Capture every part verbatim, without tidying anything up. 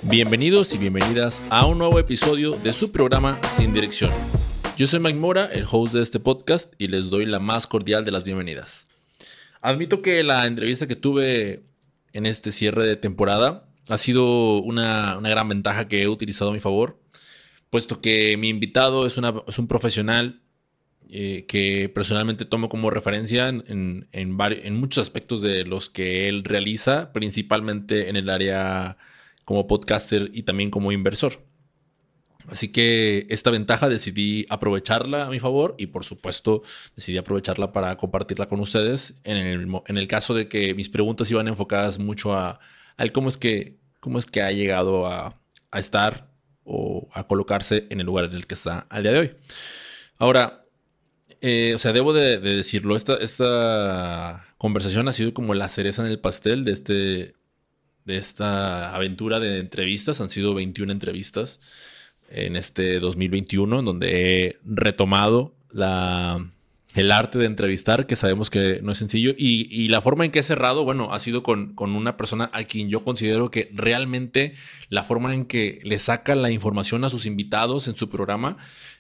Bienvenidos y bienvenidas a un nuevo episodio de su programa Sin Dirección. Yo soy Mike Mora, el host de este podcast, y les doy la más cordial de las bienvenidas. Admito que la entrevista que tuve en este cierre de temporada ha sido una, una gran ventaja que he utilizado a mi favor, puesto que mi invitado es, una, es un profesional eh, que personalmente tomo como referencia en, en, en, vari- en muchos aspectos de los que él realiza, principalmente en el área como podcaster y también como inversor. Así que esta ventaja decidí aprovecharla a mi favor y, por supuesto, decidí aprovecharla para compartirla con ustedes en el, en el caso de que mis preguntas iban enfocadas mucho a, a cómo es que, cómo es que ha llegado a, a estar o a colocarse en el lugar en el que está al día de hoy. Ahora, eh, o sea, debo de, de decirlo, esta, esta conversación ha sido como la cereza en el pastel de este... de esta aventura de entrevistas. Han sido veintiuna entrevistas en este dos mil veintiuno, en donde he retomado la, el arte de entrevistar, que sabemos que no es sencillo. Y, y la forma en que he cerrado, bueno, ha sido con, con una persona a quien yo considero que realmente la forma en que le saca la información a sus invitados en su programa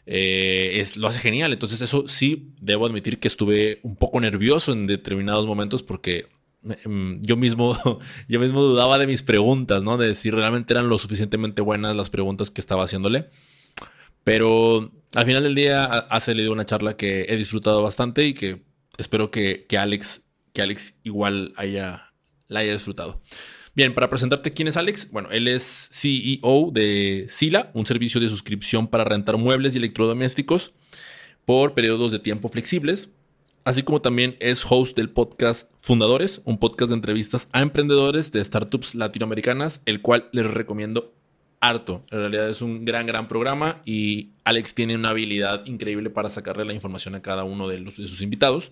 eh, es, lo hace genial. Entonces eso sí, debo admitir que estuve un poco nervioso en determinados momentos porque yo mismo, yo mismo dudaba de mis preguntas, ¿no? De si realmente eran lo suficientemente buenas las preguntas que estaba haciéndole. Pero al final del día ha, ha salido una charla que he disfrutado bastante y que espero que, que, Alex, que Alex igual haya, la haya disfrutado. Bien, para presentarte quién es Alex, bueno, él es C E O de Sila, un servicio de suscripción para rentar muebles y electrodomésticos por periodos de tiempo flexibles. Así como también es host del podcast Fundadores, un podcast de entrevistas a emprendedores de startups latinoamericanas, el cual les recomiendo harto. En realidad es un gran, gran programa y Alex tiene una habilidad increíble para sacarle la información a cada uno de, los, de sus invitados.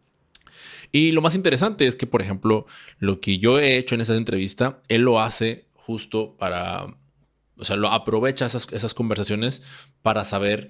Y lo más interesante es que, por ejemplo, lo que yo he hecho en esa entrevista, él lo hace justo para... O sea, lo aprovecha esas, esas conversaciones para saber...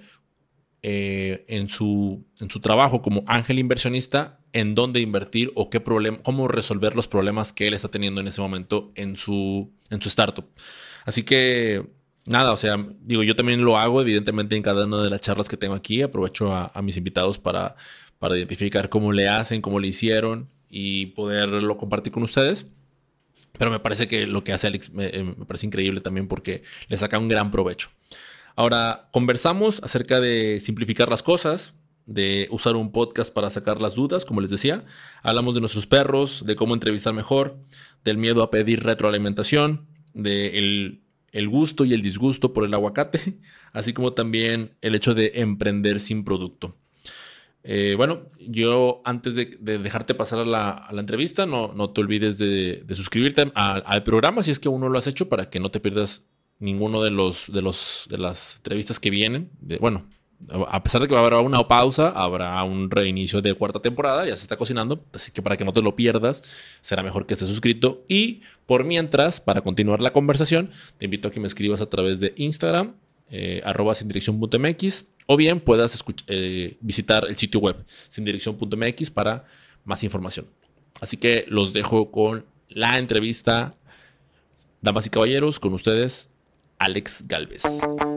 Eh, en, su, en su trabajo como ángel inversionista, en dónde invertir o qué problema, cómo resolver los problemas que él está teniendo en ese momento en su, en su startup. Así que nada, o sea, digo, yo también lo hago evidentemente en cada una de las charlas que tengo aquí. Aprovecho a, a mis invitados para, para identificar cómo le hacen, cómo le hicieron y poderlo compartir con ustedes. Pero me parece que lo que hace Alex me, me parece increíble también porque le saca un gran provecho. Ahora, conversamos acerca de simplificar las cosas, de usar un podcast para sacar las dudas, como les decía. Hablamos de nuestros perros, de cómo entrevistar mejor, del miedo a pedir retroalimentación, del el gusto y el disgusto por el aguacate, así como también el hecho de emprender sin producto. Eh, bueno, yo antes de, de dejarte pasar a la, a la entrevista, no, no te olvides de, de suscribirte a, al programa si es que aún no lo has hecho para que no te pierdas ninguno de los de los de las entrevistas que vienen. De, bueno, a pesar de que va a haber una pausa, habrá un reinicio de cuarta temporada, ya se está cocinando, así que para que no te lo pierdas, será mejor que estés suscrito. Y por mientras, para continuar la conversación, te invito a que me escribas a través de Instagram, eh, arroba sindirección punto mx, o bien puedas escuch- eh, visitar el sitio web sindirección punto mx para más información. Así que los dejo con la entrevista. Damas y caballeros, con ustedes, Alex Gálvez.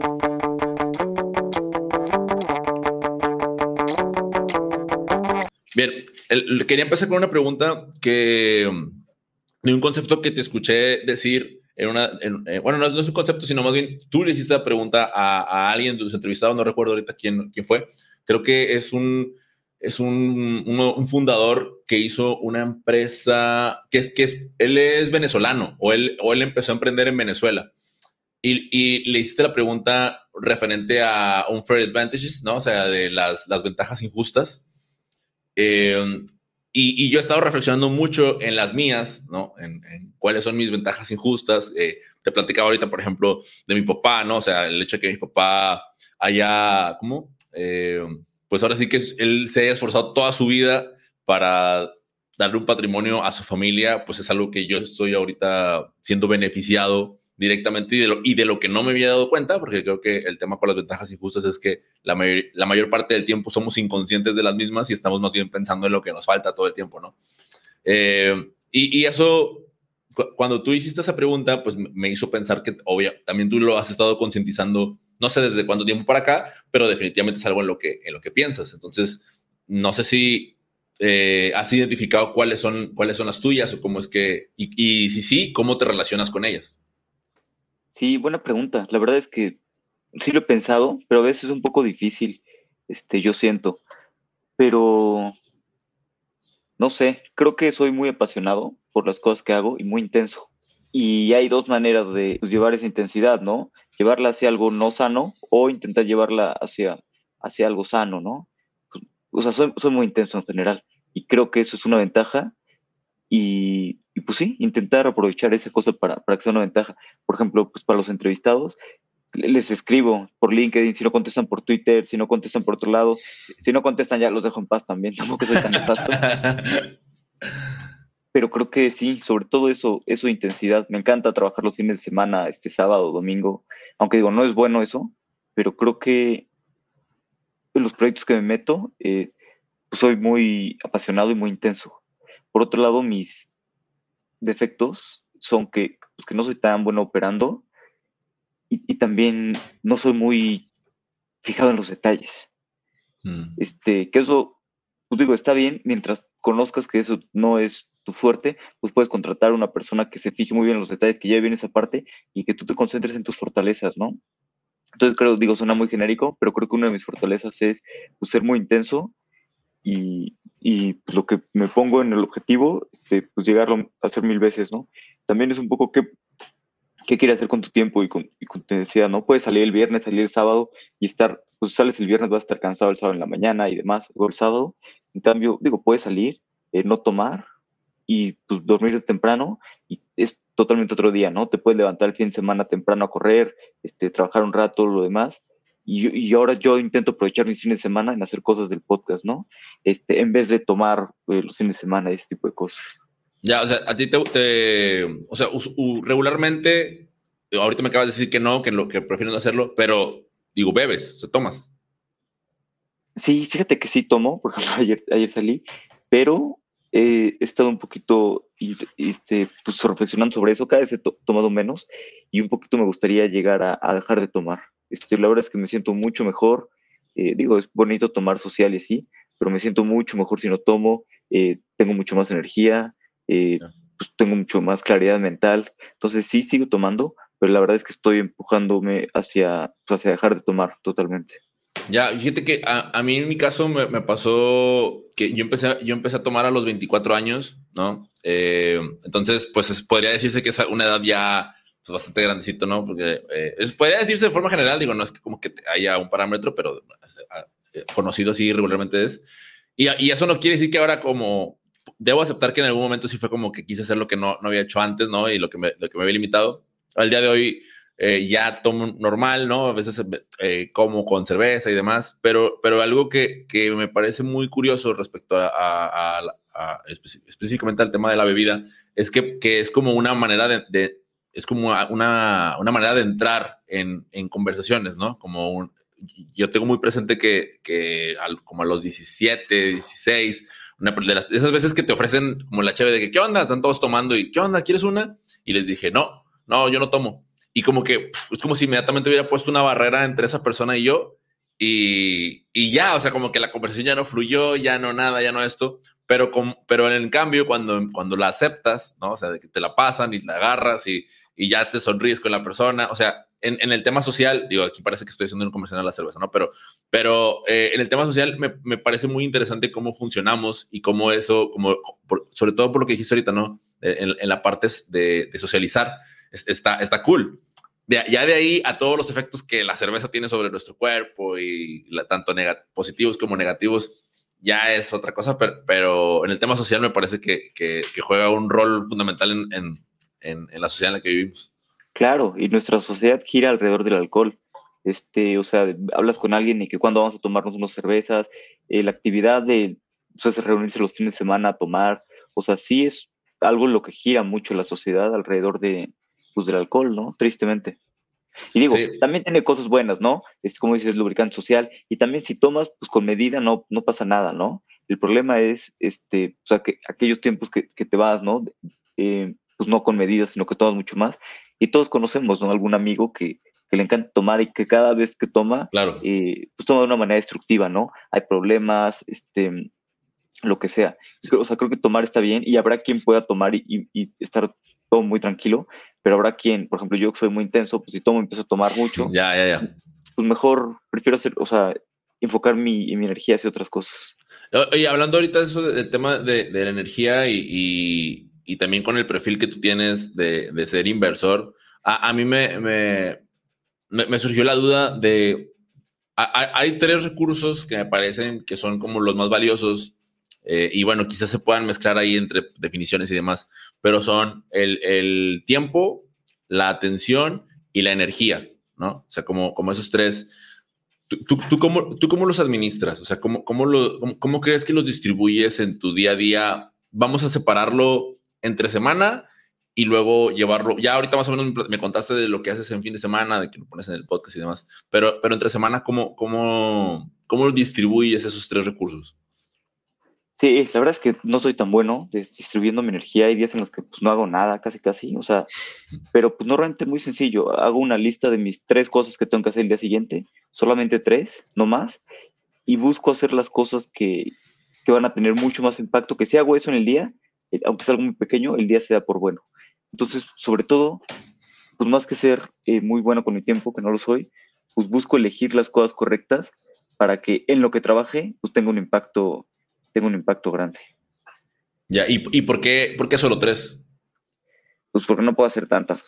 Bien, el, quería empezar con una pregunta que de un concepto que te escuché decir en una, en, eh, bueno, no, no es un concepto, sino más bien tú le hiciste la pregunta a, a alguien de tus entrevistados, no recuerdo ahorita quién, quién fue. Creo que es un es un, un, un fundador que hizo una empresa que es que es, él es venezolano o él o él empezó a emprender en Venezuela. Y, y le hiciste la pregunta referente a unfair advantages, ¿no? O sea, de las, las ventajas injustas. Eh, y, y yo he estado reflexionando mucho en las mías, ¿no? En, en cuáles son mis ventajas injustas. Eh, te platicaba ahorita, por ejemplo, de mi papá, ¿no? O sea, el hecho de que mi papá haya, ¿cómo? Eh, pues ahora sí que él se haya esforzado toda su vida para darle un patrimonio a su familia, pues es algo que yo estoy ahorita siendo beneficiado directamente y de, lo, y de lo que no me había dado cuenta, porque creo que el tema con las ventajas injustas es que la, mayor, la mayor parte del tiempo somos inconscientes de las mismas y estamos más bien pensando en lo que nos falta todo el tiempo, ¿no? Eh, y, y eso cu- cuando tú hiciste esa pregunta, pues me me hizo pensar que, obvio, también tú lo has estado concientizando, no sé desde cuánto tiempo para acá, pero definitivamente es algo en lo que, en lo que piensas. Entonces, no sé si eh, has identificado cuáles son, cuáles son las tuyas o cómo es que, y, y si sí, cómo te relacionas con ellas. Sí, buena pregunta. La verdad es que sí lo he pensado, pero a veces es un poco difícil, este, yo siento. Pero no sé, creo que soy muy apasionado por las cosas que hago y muy intenso. Y hay dos maneras de pues, llevar esa intensidad, ¿no? Llevarla hacia algo no sano o intentar llevarla hacia, hacia algo sano, ¿no? Pues, o sea, soy, soy muy intenso en general y creo que eso es una ventaja y, y, pues sí, intentar aprovechar esa cosa para, para que sea una ventaja. Por ejemplo, pues para los entrevistados, les escribo por LinkedIn, si no contestan por Twitter, si no contestan por otro lado, si, si no contestan ya los dejo en paz también, tampoco soy tan nefasto, pero creo que sí, sobre todo eso, eso de intensidad. Me encanta trabajar los fines de semana, este sábado, domingo, aunque digo, no es bueno eso, pero creo que en los proyectos que me meto, eh, pues soy muy apasionado y muy intenso. Por otro lado, mis defectos son que, pues que no soy tan bueno operando y, y también no soy muy fijado en los detalles. Mm. Este, que eso, pues digo, está bien, mientras conozcas que eso no es tu fuerte, pues puedes contratar a una persona que se fije muy bien en los detalles, que lleve bien esa parte y que tú te concentres en tus fortalezas, ¿no? Entonces creo, digo, suena muy genérico, pero creo que una de mis fortalezas es pues, ser muy intenso y, y pues, lo que me pongo en el objetivo, este, pues llegarlo a hacer mil veces, ¿no? También es un poco qué, qué quieres hacer con tu tiempo y con, y con tu necesidad, ¿no? Puedes salir el viernes, salir el sábado y estar, pues sales el viernes, vas a estar cansado el sábado en la mañana y demás, o el sábado. En cambio, digo, puedes salir, eh, no tomar y pues dormir temprano y es totalmente otro día, ¿no? Te puedes levantar el fin de semana temprano a correr, este, trabajar un rato, lo demás. Y, yo- y ahora yo intento aprovechar mis fines de semana en hacer cosas del podcast, ¿no? Este, en vez de tomar eh, los fines de semana, ese tipo de cosas. Ya, o sea, a ti te, te o sea, us- u- regularmente, ahorita me acabas de decir que no, que lo que prefieres no hacerlo, pero digo, bebes, o sea, tomas. Sí, fíjate que sí tomo, por ejemplo, ayer, ayer salí, pero eh, he estado un poquito y- este, pues, reflexionando sobre eso, cada vez he to- tomado menos y un poquito me gustaría llegar a, a dejar de tomar. Este, la verdad es que me siento mucho mejor, eh, digo, es bonito tomar social y sí, pero me siento mucho mejor si no tomo, eh, tengo mucho más energía, eh, Ya. pues tengo mucho más claridad mental, entonces sí sigo tomando, pero la verdad es que estoy empujándome hacia, pues, hacia dejar de tomar totalmente. Ya, fíjate que a, a mí en mi caso me, me pasó que yo empecé, yo empecé a tomar a los veinticuatro años, ¿no? Eh, entonces, pues es- podría decirse que es una edad ya pues, bastante grandecito, ¿no? Porque eh, es- podría decirse de forma general, digo, no es que como que haya un parámetro, pero eh, conocido así regularmente es. Y, y eso no quiere decir que ahora como, debo aceptar que en algún momento sí fue como que quise hacer lo que no, no había hecho antes, ¿no? Y lo que me, lo que me había limitado. Al día de hoy eh, ya tomo normal, ¿no? A veces eh, como con cerveza y demás, pero, pero algo que, que me parece muy curioso respecto a, a, a, a espe- específicamente al tema de la bebida es que, que es como una manera de, de es como una, una, manera de entrar en, en conversaciones, ¿no? Como un, yo tengo muy presente que, que al, como a los diecisiete, dieciséis, una de, las, de esas veces que te ofrecen como la chévere de que, ¿qué onda? Están todos tomando y, ¿qué onda? ¿Quieres una? Y les dije, no, no, yo no tomo. Y como que pff, es como si inmediatamente hubiera puesto una barrera entre esa persona y yo. Y, y ya, o sea, como que la conversación ya no fluyó, ya no nada, ya no esto. Pero, con, pero en cambio, cuando, cuando la aceptas, ¿no? O sea, de que te la pasan y la agarras y, y ya te sonríes con la persona. O sea, en, en el tema social, digo, aquí parece que estoy haciendo un comercial a la cerveza, ¿no? Pero, pero eh, en el tema social me, me, parece muy interesante cómo funcionamos y cómo eso, como, por, sobre todo por lo que dijiste ahorita, ¿no? En, en la parte de, de socializar, está, está cool. De, ya de ahí a todos los efectos que la cerveza tiene sobre nuestro cuerpo y la, tanto positivos como negativos, ya es otra cosa, pero, pero en el tema social me parece que, que, que juega un rol fundamental en, en, en, en la sociedad en la que vivimos. Claro, y nuestra sociedad gira alrededor del alcohol. Este, o sea, hablas con alguien y que cuando vamos a tomarnos unas cervezas, eh, la actividad de o sea, reunirse los fines de semana a tomar, o sea, sí es algo en lo que gira mucho la sociedad alrededor de, pues, del alcohol, ¿no? Tristemente. Y digo, Sí, también tiene cosas buenas, ¿no? Es como dices, lubricante social, y también si tomas, pues con medida no, no pasa nada, ¿no? El problema es, este, o sea, que aquellos tiempos que, que te vas, ¿no? Eh, pues no con medidas, sino que tomas mucho más. Y todos conocemos, ¿no? Algún amigo que, que le encanta tomar y que cada vez que toma, Claro. eh, pues toma de una manera destructiva, ¿no? Hay problemas, este, lo que sea. O sea, creo que tomar está bien y habrá quien pueda tomar y, y, y estar todo muy tranquilo, pero habrá quien, por ejemplo, yo que soy muy intenso, pues si tomo y empiezo a tomar mucho, Ya, ya, ya. pues mejor prefiero hacer, o sea, enfocar mi, mi energía hacia otras cosas. Oye, hablando ahorita de eso, del tema de, de la energía y, y, y también con el perfil que tú tienes de, de ser inversor, a, a mí me, me, me, me surgió la duda de, a, hay tres recursos que me parecen que son como los más valiosos eh, y bueno, quizás se puedan mezclar ahí entre definiciones y demás, pero son el, el tiempo, la atención y la energía, ¿no? O sea, como, como esos tres. ¿Tú, tú, tú, cómo, ¿Tú cómo los administras? O sea, ¿cómo, cómo, lo, cómo, ¿cómo crees que los distribuyes en tu día a día? Vamos a separarlo entre semana y luego llevarlo. Ya ahorita más o menos me contaste de lo que haces en fin de semana, de que lo pones en el podcast y demás, pero, pero entre semana, ¿cómo, cómo, cómo distribuyes esos tres recursos? Sí, la verdad es que no soy tan bueno distribuyendo mi energía. Hay días en los que pues no hago nada, casi casi, o sea, pero pues normalmente muy sencillo. Hago una lista de mis tres cosas que tengo que hacer el día siguiente, solamente tres, no más, y busco hacer las cosas que, que van a tener mucho más impacto, que si hago eso en el día, eh, aunque sea algo muy pequeño, el día se da por bueno. Entonces, sobre todo, pues más que ser eh, muy bueno con mi tiempo, que no lo soy, pues busco elegir las cosas correctas para que en lo que trabaje, pues tenga un impacto, tenga un impacto grande. Ya, ¿y, y por, qué, por qué solo tres? Pues porque no puedo hacer tantas.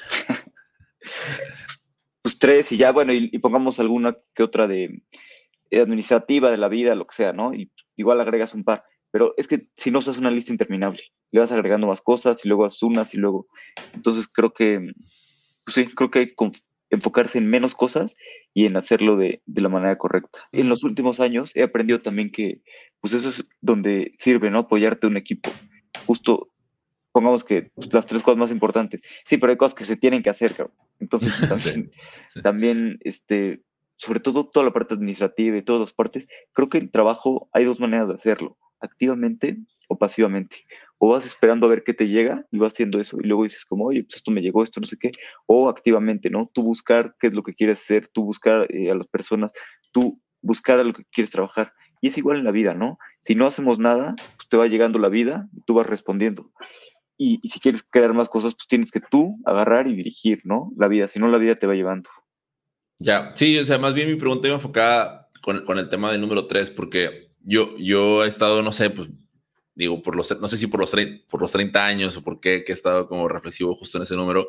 Pues tres y ya, bueno, y, y pongamos alguna que otra de eh, administrativa, de la vida, lo que sea, ¿no? Y igual agregas un par. Pero es que si no, haces una lista interminable. Le vas agregando más cosas y luego haces unas y luego... Entonces creo que, pues sí, creo que hay que enfocarse en menos cosas y en hacerlo de, de la manera correcta. En los últimos años he aprendido también que, pues eso es donde sirve, ¿no? Apoyarte a un equipo. Justo, pongamos que pues, las tres cosas más importantes. Sí, pero hay cosas que se tienen que hacer, cabrón. Entonces, pues, también, sí, sí. también, este, sobre todo toda la parte administrativa y todas las partes, creo que el trabajo hay dos maneras de hacerlo, activamente o pasivamente. O vas esperando a ver qué te llega y vas haciendo eso y luego dices como, oye, pues esto me llegó, esto no sé qué, o activamente, ¿no? Tú buscar qué es lo que quieres hacer, tú buscar eh, a las personas, tú buscar a lo que quieres trabajar. Y es igual en la vida, ¿no? Si no hacemos nada, pues te va llegando la vida y tú vas respondiendo. Y, y si quieres crear más cosas, pues tienes que tú agarrar y dirigir, ¿no? La vida, si no la vida te va llevando. Ya, sí, o sea, más bien mi pregunta iba enfocada con, con el tema del número tres, porque yo, yo he estado, no sé, pues, digo, por los, no sé si por los, por los treinta años o por qué, que he estado como reflexivo justo en ese número.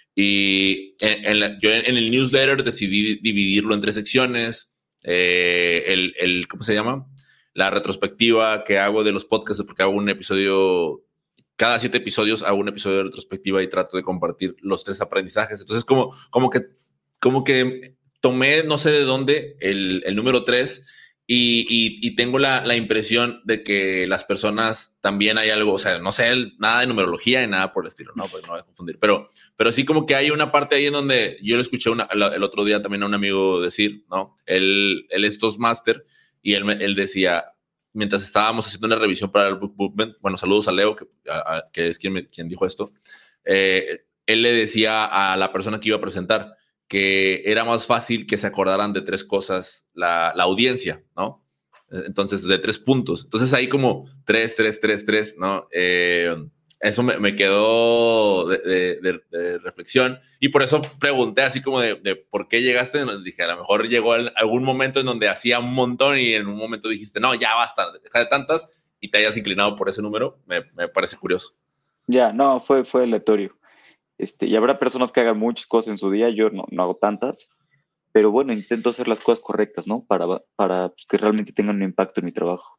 Y en, en la, yo en el newsletter decidí dividirlo en tres secciones. Eh, el, el, ¿cómo se llama? La retrospectiva que hago de los podcasts, porque hago un episodio, cada siete episodios hago un episodio de retrospectiva y trato de compartir los tres aprendizajes. Entonces, como, como que, como que tomé, no sé de dónde, el, el número tres y, y, y tengo la, la impresión de que las personas también hay algo, o sea, no sé, el, nada de numerología ni nada por el estilo, ¿no? Pues no voy a confundir, pero, pero sí como que hay una parte ahí en donde yo le escuché una, el otro día también a un amigo decir, ¿no? Él, él es Toastmaster y él, él decía, mientras estábamos haciendo una revisión para el Book Movement, bueno, saludos a Leo, que, a, a, que es quien, me, quien dijo esto, eh, él le decía a la persona que iba a presentar que era más fácil que se acordaran de tres cosas la, la audiencia, ¿no? Entonces, de tres puntos. Entonces, ahí como tres, tres, tres, tres, ¿no? Eh, eso me, me quedó de, de, de, de reflexión y por eso pregunté así como de, de por qué llegaste. Dije, a lo mejor llegó algún momento en donde hacía un montón y en un momento dijiste, no, ya basta, deja de tantas y te hayas inclinado por ese número. Me, me parece curioso. Ya, no, fue, fue aleatorio. Este, y habrá personas que hagan muchas cosas en su día, yo no, no hago tantas, pero bueno, intento hacer las cosas correctas, ¿no? Para, para pues, que realmente tengan un impacto en mi trabajo.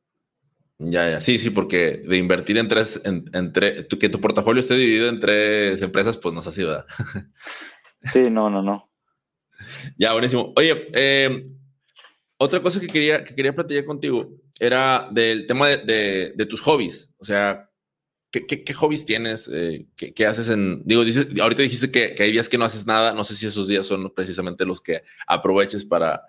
Ya, ya, sí, sí, porque de invertir en tres, en, en tres, que tu portafolio esté dividido en tres empresas, pues no es así, ¿verdad? Sí, no, no, no. Ya, buenísimo. Oye, eh, otra cosa que quería, que quería platicar contigo era del tema de, de, de tus hobbies. O sea, ¿Qué, qué, qué hobbies tienes? Eh, ¿qué, ¿Qué haces en...? Digo, dices, ahorita dijiste que, que hay días que no haces nada. No sé si esos días son precisamente los que aproveches para,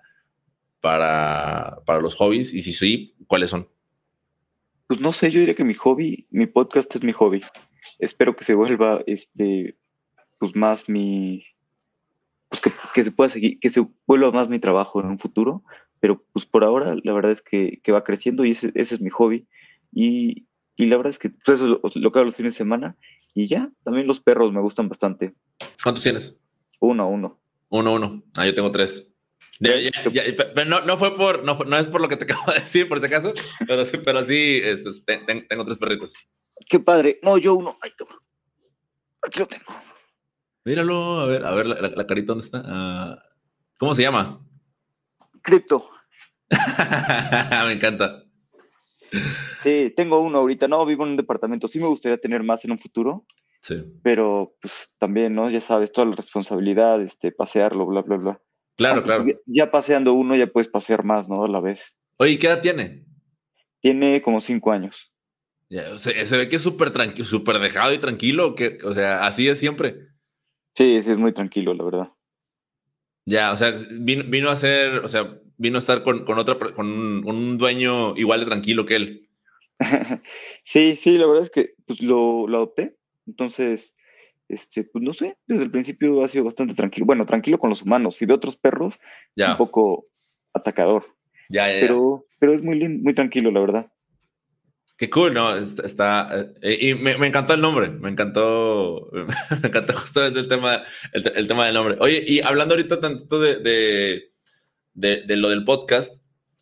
para, para los hobbies. Y si sí, ¿cuáles son? Pues no sé, yo diría que mi hobby, mi podcast es mi hobby. espero que se vuelva, este, pues más mi, pues que, que se pueda seguir, que se vuelva más mi trabajo en un futuro, pero pues por ahora la verdad es que, que va creciendo y ese, ese es mi hobby. Y, y la verdad es que pues, eso es lo, lo que hago los fines de semana. Y ya, también los perros me gustan bastante. ¿Cuántos tienes? Uno a uno. Uno, uno. Ah, yo tengo tres. De, ya, ya, pero no, no fue por, no, no es por lo que te acabo de decir, por si acaso, pero sí, pero sí este, ten, tengo tres perritos. Qué padre. No, yo uno. Ay, cabrón. Aquí lo tengo. Míralo, a ver, a ver, la, la carita, ¿dónde está? Uh, ¿Cómo se llama? Crypto. Me encanta. Sí, tengo uno ahorita. No, vivo en un departamento. Sí me gustaría tener más en un futuro. Sí. Pero, pues, también, ¿no? Ya sabes, toda la responsabilidad, este, pasearlo, bla, bla, bla. Claro, Aunque, claro. pues, ya paseando uno, ya puedes pasear más, ¿no? A la vez. Oye, ¿qué edad tiene? Tiene como cinco años. Ya, se, se ve que es súper tranquilo, súper dejado y tranquilo, que, o sea, así es siempre. Sí, sí, es muy tranquilo, la verdad. Ya, o sea, vino, vino a ser, o sea, vino a estar con, con otra, con un, un dueño igual de tranquilo que él. Sí, sí, la verdad es que pues lo, lo adopté. Entonces, este, pues no sé, desde el principio ha sido bastante tranquilo. Bueno, tranquilo con los humanos y de otros perros, un Ya, poco atacador. ya, ya, ya. Pero, pero es muy lindo, muy tranquilo, la verdad. Qué cool, ¿no? Está, está eh, y me, me encantó el nombre, me encantó, me encantó justo el tema, el, el tema del nombre. Oye, y hablando ahorita tanto de, de, de, de lo del podcast,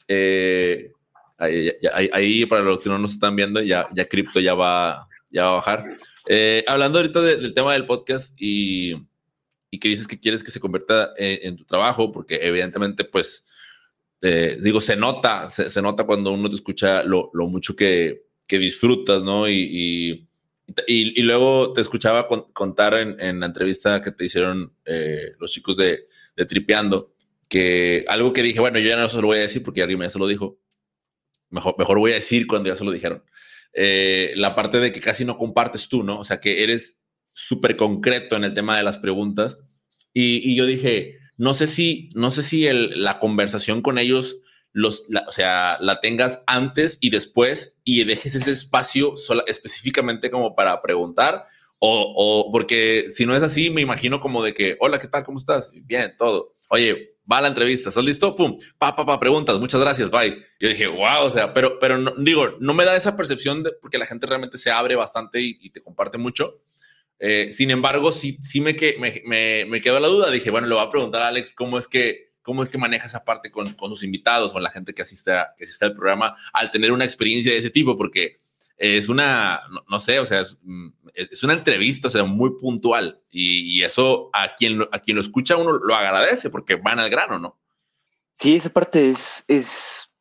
eh, ahí, ahí, ahí, para los que no nos están viendo, ya, ya cripto ya va, ya va a bajar. Eh, hablando ahorita de, del tema del podcast y, y que dices que quieres que se convierta en, en tu trabajo, porque evidentemente, pues, eh, digo, se nota, se, se, nota cuando uno te escucha lo, lo mucho que, que disfrutas, ¿no? Y, y, y, y luego te escuchaba con, contar en, en la entrevista que te hicieron eh, los chicos de, de Tripeando, que algo que dije, bueno, yo ya no se lo voy a decir porque alguien ya se lo dijo, mejor, mejor voy a decir cuando ya se lo dijeron, eh, la parte de que casi no compartes tú, ¿no? O sea, que eres súper concreto en el tema de las preguntas. Y, y yo dije, no sé si, no sé si el, la conversación con ellos, los, la, o sea, la tengas antes y después y dejes ese espacio sola, específicamente como para preguntar, o, o porque si no es así, me imagino como de que, hola, ¿qué tal? ¿Cómo estás? Bien, todo. Oye, va a la entrevista, ¿estás listo? Pum, pa, pa, pa, preguntas, muchas gracias, bye. Yo dije, wow, o sea, pero, pero no, digo, no me da esa percepción de, porque la gente realmente se abre bastante y, y te comparte mucho. Eh, sin embargo, sí, sí me, que, me, me, me quedó la duda. Dije, bueno, le voy a preguntar a Alex cómo es que, cómo es que maneja esa parte con, con sus invitados o la gente que asiste, a, que asiste al programa al tener una experiencia de ese tipo, porque es una, no, no sé, o sea, es, es, una entrevista, o sea, muy puntual y, y eso a quien, a quien lo escucha uno lo agradece porque van al grano, ¿no? Sí, esa parte es, es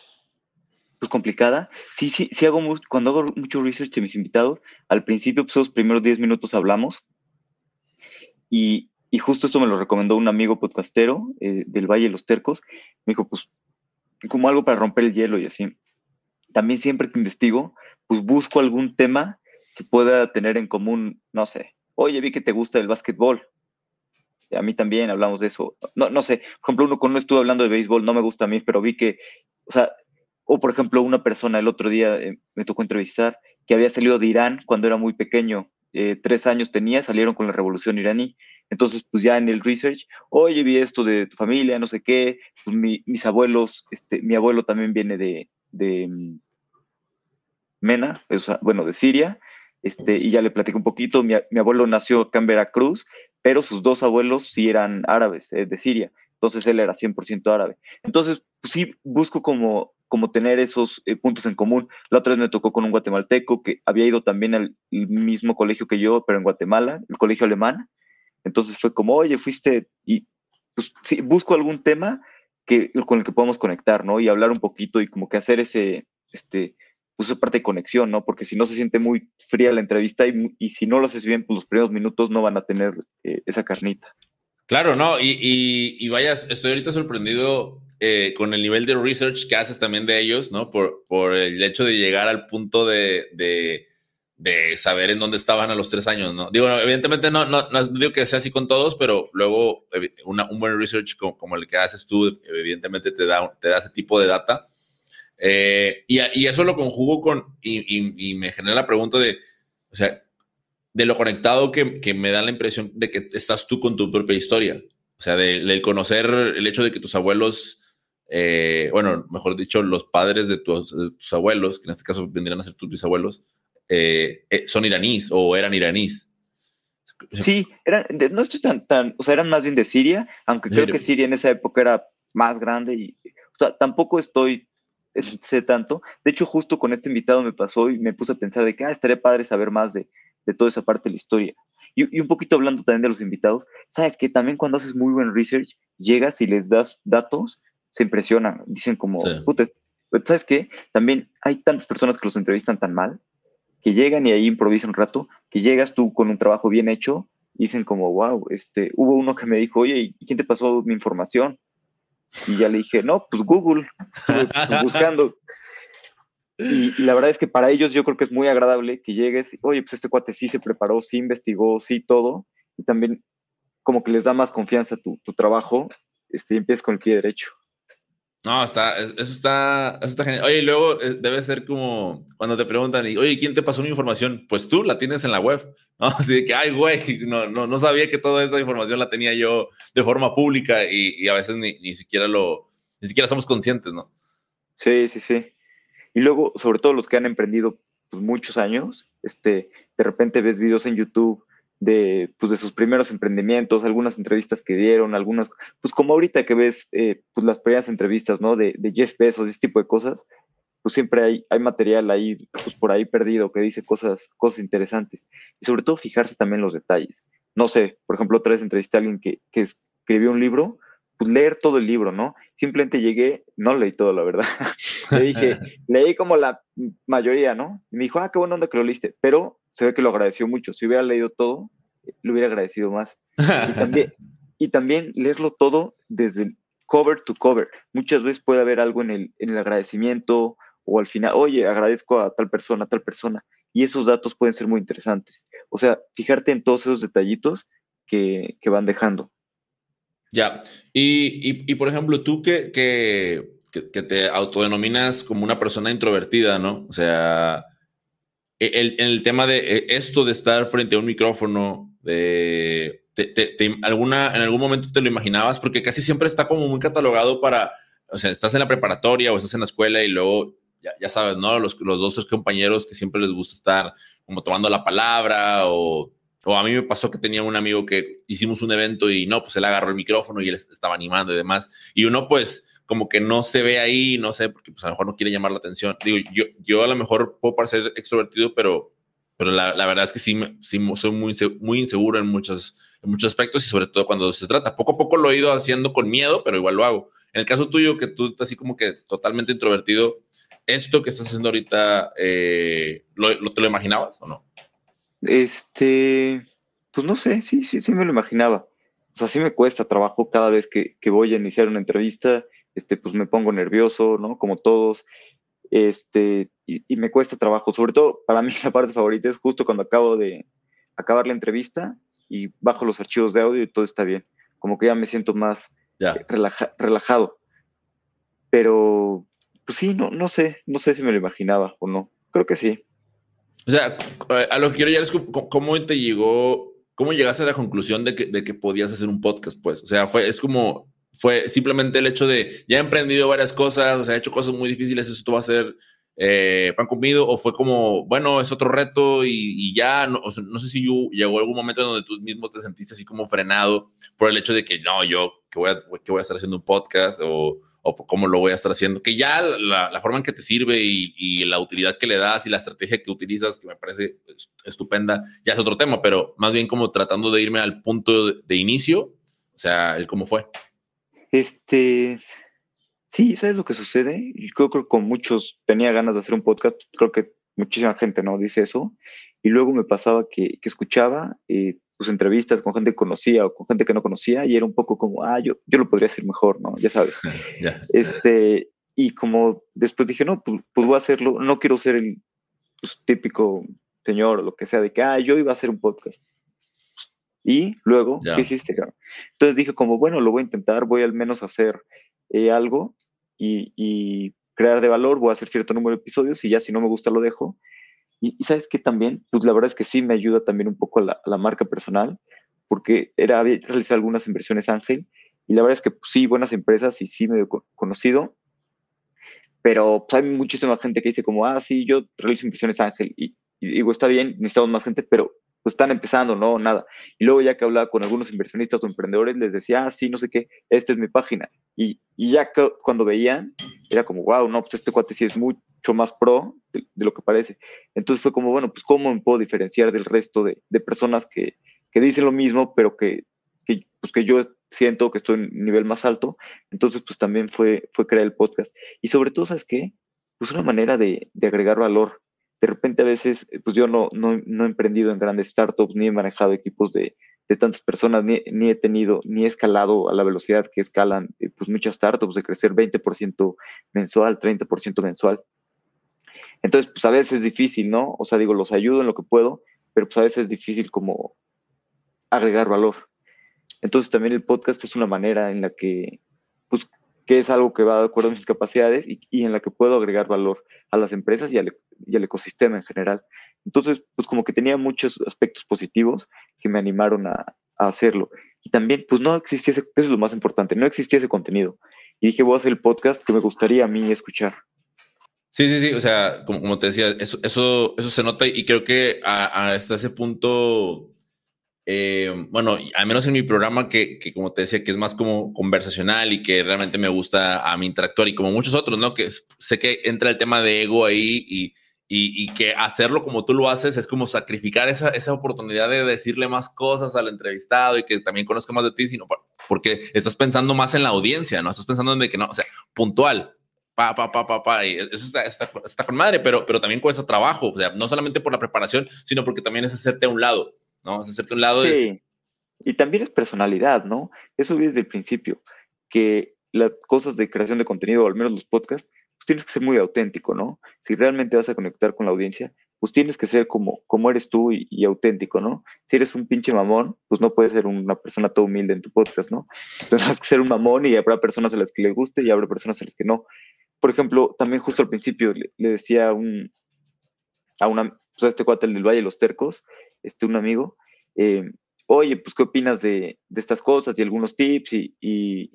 pues, complicada. Sí, sí, sí hago mucho, cuando hago mucho research de mis invitados, al principio, pues los primeros diez minutos hablamos y, y justo esto me lo recomendó un amigo podcastero eh, del Valle de los Tercos. Me dijo, pues, como algo para romper el hielo y así. También siempre que investigo, pues busco algún tema que pueda tener en común, no sé, oye, vi que te gusta el básquetbol. A mí también hablamos de eso. No, no sé, por ejemplo, uno cuando estuve hablando de béisbol, no me gusta a mí, pero vi que, o sea, o por ejemplo, una persona el otro día eh, me tocó entrevistar que había salido de Irán cuando era muy pequeño, eh, tres años tenía, salieron con la revolución iraní. Entonces, pues ya en el research, oye, vi esto de tu familia, no sé qué, pues mi, mis abuelos, este, mi abuelo también viene de, de um, Mena, o sea, bueno, de Siria, este, y ya le platico un poquito, mi, mi, abuelo nació acá en Veracruz, pero sus dos abuelos sí eran árabes, eh, de Siria, entonces él era cien por ciento árabe. Entonces, pues sí, busco como, como tener esos eh, puntos en común. La otra vez me tocó con un guatemalteco que había ido también al mismo colegio que yo, pero en Guatemala, el colegio alemán. Entonces fue como, oye, fuiste, y pues sí, busco algún tema que, con el que podamos conectar, ¿no? Y hablar un poquito y como que hacer ese, este, pues esa parte de conexión, ¿no? Porque si no se siente muy fría la entrevista y, y si no lo haces bien, pues los primeros minutos no van a tener eh, esa carnita. Claro, no, y, y, y vaya, estoy ahorita sorprendido eh, con el nivel de research que haces también de ellos, ¿no? Por, por el hecho de llegar al punto de, de, de saber en dónde estaban a los tres años, ¿no? Digo, evidentemente no, no, no digo que sea así con todos, pero luego una, un buen research como, como el que haces tú, evidentemente te da, te da ese tipo de data. Eh, y, y eso lo conjugo con, y, y, y me genera la pregunta de, o sea, de lo conectado que, que me da la impresión de que estás tú con tu propia historia. O sea, del de conocer el hecho de que tus abuelos, eh, bueno, mejor dicho, los padres de tus, de tus abuelos, que en este caso vendrían a ser tus bisabuelos, eh, eh, son iraníes o eran iraníes. Sí, eran, de- no estoy tan, tan, o sea, eran más bien de Siria, aunque creo que Siria en esa época era más grande y, o sea, tampoco estoy, eh, sé tanto. De hecho, justo con este invitado me pasó y me puse a pensar de que, ah, estaría padre saber más de, de toda esa parte de la historia. Y, y un poquito hablando también de los invitados, sabes que también cuando haces muy buen research, llegas y les das datos, se impresionan, dicen Sí. como, puta, es- ¿sabes qué? También hay tantas personas que los entrevistan tan mal que llegan y ahí improvisan un rato, que llegas tú con un trabajo bien hecho y dicen como, wow, este, hubo uno que me dijo, oye, ¿y quién te pasó mi información? Y ya le dije, no, pues Google, estuve pues, buscando. Y, y, la verdad es que para ellos yo creo que es muy agradable que llegues, oye, pues este cuate sí se preparó, sí investigó, sí todo, y también como que les da más confianza tu, tu trabajo, este, y empiezas con el pie derecho. No, está, eso está, eso está genial. Oye, y luego eh, debe ser como cuando te preguntan, y, oye, ¿quién te pasó mi información? Pues tú la tienes en la web, ¿no? Así de que, ay, güey, no, no, no sabía que toda esa información la tenía yo de forma pública y, y a veces ni, ni siquiera lo, ni siquiera somos conscientes, ¿no? Sí, sí, sí. Y luego, sobre todo los que han emprendido pues, muchos años, este, de repente ves videos en YouTube de, pues, de sus primeros emprendimientos, algunas entrevistas que dieron, algunas, pues como ahorita que ves eh, pues, las primeras entrevistas, ¿no? De, de Jeff Bezos, ese tipo de cosas, pues siempre hay, hay material ahí, pues por ahí perdido, que dice cosas, cosas interesantes. Y sobre todo fijarse también en los detalles. No sé, por ejemplo, otra vez entrevisté a alguien que, que escribió un libro, pues leer todo el libro, ¿no? Simplemente llegué, no leí todo, la verdad. Le dije, leí como la mayoría, ¿no? Y me dijo, ah, qué buena onda que lo leíste, pero se ve que lo agradeció mucho. Si hubiera leído todo, lo hubiera agradecido más. Y también, y también leerlo todo desde el cover to cover. Muchas veces puede haber algo en el, en el agradecimiento o al final, oye, agradezco a tal persona, a tal persona. Y esos datos pueden ser muy interesantes. O sea, fijarte en todos esos detallitos que, que van dejando. Ya, y, y, y, por ejemplo, tú que, que, que, que te autodenominas como una persona introvertida, ¿no? O sea, el, el tema de eh, esto de estar frente a un micrófono, de, te, te, te, alguna, en algún momento te lo imaginabas, porque casi siempre está como muy catalogado para, o sea, estás en la preparatoria o estás en la escuela y luego, ya, ya sabes, ¿no? Los, los dos tres compañeros que siempre les gusta estar como tomando la palabra o o a mí me pasó que tenía un amigo que hicimos un evento y no, pues él agarró el micrófono y él estaba animando y demás. Y uno, pues, como que no se ve ahí, no sé, porque pues a lo mejor no quiere llamar la atención. Digo, yo, yo a lo mejor puedo parecer extrovertido, pero, pero la, la verdad es que sí, sí soy muy, muy inseguro en muchos, en muchos aspectos y sobre todo cuando se trata. Poco a poco lo he ido haciendo con miedo, pero igual lo hago. En el caso tuyo, que tú estás así como que totalmente introvertido, ¿esto que estás haciendo ahorita, eh, ¿lo, lo, te lo imaginabas o no? Este, pues no sé, sí, sí, sí me lo imaginaba. O sea, sí me cuesta trabajo cada vez que, que voy a iniciar una entrevista, este, pues me pongo nervioso, ¿no? Como todos, este, y, y me cuesta trabajo. Sobre todo, para mí la parte favorita es justo cuando acabo de acabar la entrevista y bajo los archivos de audio y todo está bien. Como que ya me siento más Ya. relaja, relajado. Pero, pues sí, no, no sé, no sé si me lo imaginaba o no. Creo que sí. O sea, a lo que quiero llegar es cómo te llegó, cómo llegaste a la conclusión de que, de que podías hacer un podcast, pues. O sea, fue, es como, fue simplemente el hecho de, ya he emprendido varias cosas, o sea, he hecho cosas muy difíciles, esto va a ser eh, pan comido, o fue como, bueno, es otro reto y, y ya, no, o sea, no sé si yo, llegó algún momento en donde tú mismo te sentiste así como frenado por el hecho de que, no, yo, que voy a, que voy a estar haciendo un podcast o o cómo lo voy a estar haciendo, que ya la, la forma en que te sirve y, y, la utilidad que le das y la estrategia que utilizas, que me parece estupenda, ya es otro tema, pero más bien como tratando de irme al punto de, de inicio, o sea, el cómo fue. Este, sí, ¿sabes lo que sucede? Yo creo que con muchos tenía ganas de hacer un podcast, creo que muchísima gente no dice eso, y luego me pasaba que, que escuchaba eh, pues entrevistas con gente que conocía o con gente que no conocía y era un poco como, ah, yo, yo lo podría hacer mejor, ¿no? Ya sabes. Yeah. Este, y como después dije, no, pues, pues voy a hacerlo, no quiero ser el pues, típico señor o lo que sea de que, ah, yo iba a hacer un podcast. Y luego, Yeah. ¿qué hiciste, cabrón? Entonces dije como, bueno, lo voy a intentar, voy al menos a hacer eh, algo y, y crear de valor, voy a hacer cierto número de episodios y ya si no me gusta lo dejo. Y, y ¿sabes qué también? Pues la verdad es que sí me ayuda también un poco a la, a la marca personal, porque era, había realizado algunas inversiones ángel, y la verdad es que pues, sí, buenas empresas y sí me he conocido, pero pues, hay muchísima gente que dice como, ah, sí, yo realizo inversiones ángel, y, y digo, está bien, necesitamos más gente, pero pues están empezando, no, nada. Y luego ya que hablaba con algunos inversionistas o emprendedores, les decía, ah, sí, no sé qué, esta es mi página. Y, y ya que, cuando veían, era como, wow, no, pues este cuate sí es mucho más pro de, de lo que parece. Entonces fue como, bueno, pues cómo me puedo diferenciar del resto de, de personas que, que dicen lo mismo, pero que, que, pues que yo siento que estoy en un nivel más alto. Entonces, pues también fue, fue crear el podcast. Y sobre todo, ¿sabes qué? Pues una manera de, de agregar valor. De repente a veces, pues yo no, no, no he emprendido en grandes startups, ni he manejado equipos de, de tantas personas, ni, ni he tenido, ni he escalado a la velocidad que escalan eh, pues muchas startups, de crecer veinte por ciento mensual, treinta por ciento mensual. Entonces, pues a veces es difícil, ¿no? O sea, digo, los ayudo en lo que puedo, pero pues a veces es difícil como agregar valor. Entonces también el podcast es una manera en la que, pues, que es algo que va de acuerdo a mis capacidades y, y en la que puedo agregar valor a las empresas y al, y al ecosistema en general. Entonces, pues como que tenía muchos aspectos positivos que me animaron a, a hacerlo. Y también, pues no existía ese, eso es lo más importante, no existía ese contenido. Y dije, voy a hacer el podcast que me gustaría a mí escuchar. Sí, sí, sí, o sea, como, como te decía, eso, eso, eso se nota y creo que a, a hasta ese punto, eh, bueno, al menos en mi programa que, que como te decía, que es más como conversacional y que realmente me gusta a mí interactuar y como muchos otros, ¿no? Que sé que entra el tema de ego ahí y, y, y que hacerlo como tú lo haces es como sacrificar esa, esa oportunidad de decirle más cosas al entrevistado y que también conozca más de ti, sino porque estás pensando más en la audiencia, ¿no? Estás pensando en de que no, o sea, puntual. Pa, pa, pa, pa, pa, y eso está, está, está con madre, pero, pero también cuesta trabajo, o sea, no solamente por la preparación, sino porque también es hacerte a un lado, ¿no? Es hacerte a un lado y decir, Sí, y también es personalidad, ¿no? Eso vi desde el principio, que las cosas de creación de contenido, o al menos los podcasts, pues tienes que ser muy auténtico, ¿no? Si realmente vas a conectar con la audiencia, pues tienes que ser como, como eres tú y, y auténtico, ¿no? Si eres un pinche mamón, pues no puedes ser una persona todo humilde en tu podcast, ¿no? Tendrás que ser un mamón y habrá personas a las que les guste y habrá personas a las que no. Por ejemplo, también justo al principio le, le decía a un, a una, pues a este cuate el del Valle de los Tercos, este, un amigo, eh, oye, pues, ¿qué opinas de, de estas cosas y algunos tips? Y, y,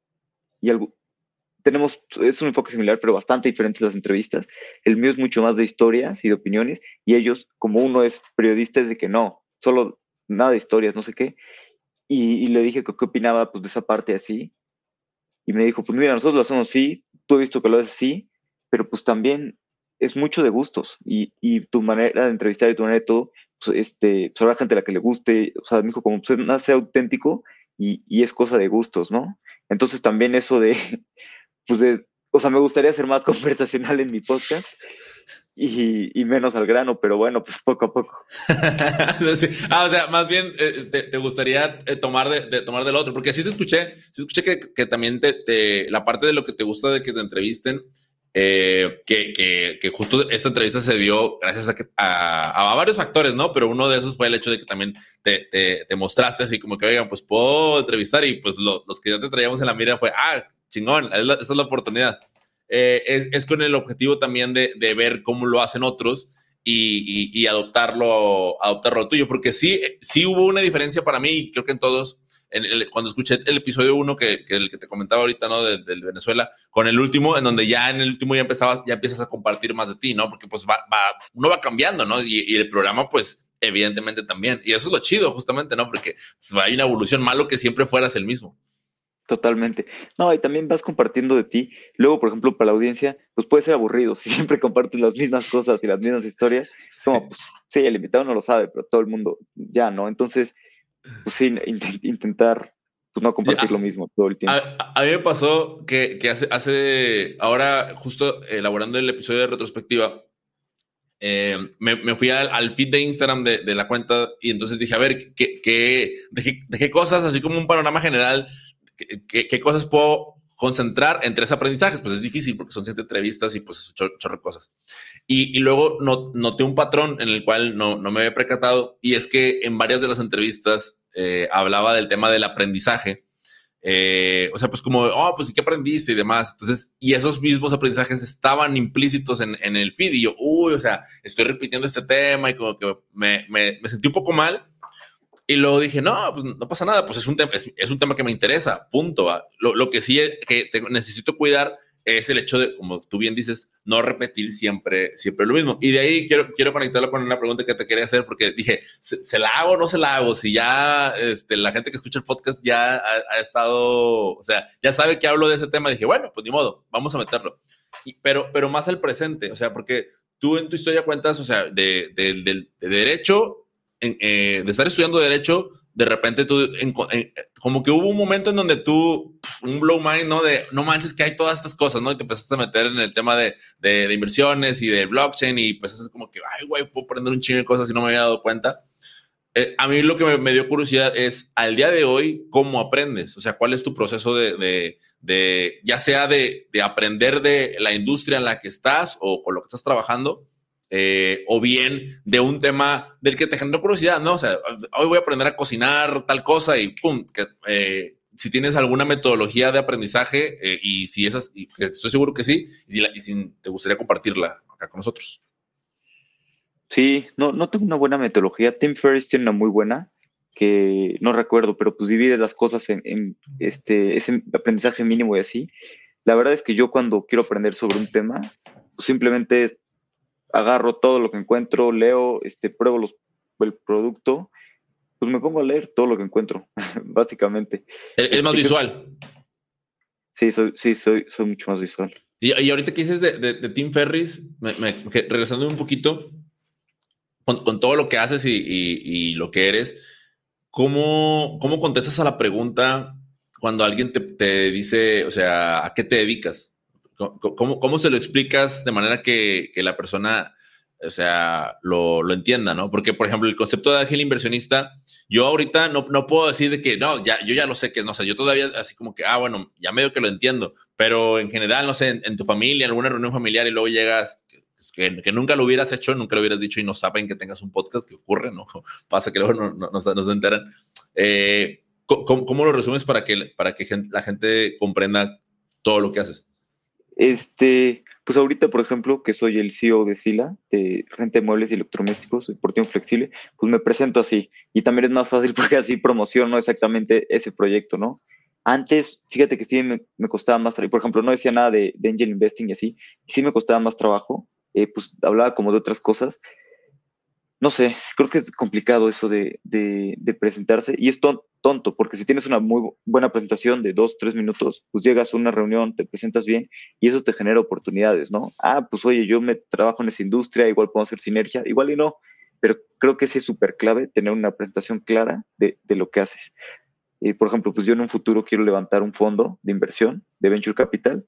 y algo, tenemos, es un enfoque similar, pero bastante diferente las entrevistas. El mío es mucho más de historias y de opiniones, y ellos, como uno es periodista, es de que no, solo nada de historias, no sé qué. Y, y le dije que qué opinaba pues, de esa parte así, y me dijo, pues mira, nosotros lo hacemos así, tú he visto que lo haces así, pero pues también es mucho de gustos, y, y tu manera de entrevistar y tu manera de todo, pues, este, pues habrá gente a la que le guste, o sea, me dijo, como pues nace auténtico y, y es cosa de gustos, ¿no? Entonces también eso de, pues de, o sea, me gustaría ser más conversacional en mi podcast y, y menos al grano, pero bueno, pues poco a poco. Sí. Ah, o sea, más bien eh, te, te, gustaría eh, tomar, de, de, tomar del otro, porque sí te escuché, sí escuché que, que también te, te, la parte de lo que te gusta de que te entrevisten, eh, que, que, que justo esta entrevista se dio gracias a, que, a, a varios actores, ¿no? Pero uno de esos fue el hecho de que también te, te, te mostraste así como que, oigan, pues puedo entrevistar y pues lo, los que ya te traíamos en la mira fue, ah, chingón, es la, esa es la oportunidad. Eh, es, es con el objetivo también de, de ver cómo lo hacen otros y, y, y adoptarlo, adoptarlo al tuyo, porque sí, sí hubo una diferencia para mí, y creo que en todos, en el, cuando escuché el episodio uno, que, que el que te comentaba ahorita, ¿no? Del de Venezuela, con el último, en donde ya en el último ya empezabas, ya empiezas a compartir más de ti, ¿no? Porque pues va, va uno va cambiando, ¿no? Y, y el programa, pues, evidentemente también. Y eso es lo chido, justamente, ¿no? Porque pues, hay una evolución, malo que siempre fueras el mismo. Totalmente. No, y también vas compartiendo de ti. Luego, por ejemplo, para la audiencia, pues puede ser aburrido. Si siempre compartes las mismas cosas y las mismas historias, es como, sí. Pues, sí, el invitado no lo sabe, pero todo el mundo ya, ¿no? Entonces, pues sí, int intentar pues, no compartir a, lo mismo todo el tiempo. A, a mí me pasó que, que hace, hace, ahora justo elaborando el episodio de retrospectiva, eh, me, me, fui al, al feed de Instagram de, de la cuenta y entonces dije, a ver, ¿qué, qué, de, qué, de qué cosas, así como un panorama general, qué, qué, qué cosas puedo concentrar en tres aprendizajes? Pues es difícil porque son siete entrevistas y pues chorro, chorro cosas. Y, y luego not, noté un patrón en el cual no, no me había percatado, y es que en varias de las entrevistas eh, hablaba del tema del aprendizaje. eh, o sea, pues como, oh, pues, ¿y qué aprendiste? Y demás. Entonces, y esos mismos aprendizajes estaban implícitos en, en el feed. Y yo, uy, o sea, estoy repitiendo este tema y como que me, me, me sentí un poco mal. Y luego dije, no, pues no pasa nada, pues es un tema, es, es un tema que me interesa, punto. ¿Va? Lo, lo que sí es que te, necesito cuidar es el hecho de, como tú bien dices, no repetir siempre, siempre lo mismo. Y de ahí quiero, quiero conectarlo con una pregunta que te quería hacer, porque dije, ¿se, se la hago o no se la hago? Si ya este, la gente que escucha el podcast ya ha, ha estado, o sea, ya sabe que hablo de ese tema, dije, bueno, pues ni modo, vamos a meterlo. Y, pero, pero más al presente, o sea, porque tú en tu historia cuentas, o sea, de, de, de, de derecho, en, eh, de estar estudiando derecho, de repente tú, en, en, como que hubo un momento en donde tú, un blow mind, ¿no? De, no manches que hay todas estas cosas, ¿no? Y te empezaste a meter en el tema de, de, de inversiones y de blockchain y pues es como que, ay, güey, puedo aprender un chingo de cosas y no me había dado cuenta. Eh, a mí lo que me, me dio curiosidad es, al día de hoy, ¿cómo aprendes? O sea, ¿cuál es tu proceso de, de, de ya sea de, de aprender de la industria en la que estás o con lo que estás trabajando? Eh, o bien de un tema del que te generó curiosidad, ¿no? O sea, hoy voy a aprender a cocinar tal cosa y pum, que, eh, si tienes alguna metodología de aprendizaje eh, y si esas, y estoy seguro que sí, y si, la, y si te gustaría compartirla acá con nosotros. Sí, no, no tengo una buena metodología. Tim Ferriss tiene una muy buena, que no recuerdo, pero pues divide las cosas en, en este, ese aprendizaje mínimo y así. La verdad es que yo cuando quiero aprender sobre un tema, pues simplemente agarro todo lo que encuentro, leo, este, pruebo los, el producto, pues me pongo a leer todo lo que encuentro, básicamente. Es, es más Este, visual. sí, soy, sí soy, soy mucho más visual. Y, y ahorita que dices de, de, de Tim Ferriss, me, me, regresando un poquito, con, con, todo lo que haces y, y, y lo que eres, ¿cómo, ¿cómo contestas a la pregunta cuando alguien te, te dice, o sea, ¿a qué te dedicas? ¿Cómo, cómo se lo explicas de manera que, que la persona, o sea, lo, lo, entienda, ¿no? Porque, por ejemplo, el concepto de ángel inversionista, yo ahorita no, no puedo decir de que, no, ya, yo ya lo sé que, no sé, yo todavía así como que, ah, bueno, ya medio que lo entiendo, pero en general, no sé, en, en tu familia, en alguna reunión familiar y luego llegas, que, que nunca lo hubieras hecho, nunca lo hubieras dicho y no saben que tengas un podcast, que ocurre, ¿no? Pasa que luego no, no, no, no se enteran. Eh, ¿cómo, ¿Cómo lo resumes para que, para que la gente comprenda todo lo que haces? Este, pues ahorita, por ejemplo, que soy el C E O de Sila, de Renta de Muebles y Electrodomésticos, por tiempo flexible, pues me presento así. Y también es más fácil porque así promociono exactamente ese proyecto, ¿no? Antes, fíjate que sí me, me costaba más trabajo. Por ejemplo, no decía nada de, de Angel Investing y así. Y sí me costaba más trabajo. Eh, pues hablaba como de otras cosas. No sé, creo que es complicado eso de, de, de presentarse. Y es tonto, tonto, porque si tienes una muy buena presentación de dos, tres minutos, pues llegas a una reunión, te presentas bien y eso te genera oportunidades, ¿no? Ah, pues oye, yo me trabajo en esa industria, igual puedo hacer sinergia, igual y no, pero creo que sí es súper clave tener una presentación clara de, de lo que haces. Y, por ejemplo, pues yo en un futuro quiero levantar un fondo de inversión, de Venture Capital,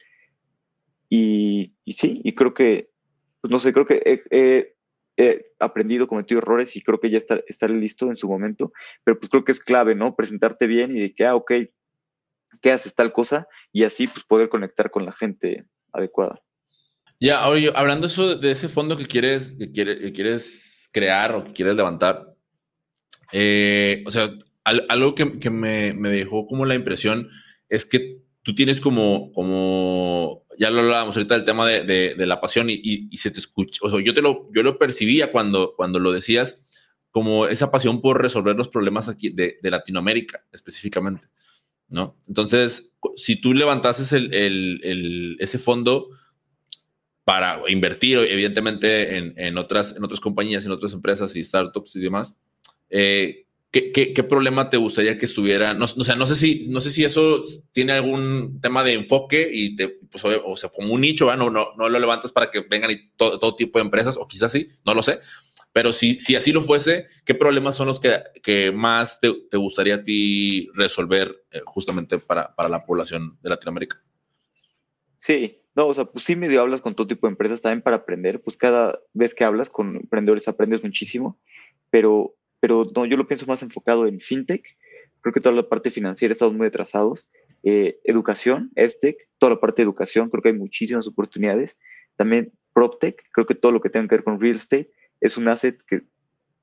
y, y sí, y creo que, pues no sé, creo que he, he, he aprendido, cometido errores y creo que ya está, estaré listo en su momento, pero pues creo que es clave, ¿no? Presentarte bien y de que, ah, ok, ¿qué haces tal cosa? Y así pues poder conectar con la gente adecuada. Ya, ahora yo, hablando eso de ese fondo que quieres, que quieres, que quieres crear o que quieres levantar, eh, o sea, al, algo que, que me, me, dejó como la impresión es que tú tienes como, como ya lo hablábamos ahorita del tema de, de, de la pasión y, y, y, se te escucha, o sea, yo, te lo, yo lo percibía cuando, cuando lo decías, como esa pasión por resolver los problemas aquí de, de Latinoamérica específicamente, ¿no? Entonces, si tú levantases el, el, el, ese fondo para invertir, evidentemente, en, en, otras, en otras compañías, en otras empresas y startups y demás, eh, ¿qué, qué, ¿qué problema te gustaría que estuviera? No, o sea, no sé si, no sé si eso tiene algún tema de enfoque y te, pues, o, o sea, como un nicho, ¿verdad? No, no, no lo levantas para que vengan y todo, todo tipo de empresas, o quizás sí, no lo sé. Pero si, si así lo fuese, ¿qué problemas son los que, que más te, te gustaría a ti resolver eh, justamente para, para la población de Latinoamérica? Sí, no, o sea, pues sí medio hablas con todo tipo de empresas también para aprender, pues cada vez que hablas con emprendedores aprendes muchísimo, pero, pero no, yo lo pienso más enfocado en fintech, creo que toda la parte financiera estamos muy atrasados, eh, educación, edtech, toda la parte de educación, creo que hay muchísimas oportunidades, también proptech, creo que todo lo que tenga que ver con real estate es un asset que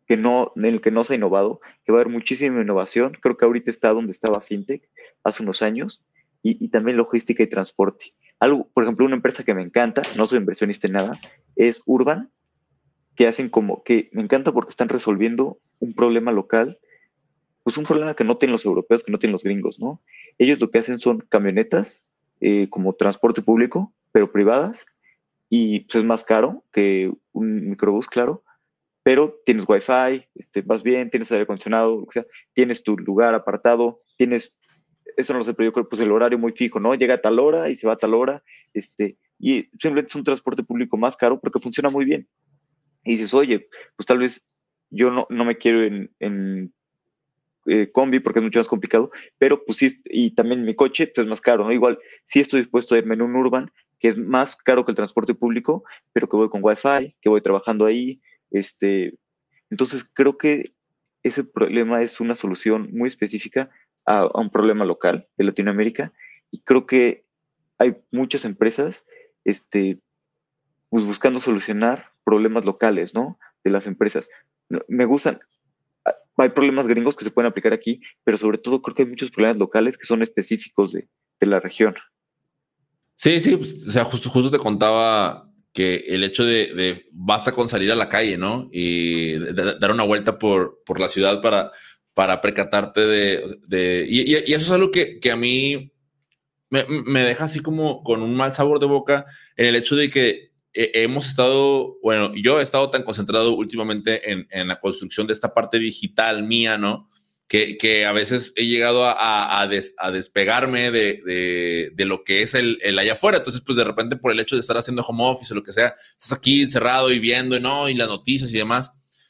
que no, en el que no se ha innovado, que va a haber muchísima innovación. Creo que ahorita está donde estaba FinTech hace unos años, y, y también logística y transporte. Algo, por ejemplo, una empresa que me encanta, no soy inversionista en nada, es Urban, que hacen como, que me encanta porque están resolviendo un problema local, pues un problema que no tienen los europeos, que no tienen los gringos, ¿no? Ellos lo que hacen son camionetas eh, como transporte público, pero privadas, y pues es más caro que un microbús, claro, pero tienes wifi, este, vas bien, tienes aire acondicionado, lo que sea, tienes tu lugar apartado, tienes, eso no lo sé, pero yo creo pues el horario muy fijo, ¿no? Llega a tal hora y se va a tal hora, este, y simplemente es un transporte público más caro porque funciona muy bien. Y dices, oye, pues tal vez yo no, no me quiero en, en eh, combi porque es mucho más complicado, pero pues sí, y también mi coche pues es más caro, ¿no? Igual sí estoy dispuesto a irme en un Urban, que es más caro que el transporte público, pero que voy con wifi, que voy trabajando ahí, este, entonces creo que ese problema es una solución muy específica a, a un problema local de Latinoamérica, y creo que hay muchas empresas, este, pues buscando solucionar problemas locales, ¿no? De las empresas. No, me gustan, hay problemas gringos que se pueden aplicar aquí, pero sobre todo creo que hay muchos problemas locales que son específicos de, de la región. Sí, sí, pues, o sea, justo, justo te contaba que el hecho de, de basta con salir a la calle, ¿no? Y de, de, dar una vuelta por, por la ciudad para, para percatarte de... de y, y, y eso es algo que, que a mí me, me deja así como con un mal sabor de boca en el hecho de que eh, hemos estado, bueno, yo he estado tan concentrado últimamente en, en la construcción de esta parte digital mía, ¿no? Que, que a veces he llegado a, a, des, a despegarme de, de, de, lo que es el, el allá afuera. Entonces, pues de repente por el hecho de estar haciendo home office o lo que sea, estás aquí encerrado y viendo, y no, y las noticias y demás.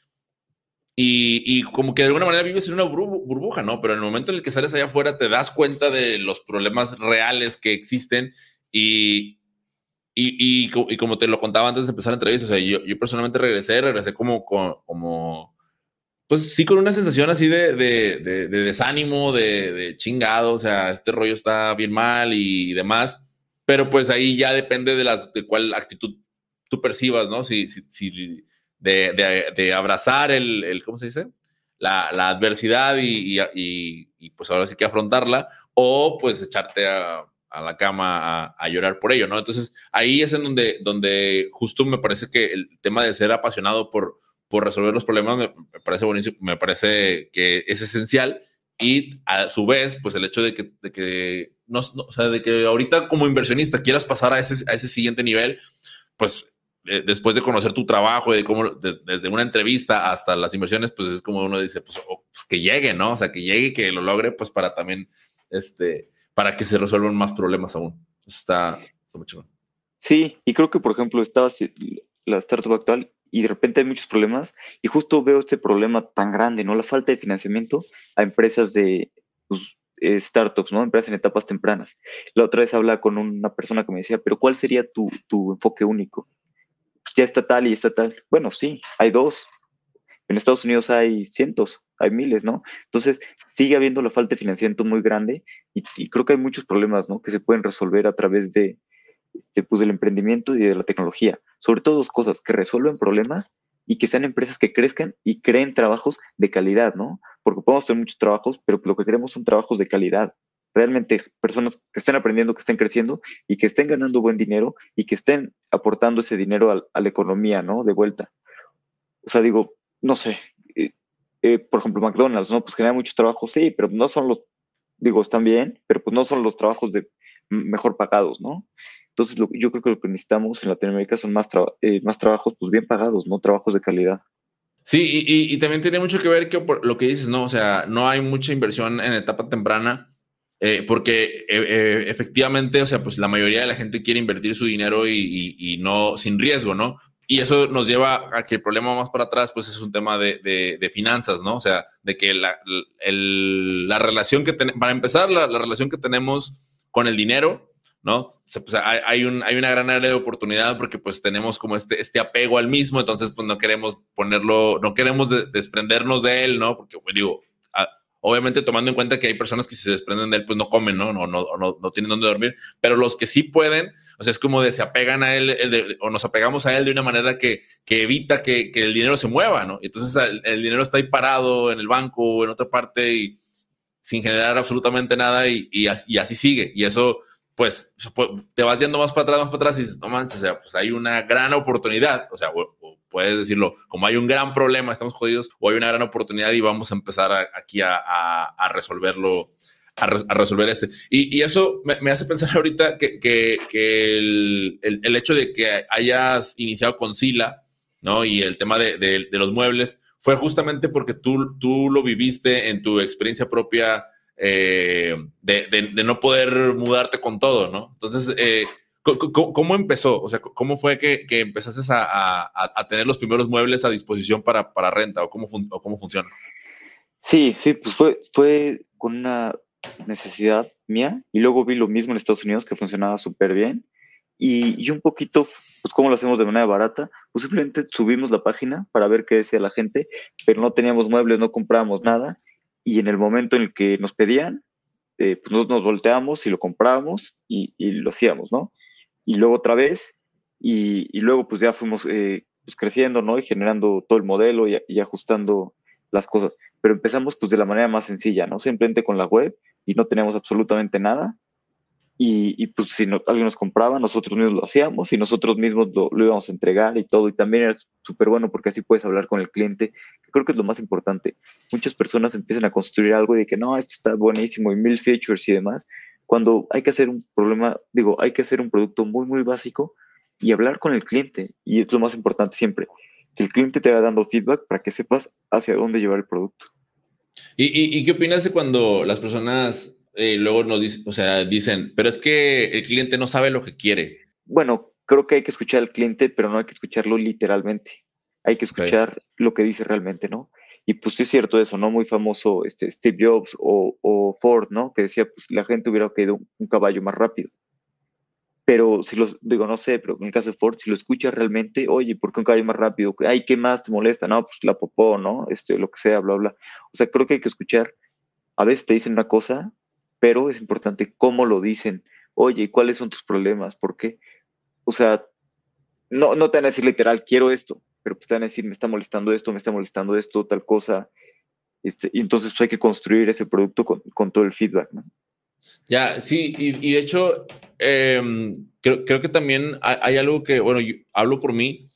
Y, y como que de alguna manera vives en una burbuja, ¿no? Pero en el momento en el que sales allá afuera te das cuenta de los problemas reales que existen y, y, y, y como te lo contaba antes de empezar la entrevista, o sea, yo, yo personalmente regresé, regresé como, como, como, pues sí, con una sensación así de, de, de, de desánimo, de, de chingado, o sea, este rollo está bien mal y demás, pero pues ahí ya depende de, las, de cuál actitud tú percibas, ¿no? Si, si, si de, de, de abrazar el, el, ¿cómo se dice? La, la adversidad y, y, y, y pues ahora sí que afrontarla, o pues echarte a, a la cama a, a, llorar por ello, ¿no? Entonces ahí es en donde, donde justo me parece que el tema de ser apasionado por, por resolver los problemas me, me parece buenísimo, me parece que es esencial, y a su vez, pues el hecho de que, de que no, no, o sea, de que ahorita como inversionista quieras pasar a ese, a ese siguiente nivel, pues eh, después de conocer tu trabajo y de cómo, de, desde una entrevista hasta las inversiones, pues es como uno dice, pues, oh, pues que llegue, ¿no? O sea, que llegue, que lo logre, pues para también, este, para que se resuelvan más problemas aún. Eso está, está muy chido. Sí, y creo que, por ejemplo, estaba la startup actual y de repente hay muchos problemas, y justo veo este problema tan grande, ¿no? La falta de financiamiento a empresas de pues, eh, startups, ¿no? Empresas en etapas tempranas. La otra vez hablaba con una persona que me decía, pero ¿cuál sería tu, tu enfoque único? Pues ya está tal y está tal. Bueno, sí, hay dos. En Estados Unidos hay cientos, hay miles, ¿no? Entonces, sigue habiendo la falta de financiamiento muy grande, y, y creo que hay muchos problemas, ¿no? Que se pueden resolver a través de, este, pues, del emprendimiento y de la tecnología. Sobre todo dos cosas, que resuelven problemas y que sean empresas que crezcan y creen trabajos de calidad, ¿no? Porque podemos hacer muchos trabajos, pero lo que queremos son trabajos de calidad. Realmente personas que estén aprendiendo, que estén creciendo y que estén ganando buen dinero y que estén aportando ese dinero a, a la economía, ¿no? De vuelta. O sea, digo, no sé, eh, eh, por ejemplo, McDonald's, ¿no? Pues genera muchos trabajos, sí, pero no son los, digo, están bien, pero pues no son los trabajos de mejor pagados, ¿no? Entonces, lo, yo creo que lo que necesitamos en Latinoamérica son más, tra eh, más trabajos, pues bien pagados, ¿no? Trabajos de calidad. Sí, y, y, y también tiene mucho que ver que por lo que dices, ¿no? O sea, no hay mucha inversión en etapa temprana, eh, porque eh, eh, efectivamente, o sea, pues la mayoría de la gente quiere invertir su dinero y, y, y no sin riesgo, ¿no? Y eso nos lleva a que el problema más para atrás, pues es un tema de, de, de finanzas, ¿no? O sea, de que la, el, la relación que tenemos, para empezar, la, la relación que tenemos con el dinero, ¿no? O sea, pues hay, hay, un, hay una gran área de oportunidad porque pues tenemos como este, este apego al mismo, entonces pues no queremos ponerlo, no queremos de, desprendernos de él, ¿no? Porque, pues, digo, a, Obviamente tomando en cuenta que hay personas que si se desprenden de él, pues no comen, ¿no? No, no, no, no tienen dónde dormir, pero los que sí pueden, o sea, es como de se apegan a él el de, o nos apegamos a él de una manera que, que evita que, que el dinero se mueva, ¿no? Entonces el, el dinero está ahí parado en el banco o en otra parte y sin generar absolutamente nada y, y, y así sigue. Y eso, pues, te vas yendo más para atrás, más para atrás y dices, no manches, o sea, pues hay una gran oportunidad, o sea, o, o puedes decirlo, como hay un gran problema, estamos jodidos, o hay una gran oportunidad y vamos a empezar a, aquí a, a, a resolverlo, a, re, a, resolver este. Y, y eso me, me hace pensar ahorita que, que, que el, el, el hecho de que hayas iniciado con Sila, ¿no? Y el tema de, de, de los muebles, fue justamente porque tú, tú lo viviste en tu experiencia propia eh, de, de, de no poder mudarte con todo, ¿no? Entonces, eh, ¿cómo, ¿cómo empezó? O sea, ¿cómo fue que, que empezaste a, a, a tener los primeros muebles a disposición para, para renta o cómo, fun, o cómo funciona? Sí, sí, pues fue, fue con una necesidad mía y luego vi lo mismo en Estados Unidos que funcionaba súper bien y, y un poquito, pues cómo lo hacemos de manera barata, pues simplemente subimos la página para ver qué decía la gente, pero no teníamos muebles, no comprábamos nada y en el momento en el que nos pedían, eh, pues nosotros nos volteamos y lo comprábamos y, y lo hacíamos, ¿no? Y luego otra vez y, y luego pues ya fuimos eh, pues creciendo, ¿no? Y generando todo el modelo y, y ajustando las cosas. Pero empezamos pues de la manera más sencilla, ¿no? Simplemente con la web y no teníamos absolutamente nada. Y, y pues si no, alguien nos compraba, nosotros mismos lo hacíamos y nosotros mismos lo, lo íbamos a entregar y todo. Y también era súper bueno porque así puedes hablar con el cliente, que creo que es lo más importante. Muchas personas empiezan a construir algo de que no, esto está buenísimo y mil features y demás, cuando hay que hacer un problema, digo, hay que hacer un producto muy, muy básico y hablar con el cliente. Y es lo más importante siempre, que el cliente te vaya dando feedback para que sepas hacia dónde llevar el producto. ¿Y, y, y qué opinas de cuando las personas eh, luego nos dicen, o sea, dicen, pero es que el cliente no sabe lo que quiere? Bueno, creo que hay que escuchar al cliente, pero no hay que escucharlo literalmente. Hay que Okay. escuchar lo que dice realmente, ¿no? Y pues sí es cierto eso, ¿no? Muy famoso este, Steve Jobs o, o Ford, ¿no? Que decía, pues la gente hubiera querido un, un caballo más rápido. Pero si los, digo, no sé, pero en el caso de Ford, si lo escuchas realmente, oye, ¿por qué un caballo más rápido? Ay, ¿qué más te molesta? No, pues la popó, ¿no? Este, lo que sea, bla, bla. O sea, creo que hay que escuchar. A veces te dicen una cosa, pero es importante cómo lo dicen. Oye, ¿cuáles son tus problemas? ¿Por qué? O sea, no, no te van a decir literal, quiero esto, pero pues te van a decir, me está molestando esto, me está molestando esto, tal cosa. Este, y entonces pues, hay que construir ese producto con, con todo el feedback, ¿no? Ya, sí, y, y de hecho, eh, creo, creo que también hay, hay algo que, bueno, yo hablo por mí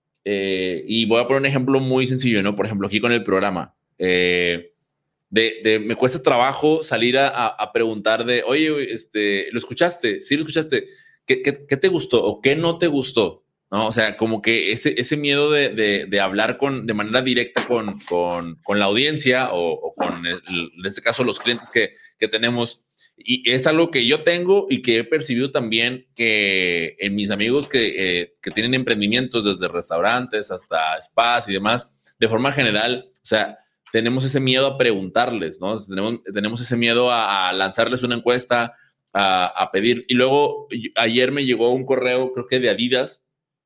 eh, y voy a poner un ejemplo muy sencillo, ¿no? Por ejemplo, aquí con el programa. Eh, de, de, me cuesta trabajo salir a, a, a preguntar de, oye, este, ¿lo escuchaste? ¿Sí lo escuchaste? ¿Qué, qué, qué te gustó o qué no te gustó? ¿No? O sea, como que ese, ese miedo de, de, de hablar con, de manera directa con, con, con la audiencia o, o con, el, en este caso, los clientes que, que tenemos. Y es algo que yo tengo y que he percibido también que en mis amigos que, eh, que tienen emprendimientos desde restaurantes hasta spas y demás, de forma general, o sea, tenemos ese miedo a preguntarles, ¿no? Tenemos, tenemos ese miedo a, a lanzarles una encuesta, a, a, pedir. Y luego ayer me llegó un correo, creo que de Adidas,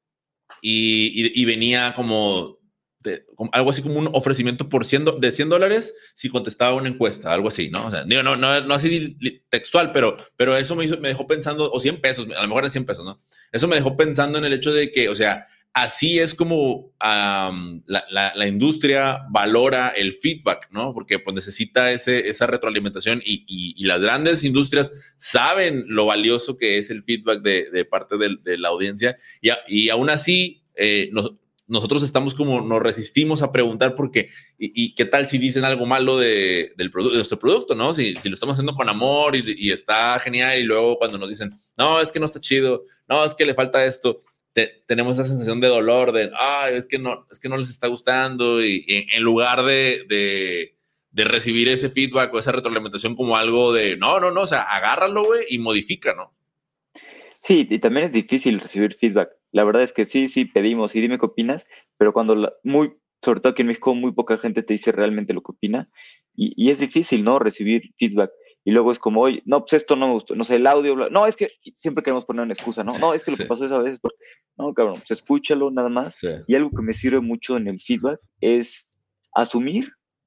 y, y, y venía como, de, como algo así como un ofrecimiento por cien, de cien dólares si contestaba una encuesta, algo así, ¿no? O sea, digo, no, no, no así textual, pero, pero eso me, hizo, me dejó pensando, o cien pesos, a lo mejor eran cien pesos, ¿no? Eso me dejó pensando en el hecho de que, o sea, así es como um, la, la, la, industria valora el feedback, ¿no? Porque pues necesita ese, esa retroalimentación y, y, y, las grandes industrias saben lo valioso que es el feedback de, de parte de, de, la audiencia y, a, y aún así eh, nos, nosotros estamos como, nos resistimos a preguntar porque, y, y qué tal si dicen algo malo de, del produ de nuestro producto, ¿no? Si, si lo estamos haciendo con amor y, y está genial y luego cuando nos dicen, no, es que no está chido, no, es que le falta esto. Te, tenemos esa sensación de dolor, de, ah, es que no, es que no les está gustando, y, y en lugar de, de, de recibir ese feedback o esa retroalimentación como algo de, no, no, no, o sea, agárralo, güey, y modifica, ¿no? Sí, y también es difícil recibir feedback. La verdad es que sí, sí, pedimos y dime qué opinas, pero cuando la, muy, sobre todo aquí en México, muy poca gente te dice realmente lo que opina, y, y es difícil, ¿no? Recibir feedback. Y luego es como, oye, no, pues esto no me gustó, no sé, el audio, bla, no, es que siempre queremos poner una excusa, ¿no? No, es que lo Sí. que pasó esa vez es porque, no, cabrón, pues escúchalo nada más. Sí. Y algo que me sirve mucho en el feedback es asumir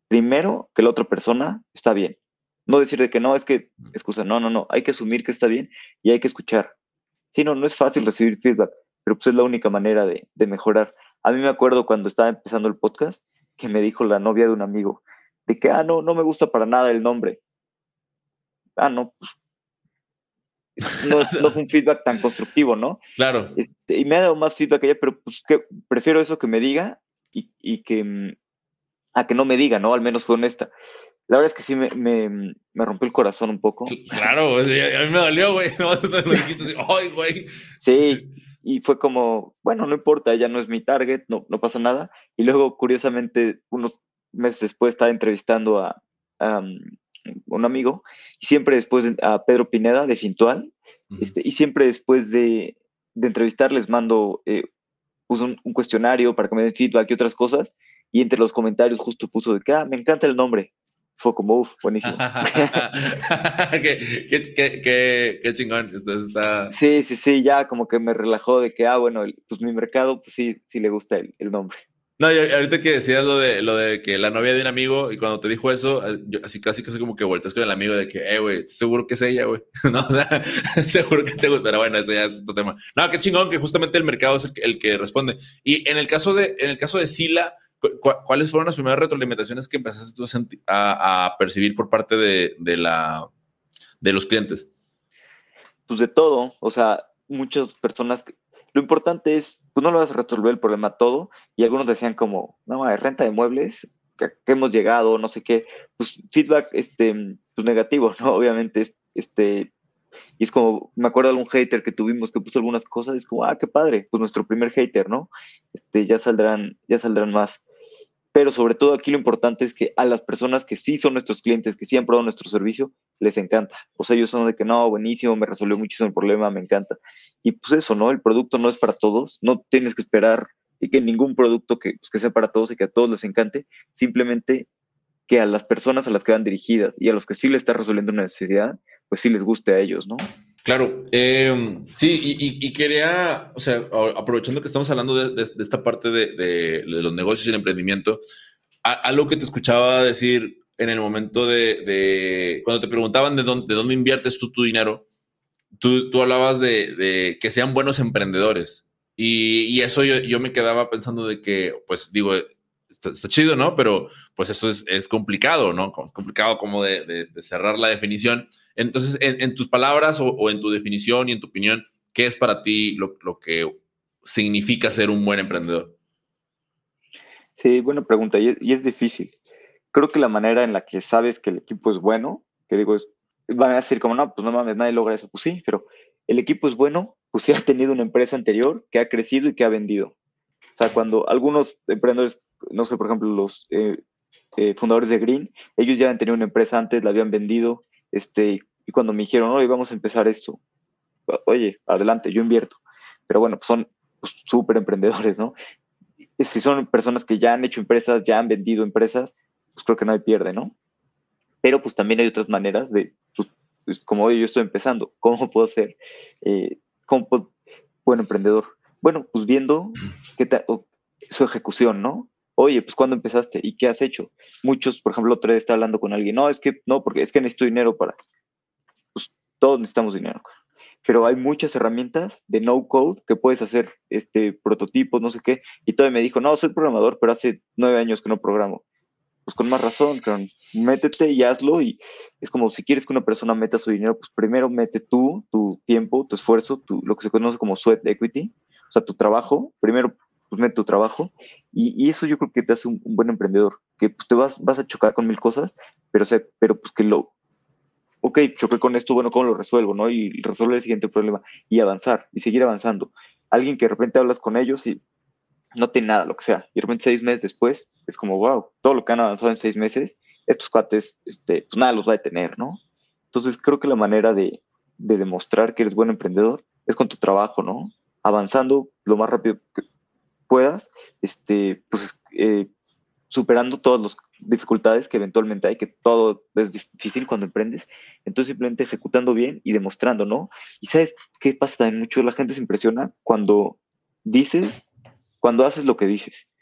primero que la otra persona está bien. No decir de que no, es que, excusa, no, no, no, hay que asumir que está bien y hay que escuchar. Sí, no, no es fácil recibir feedback, pero pues es la única manera de, de mejorar. A mí me acuerdo cuando estaba empezando el podcast que me dijo la novia de un amigo, de que, ah, no, no me gusta para nada el nombre. Ah, no, pues no, no fue un feedback tan constructivo, ¿no? Claro. Este, y me ha dado más feedback ella, pero pues que prefiero eso que me diga y, y que mm, a que no me diga, ¿no? Al menos fue honesta. La verdad es que sí me, me, me rompió el corazón un poco. Claro, o sea, a mí me dolió, güey. No, lo dijiste así, ay, güey. Sí, y fue como, bueno, no importa, ella no es mi target, no, no pasa nada. Y luego, curiosamente, unos meses después estaba entrevistando a, a, um, un amigo, y siempre después de, a Pedro Pineda de Fintual, Uh-huh. este, y siempre después de, de entrevistar les mando eh, pues un, un cuestionario para que me den feedback y otras cosas, y entre los comentarios justo puso de que, ah, me encanta el nombre. Fue como, uff, buenísimo. qué, qué, qué, qué, qué chingón. Esto está... Sí, sí, sí, ya como que me relajó de que, ah, bueno, el, pues mi mercado, pues sí, sí le gusta el, el nombre. No, y ahorita que decías lo de, lo de que la novia de un amigo, y cuando te dijo eso, yo así casi casi como que volteas con el amigo de que, eh, güey, seguro que es ella, güey. No, o sea, seguro que te gusta, pero bueno, ese ya es otro tema. No, qué chingón que justamente el mercado es el que, el que responde. Y en el caso de, en el caso de Sila, ¿cu ¿cuáles fueron las primeras retroalimentaciones que empezaste tú a, a percibir por parte de, de, la, de los clientes? Pues de todo, o sea, muchas personas, lo importante es, pues no lo vas a resolver el problema todo, y algunos decían como, no, hay renta de muebles, que, que hemos llegado, no sé qué, pues feedback, este, pues negativo, ¿no? Obviamente, este, y es como, me acuerdo de algún hater que tuvimos que puso algunas cosas, y es como, ah, qué padre, pues nuestro primer hater, ¿no? Este, ya saldrán, ya saldrán más. Pero sobre todo aquí lo importante es que a las personas que sí son nuestros clientes, que sí han probado nuestro servicio, les encanta. O sea, ellos son de que no, buenísimo, me resolvió muchísimo el problema, me encanta. Y pues eso, ¿no? El producto no es para todos, no tienes que esperar y que ningún producto que, pues, que sea para todos y que a todos les encante, simplemente que a las personas a las que van dirigidas y a los que sí les está resolviendo una necesidad, pues sí les guste a ellos, ¿no? Claro, eh, sí, y, y, y, quería, o sea, aprovechando que estamos hablando de, de, de esta parte de, de, de, los negocios y el emprendimiento, a, algo que te escuchaba decir en el momento de, de cuando te preguntaban de dónde, de dónde inviertes tú tu dinero, tú, tú hablabas de, de que sean buenos emprendedores. Y, y eso yo, yo me quedaba pensando de que, pues digo, está, está chido, ¿no? Pero pues eso es, es complicado, ¿no? Complicado como de, de, de cerrar la definición. Entonces, en, en tus palabras o, o, en tu definición y en tu opinión, ¿qué es para ti lo, lo que significa ser un buen emprendedor? Sí, buena pregunta, y es, y es difícil. Creo que la manera en la que sabes que el equipo es bueno, que digo, es, van a decir como, no, pues no mames, nadie logra eso. Pues sí, pero el equipo es bueno, pues sí ha tenido una empresa anterior que ha crecido y que ha vendido. O sea, cuando algunos emprendedores, no sé, por ejemplo, los eh, eh, fundadores de Green, ellos ya habían tenido una empresa antes, la habían vendido, este, y cuando me dijeron, oye, vamos a empezar esto, oye, adelante, yo invierto. Pero bueno, pues son súper pues, emprendedores, ¿no? Si son personas que ya han hecho empresas, ya han vendido empresas, pues creo que nadie pierde, ¿no? Pero pues también hay otras maneras de, pues, pues como hoy yo estoy empezando, ¿cómo puedo ser eh, cómo puedo, buen emprendedor? Bueno, pues viendo qué ta, o, su ejecución, ¿no? Oye, pues ¿cuándo empezaste? ¿Y qué has hecho? Muchos, por ejemplo, otra vez está hablando con alguien, no, es que no, porque es que necesito dinero para, pues todos necesitamos dinero. Pero hay muchas herramientas de no code que puedes hacer este, prototipos, no sé qué. Y todavía me dijo, no, soy programador, pero hace nueve años que no programo. Pues con más razón, con, métete y hazlo. Y es como si quieres que una persona meta su dinero, pues primero mete tú, tu tiempo, tu esfuerzo, tu, lo que se conoce como sweat equity, o sea, tu trabajo. Primero, pues mete tu trabajo. Y, y eso yo creo que te hace un, un buen emprendedor, que pues, te vas, vas a chocar con mil cosas, pero, o sea, pero pues que lo, ok, choqué con esto, bueno, ¿cómo lo resuelvo? ¿No? Y resolver el siguiente problema y avanzar y seguir avanzando. Alguien que de repente hablas con ellos y no tiene nada, lo que sea, y de repente seis meses después es como, wow, todo lo que han avanzado en seis meses, estos cuates, este, pues nada los va a detener, ¿no? Entonces creo que la manera de, de demostrar que eres buen emprendedor es con tu trabajo, ¿no? Avanzando lo más rápido que puedas, este, pues eh, superando todas las dificultades que eventualmente hay, que todo es difícil cuando emprendes, entonces simplemente ejecutando bien y demostrando, ¿no? Y ¿sabes qué pasa también mucho? La gente se impresiona cuando dices, cuando haces lo que dices.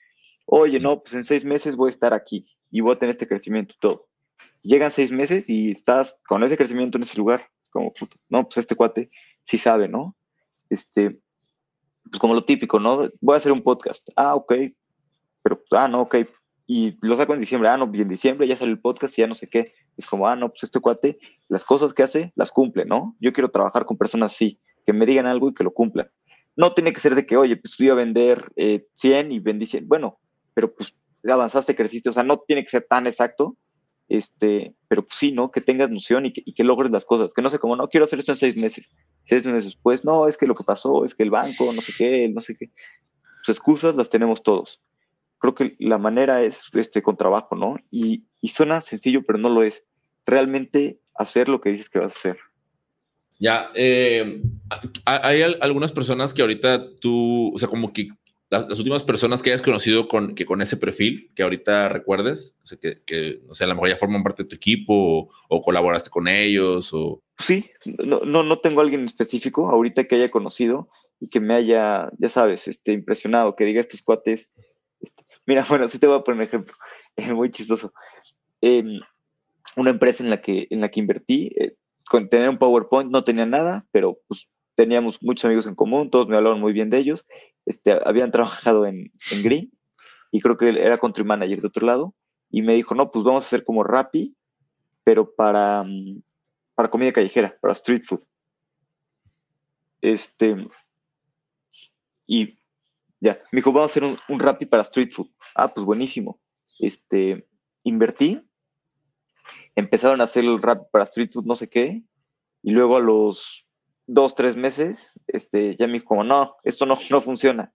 Oye, no, pues en seis meses voy a estar aquí y voy a tener este crecimiento y todo. Llegan seis meses y estás con ese crecimiento en ese lugar, como, puto, no, pues este cuate sí sabe, ¿no? Este, pues como lo típico, ¿no? Voy a hacer un podcast. Ah, ok, pero, ah, no, ok. Y lo saco en diciembre. Ah, no, y en diciembre ya sale el podcast y ya no sé qué. Es como, ah, no, pues este cuate, las cosas que hace, las cumple, ¿no? Yo quiero trabajar con personas así, que me digan algo y que lo cumplan. No tiene que ser de que, oye, pues fui a vender eh, cien y vendí cien. Bueno, pero pues avanzaste, creciste. O sea, no tiene que ser tan exacto, este, pero pues sí, ¿no? Que tengas noción y que, y que logres las cosas. Que no sé cómo, no quiero hacer esto en seis meses. Seis meses después, no, es que lo que pasó, es que el banco, no sé qué, no sé qué. Sus excusas las tenemos todos. Creo que la manera es este, con trabajo, ¿no? Y, y suena sencillo, pero no lo es. Realmente hacer lo que dices que vas a hacer. Ya, eh, hay algunas personas que ahorita tú, o sea, como que las, las, últimas personas que hayas conocido con, que con ese perfil, que ahorita recuerdes, o sea, que, que o sea, a lo mejor ya forman parte de tu equipo o, o colaboraste con ellos o... Sí, no, no, no tengo a alguien específico ahorita que haya conocido y que me haya, ya sabes, este, impresionado, que diga estos cuates. Este, mira, bueno, sí te voy a poner un ejemplo, eh, muy chistoso. Eh, una empresa en la que, en la que invertí, eh, con tener un PowerPoint no tenía nada, pero pues teníamos muchos amigos en común, todos me hablaban muy bien de ellos, este, habían trabajado en, en Green y creo que él era country manager de otro lado y me dijo, no, pues vamos a hacer como Rappi, pero para, para comida callejera, para street food. Este, y ya, me dijo, vamos a hacer un, un Rappi para street food. Ah, pues buenísimo. Este, invertí, empezaron a hacer el Rappi para street food, no sé qué, y luego a los dos, tres meses, este, ya me dijo, como, no, esto no, no funciona.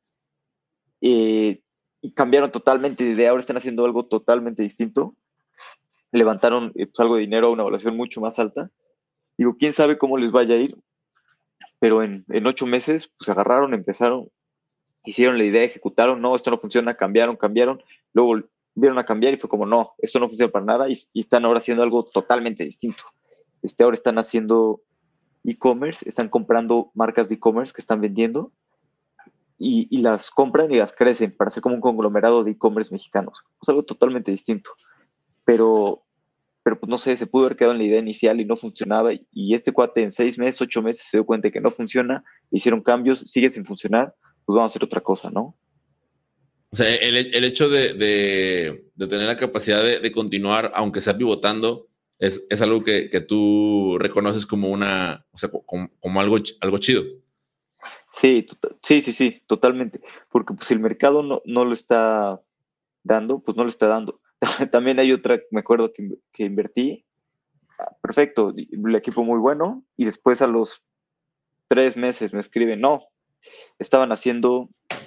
Eh, y cambiaron totalmente de idea, ahora están haciendo algo totalmente distinto. Levantaron eh, pues, algo de dinero a una evaluación mucho más alta. Digo, quién sabe cómo les vaya a ir, pero en, en ocho meses, pues agarraron, empezaron, hicieron la idea, ejecutaron, no, esto no funciona, cambiaron, cambiaron, luego vieron a cambiar y fue como, no, esto no funciona para nada y, y están ahora haciendo algo totalmente distinto. Este, ahora están haciendo e-commerce, están comprando marcas de e-commerce que están vendiendo y, y, las compran y las crecen para hacer como un conglomerado de e-commerce mexicanos. Es algo totalmente distinto, pero, pero pues no sé, se pudo haber quedado en la idea inicial y no funcionaba y, y este cuate en seis meses, ocho meses se dio cuenta de que no funciona, hicieron cambios, sigue sin funcionar, pues vamos a hacer otra cosa, ¿no? O sea, el, el hecho de, de, de, tener la capacidad de, de continuar, aunque sea pivotando, es, es algo que, que, tú reconoces como una, o sea, como, como algo, algo chido. Sí, tota, sí, sí, sí, totalmente. Porque pues si el mercado no, no lo está dando, pues no lo está dando. También hay otra, me acuerdo que, que invertí, perfecto, el equipo muy bueno, y después a los tres meses me escriben, no, estaban haciendo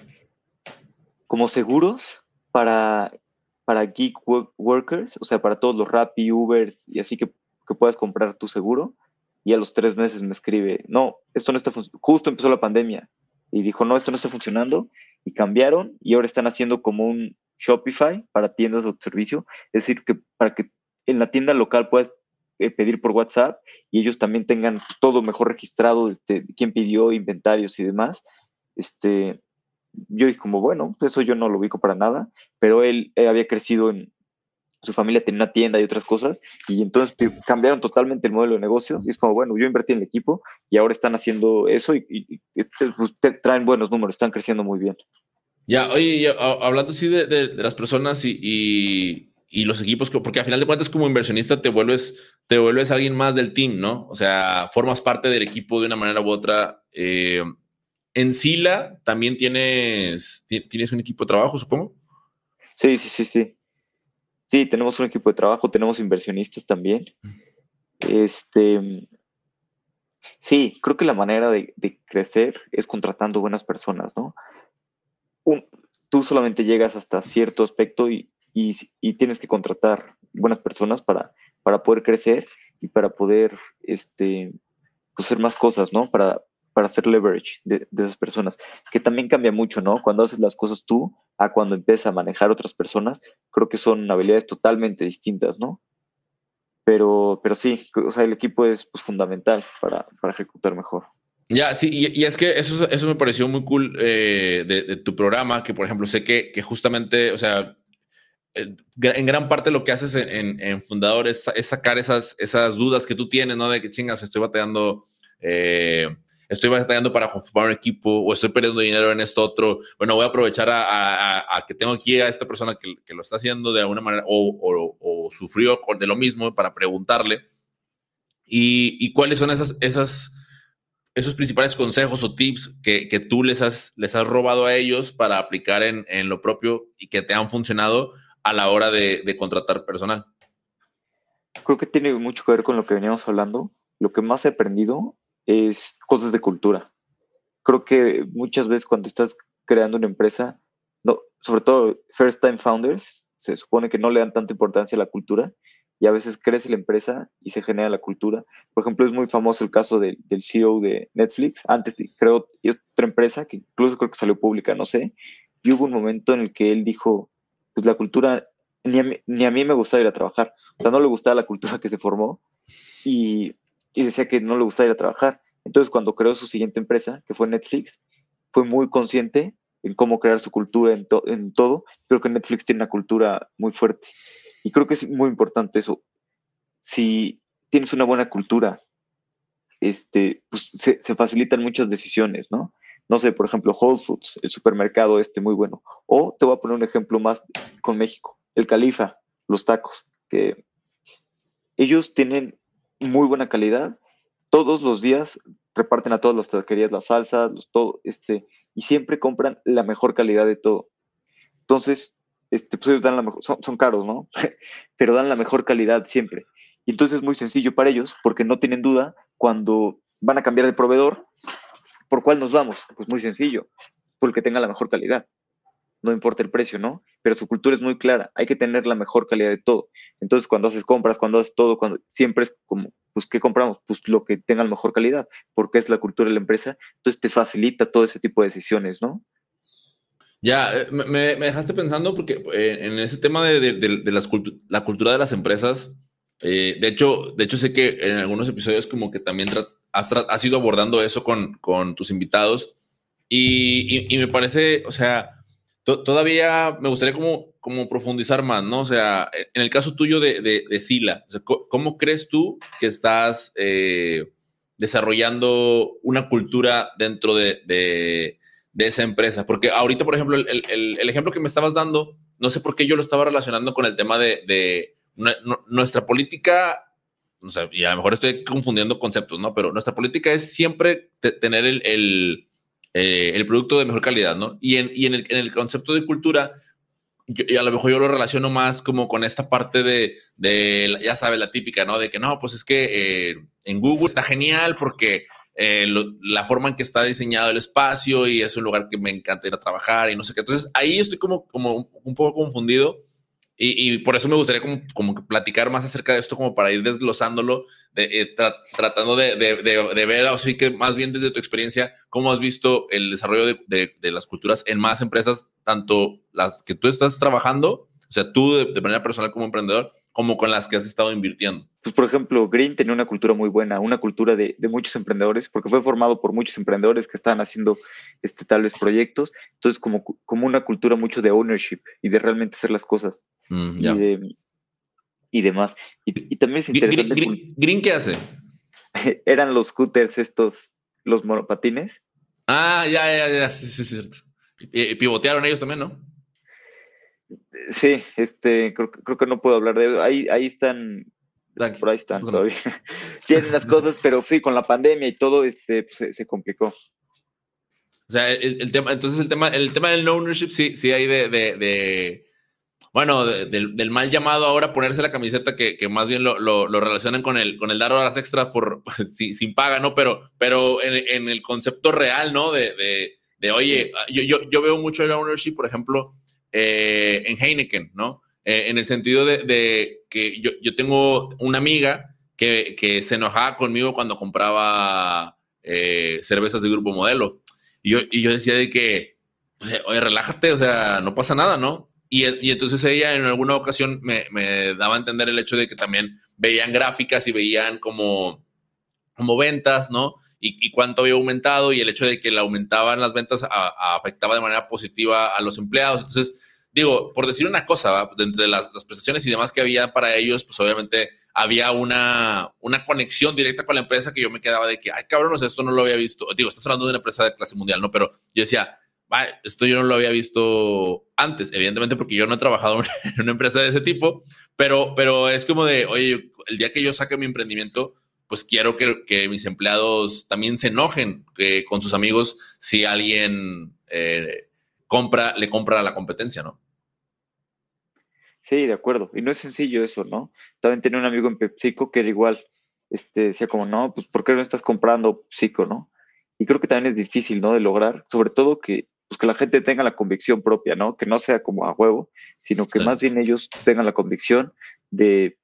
como seguros para, para gig workers, o sea, para todos los Rappi, Ubers y así que, que puedas comprar tu seguro. Y a los tres meses me escribe, no, esto no está funcionando. Justo empezó la pandemia y dijo, no, esto no está funcionando. Y cambiaron y ahora están haciendo como un Shopify para tiendas de servicio. Es decir, que para que en la tienda local puedas eh, pedir por WhatsApp y ellos también tengan todo mejor registrado, este, quién pidió, inventarios y demás. Este, yo dije como, bueno, eso yo no lo ubico para nada, pero él, él había crecido en, su familia tenía una tienda y otras cosas, y entonces cambiaron totalmente el modelo de negocio, y es como, bueno, yo invertí en el equipo, y ahora están haciendo eso, y, y, y pues, traen buenos números, están creciendo muy bien. Ya, oye, ya, hablando así de, de, de las personas y, y, y, los equipos, porque al final de cuentas como inversionista te vuelves, te vuelves alguien más del team, ¿no? O sea, formas parte del equipo de una manera u otra. Eh, en Sila también tienes, tienes un equipo de trabajo, supongo. Sí, sí, sí, sí. Sí, tenemos un equipo de trabajo, tenemos inversionistas también. Este, sí, creo que la manera de, de crecer es contratando buenas personas, ¿no? Un, tú solamente llegas hasta cierto aspecto y, y, y, tienes que contratar buenas personas para, para poder crecer y para poder este, pues, hacer más cosas, ¿no? Para, para hacer leverage de, de esas personas, que también cambia mucho, ¿no? Cuando haces las cosas tú a cuando empiezas a manejar otras personas, creo que son habilidades totalmente distintas, ¿no? Pero, pero sí, o sea, el equipo es pues, fundamental para, para ejecutar mejor. Ya, sí, y, y es que eso, eso me pareció muy cool eh, de, de tu programa, que por ejemplo sé que, que justamente, o sea, eh, en gran parte lo que haces en, en, en Fundador es, es sacar esas, esas dudas que tú tienes, ¿no? De que chingas, estoy batallando, eh, estoy batallando para conformar un equipo o estoy perdiendo dinero en esto otro. Bueno, voy a aprovechar a, a, a que tengo aquí a esta persona que, que lo está haciendo de alguna manera o, o, o sufrió de lo mismo para preguntarle. ¿Y, y cuáles son esas, esas, esos principales consejos o tips que, que tú les has, les has robado a ellos para aplicar en, en lo propio y que te han funcionado a la hora de, de contratar personal? Creo que tiene mucho que ver con lo que veníamos hablando. Lo que más he aprendido es cosas de cultura. Creo que muchas veces cuando estás creando una empresa, no, sobre todo first time founders, se supone que no le dan tanta importancia a la cultura y a veces crece la empresa y se genera la cultura. Por ejemplo, es muy famoso el caso de, del C E O de Netflix. Antes creó otra empresa que incluso creo que salió pública, no sé, y hubo un momento en el que él dijo, pues la cultura, ni a mí, ni a mí me gustaba ir a trabajar. O sea, no le gustaba la cultura que se formó y, y decía que no le gustaba ir a trabajar. Entonces, cuando creó su siguiente empresa, que fue Netflix, fue muy consciente en cómo crear su cultura en, to en todo. Creo que Netflix tiene una cultura muy fuerte. Y creo que es muy importante eso. Si tienes una buena cultura, este, pues se, se facilitan muchas decisiones, ¿no? No sé, por ejemplo, Whole Foods, el supermercado este muy bueno. O te voy a poner un ejemplo más con México, el Califa, los tacos, que ellos tienen muy buena calidad. Todos los días reparten a todas las taquerías las salsas, los todo, este, y siempre compran la mejor calidad de todo. Entonces, este, pues ellos dan la mejor, son, son caros, ¿no? Pero dan la mejor calidad siempre. Y entonces es muy sencillo para ellos, porque no tienen duda cuando van a cambiar de proveedor, ¿por cuál nos vamos? Pues muy sencillo, porque tenga la mejor calidad. No importa el precio, ¿no? Pero su cultura es muy clara, hay que tener la mejor calidad de todo. Entonces, cuando haces compras, cuando haces todo, cuando siempre es como, pues, ¿qué compramos? Pues lo que tenga la mejor calidad, porque es la cultura de la empresa, entonces te facilita todo ese tipo de decisiones, ¿no? Ya, eh, me, me, dejaste pensando porque eh, en ese tema de, de, de, de las cultu la cultura de las empresas, eh, de, hecho, de hecho sé que en algunos episodios como que también has, has ido abordando eso con, con tus invitados y, y, y me parece, o sea, to todavía me gustaría como, como profundizar más, ¿no? O sea, en el caso tuyo de, de, de Sila, o sea, ¿cómo crees tú que estás eh, desarrollando una cultura dentro de, de de esa empresa? Porque ahorita, por ejemplo, el, el, el, ejemplo que me estabas dando, no sé por qué yo lo estaba relacionando con el tema de, de nuestra política, o sea, y a lo mejor estoy confundiendo conceptos, ¿no? Pero nuestra política es siempre tener el, el, eh, el producto de mejor calidad, ¿no? Y en, y en, el, en el concepto de cultura, yo, y a lo mejor yo lo relaciono más como con esta parte de, de ya sabes, la típica, ¿no? De que no, pues es que eh, en Google está genial porque Eh, lo, la forma en que está diseñado el espacio y es un lugar que me encanta ir a trabajar y no sé qué. Entonces ahí estoy como, como un, un poco confundido y, y por eso me gustaría como, como que platicar más acerca de esto como para ir desglosándolo, de, eh, tra tratando de, de, de, de ver, o sea, que más bien desde tu experiencia, cómo has visto el desarrollo de, de, de las culturas en más empresas, tanto las que tú estás trabajando, o sea, tú de, de manera personal como emprendedor, como con las que has estado invirtiendo. Pues, por ejemplo, Green tenía una cultura muy buena, una cultura de, de muchos emprendedores, porque fue formado por muchos emprendedores que estaban haciendo este, tales proyectos. Entonces, como, como una cultura mucho de ownership y de realmente hacer las cosas Mm, y, yeah. de, y demás. Y, y también es interesante. Green, Green, Green, ¿qué hace? Eran los scooters estos, los monopatines. Ah, ya, ya, ya, sí, sí, es cierto. Y pivotearon ellos también, ¿no? Sí, este, creo, creo que no puedo hablar de eso. Ahí, ahí están, Tranqui, por ahí están no todavía. Tienen las cosas, pero sí, con la pandemia y todo, este, pues, se, se complicó. O sea, el, el, tema, entonces el tema, el tema del no ownership sí, sí hay de, de, de bueno, de, del, del mal llamado ahora ponerse la camiseta que, que más bien lo, lo, lo relacionan con el, con el dar horas extras por, sin, sin paga, ¿no? Pero, pero en, en el concepto real, ¿no? De, de, de oye, sí. yo, yo, yo veo mucho el ownership, por ejemplo, eh, en Heineken, ¿no? Eh, en el sentido de, de que yo, yo tengo una amiga que, que se enojaba conmigo cuando compraba eh, cervezas de Grupo Modelo. Y yo, y yo decía de que, oye, relájate, o sea, no pasa nada, ¿no? Y, y entonces ella en alguna ocasión me, me daba a entender el hecho de que también veían gráficas y veían como como ventas, ¿no? Y, y cuánto había aumentado y el hecho de que le aumentaban las ventas a, a afectaba de manera positiva a los empleados. Entonces, digo, por decir una cosa, ¿va? De entre las, las prestaciones y demás que había para ellos, pues obviamente había una, una conexión directa con la empresa que yo me quedaba de que, ay, cabrón, o sea, esto no lo había visto. Digo, estás hablando de una empresa de clase mundial, ¿no? Pero yo decía, va, esto yo no lo había visto antes, evidentemente porque yo no he trabajado en una empresa de ese tipo, pero, pero es como de, oye, el día que yo saque mi emprendimiento, pues quiero que, que mis empleados también se enojen que, con sus amigos si alguien eh, compra, le compra a la competencia, ¿no? Sí, de acuerdo. Y no es sencillo eso, ¿no? También tenía un amigo en PepsiCo que era igual. Este, decía como, no, pues ¿por qué no estás comprando PepsiCo, no? Y creo que también es difícil, ¿no? De lograr, sobre todo que, pues, que la gente tenga la convicción propia, ¿no? Que no sea como a huevo, sino que Sí. más bien ellos tengan la convicción de,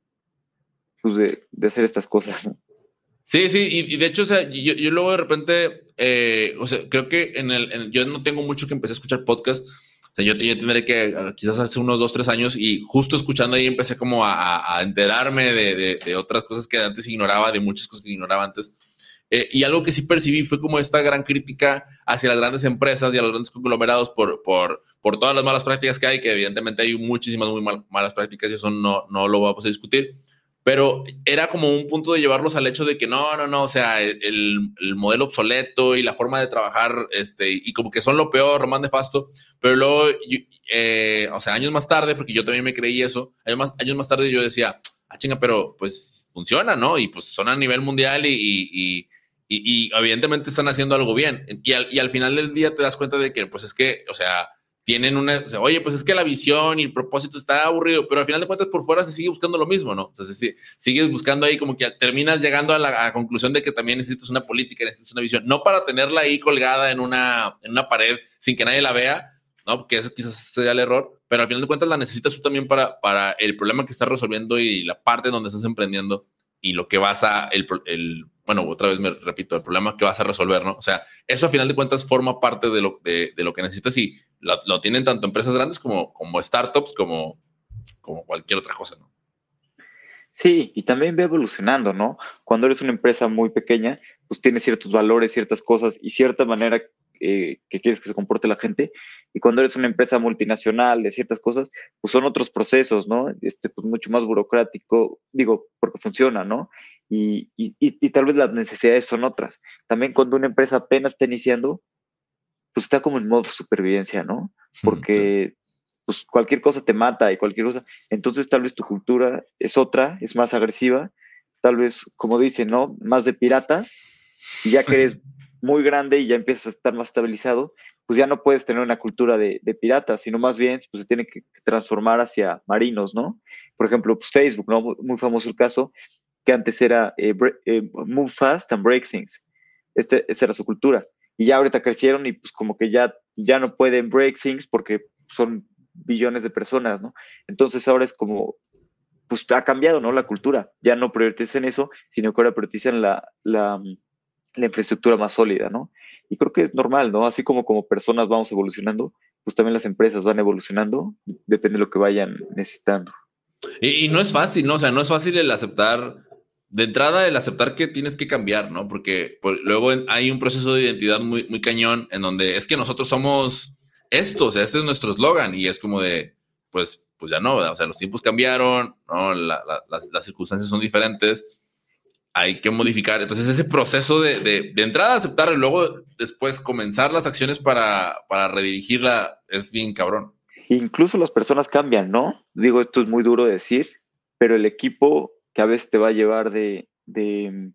pues, de, de hacer estas cosas, ¿no? Sí, sí, y, y de hecho, o sea, yo, yo luego de repente, eh, o sea, creo que en el, en- yo no tengo mucho que empecé a escuchar podcast, o sea, yo, yo tendré que, eh, quizás hace unos dos, tres años, y justo escuchando ahí empecé como a, a- a enterarme de, de- de otras cosas que antes ignoraba, de muchas cosas que ignoraba antes. Eh, y algo que sí percibí fue como esta gran crítica hacia las grandes empresas y a los grandes conglomerados por, por, por todas las malas prácticas que hay, que evidentemente hay muchísimas muy mal- malas prácticas y eso no, no lo vamos a discutir, pero era como un punto de llevarlos al hecho de que no, no, no, o sea, el, el modelo obsoleto y la forma de trabajar, este, y como que son lo peor, lo más nefasto, pero luego, yo, eh, o sea, años más tarde, porque yo también me creí eso, años más, años más tarde yo decía, ah, chinga, pero pues funciona, ¿no? Y pues son a nivel mundial y, y, y, y, y evidentemente están haciendo algo bien. Y al, y al final del día te das cuenta de que, pues es que, o sea, tienen una, o sea, oye, pues es que la visión y el propósito está aburrido, pero al final de cuentas por fuera se sigue buscando lo mismo, ¿no? O sea, se, sigues buscando ahí como que terminas llegando a la, a la conclusión de que también necesitas una política, necesitas una visión, no para tenerla ahí colgada en una, en una pared sin que nadie la vea, ¿no? Porque eso quizás sea el error, pero al final de cuentas la necesitas tú también para, para el problema que estás resolviendo y la parte donde estás emprendiendo y lo que vas a, el, el, bueno, otra vez me repito, el problema que vas a resolver, ¿no? O sea, eso a final de cuentas forma parte de lo, de, de lo que necesitas y lo, lo, tienen tanto empresas grandes como, como startups, como, como cualquier otra cosa, ¿no? Sí, y también ve evolucionando, ¿no? Cuando eres una empresa muy pequeña, pues tienes ciertos valores, ciertas cosas y cierta manera eh, que quieres que se comporte la gente. Y cuando eres una empresa multinacional de ciertas cosas, pues son otros procesos, ¿no? Este, pues mucho más burocrático, digo, porque funciona, ¿no? Y, y, y, y tal vez las necesidades son otras. También cuando una empresa apenas está iniciando, pues está como en modo supervivencia, ¿no? Sí. Porque pues cualquier cosa te mata y cualquier cosa. Entonces tal vez tu cultura es otra, es más agresiva, tal vez, como dicen, ¿no? Más de piratas, y ya que eres muy grande y ya empiezas a estar más estabilizado, pues ya no puedes tener una cultura de, de piratas, sino más bien pues, se tiene que transformar hacia marinos, ¿no? Por ejemplo, pues Facebook, ¿no? Muy, muy famoso el caso, que antes era eh, bre- eh, Move Fast and Break Things. Este, esa era su cultura. Y ya ahorita crecieron y pues como que ya, ya no pueden break things porque son billones de personas, ¿no? Entonces ahora es como, pues ha cambiado, ¿no? La cultura. Ya no priorizan eso, sino que ahora priorizan la, la, la infraestructura más sólida, ¿no? Y creo que es normal, ¿no? Así como como personas vamos evolucionando, pues también las empresas van evolucionando, depende de lo que vayan necesitando. Y, y no es fácil, ¿no? O sea, no es fácil el aceptar, de entrada, el aceptar que tienes que cambiar, ¿no? Porque pues, luego en- hay un proceso de identidad muy, muy cañón en donde es que nosotros somos esto, o sea, este es nuestro eslogan y es como de, pues, pues ya no, ¿verdad? O sea, los tiempos cambiaron, ¿no? La- la- las, las circunstancias son diferentes, hay que modificar. Entonces, ese proceso de, de, de entrada aceptar y luego después comenzar las acciones para, para redirigirla es bien cabrón. Incluso las personas cambian, ¿no? Digo, esto es muy duro de decir, pero el equipo que a veces te va a llevar de, de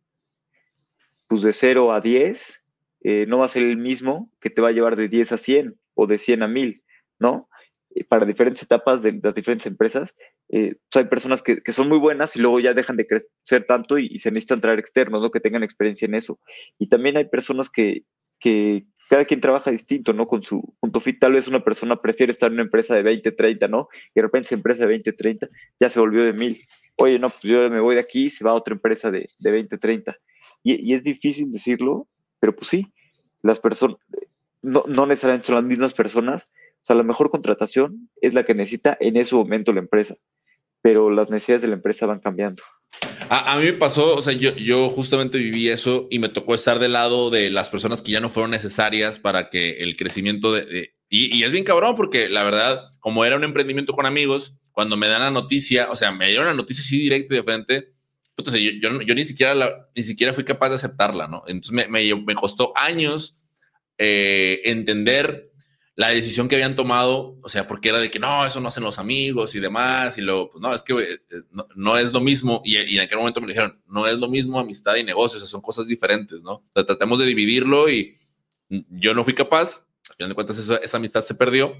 pues de cero a diez, eh, no va a ser el mismo que te va a llevar de diez a cien o de cien a mil, ¿no? Eh, para diferentes etapas de las diferentes empresas, eh, pues hay personas que, que, son muy buenas y luego ya dejan de crecer tanto y, y se necesitan traer externos, ¿no? Que tengan experiencia en eso. Y también hay personas que, que cada quien trabaja distinto, ¿no? Con su punto fit, tal vez una persona prefiere estar en una empresa de veinte, treinta, ¿no? Y de repente esa empresa de veinte, treinta ya se volvió de mil. Oye, no, pues yo me voy de aquí y se va a otra empresa de, de veinte, treinta. Y, y es difícil decirlo, pero pues sí, las personas, no, no necesariamente son las mismas personas. O sea, la mejor contratación es la que necesita en ese momento la empresa, pero las necesidades de la empresa van cambiando. A, a mí me pasó, o sea, yo, yo justamente viví eso y me tocó estar del lado de las personas que ya no fueron necesarias para que el crecimiento de... de y, y es bien cabrón porque la verdad, como era un emprendimiento con amigos, cuando me dan la noticia, o sea, me dieron la noticia así directo y de frente, puto, o sea, yo, yo, yo ni, siquiera la, ni siquiera fui capaz de aceptarla, ¿no? Entonces me, me, me costó años eh, entender la decisión que habían tomado, o sea, porque era de que no, eso no hacen los amigos y demás, y luego, pues no, es que eh, no, no, es lo mismo, y, y en aquel momento me dijeron, no es lo mismo amistad y negocios, o sea, son cosas diferentes, ¿no? O sea, tratemos de dividirlo y yo no fui capaz, al final de cuentas esa, esa amistad se perdió,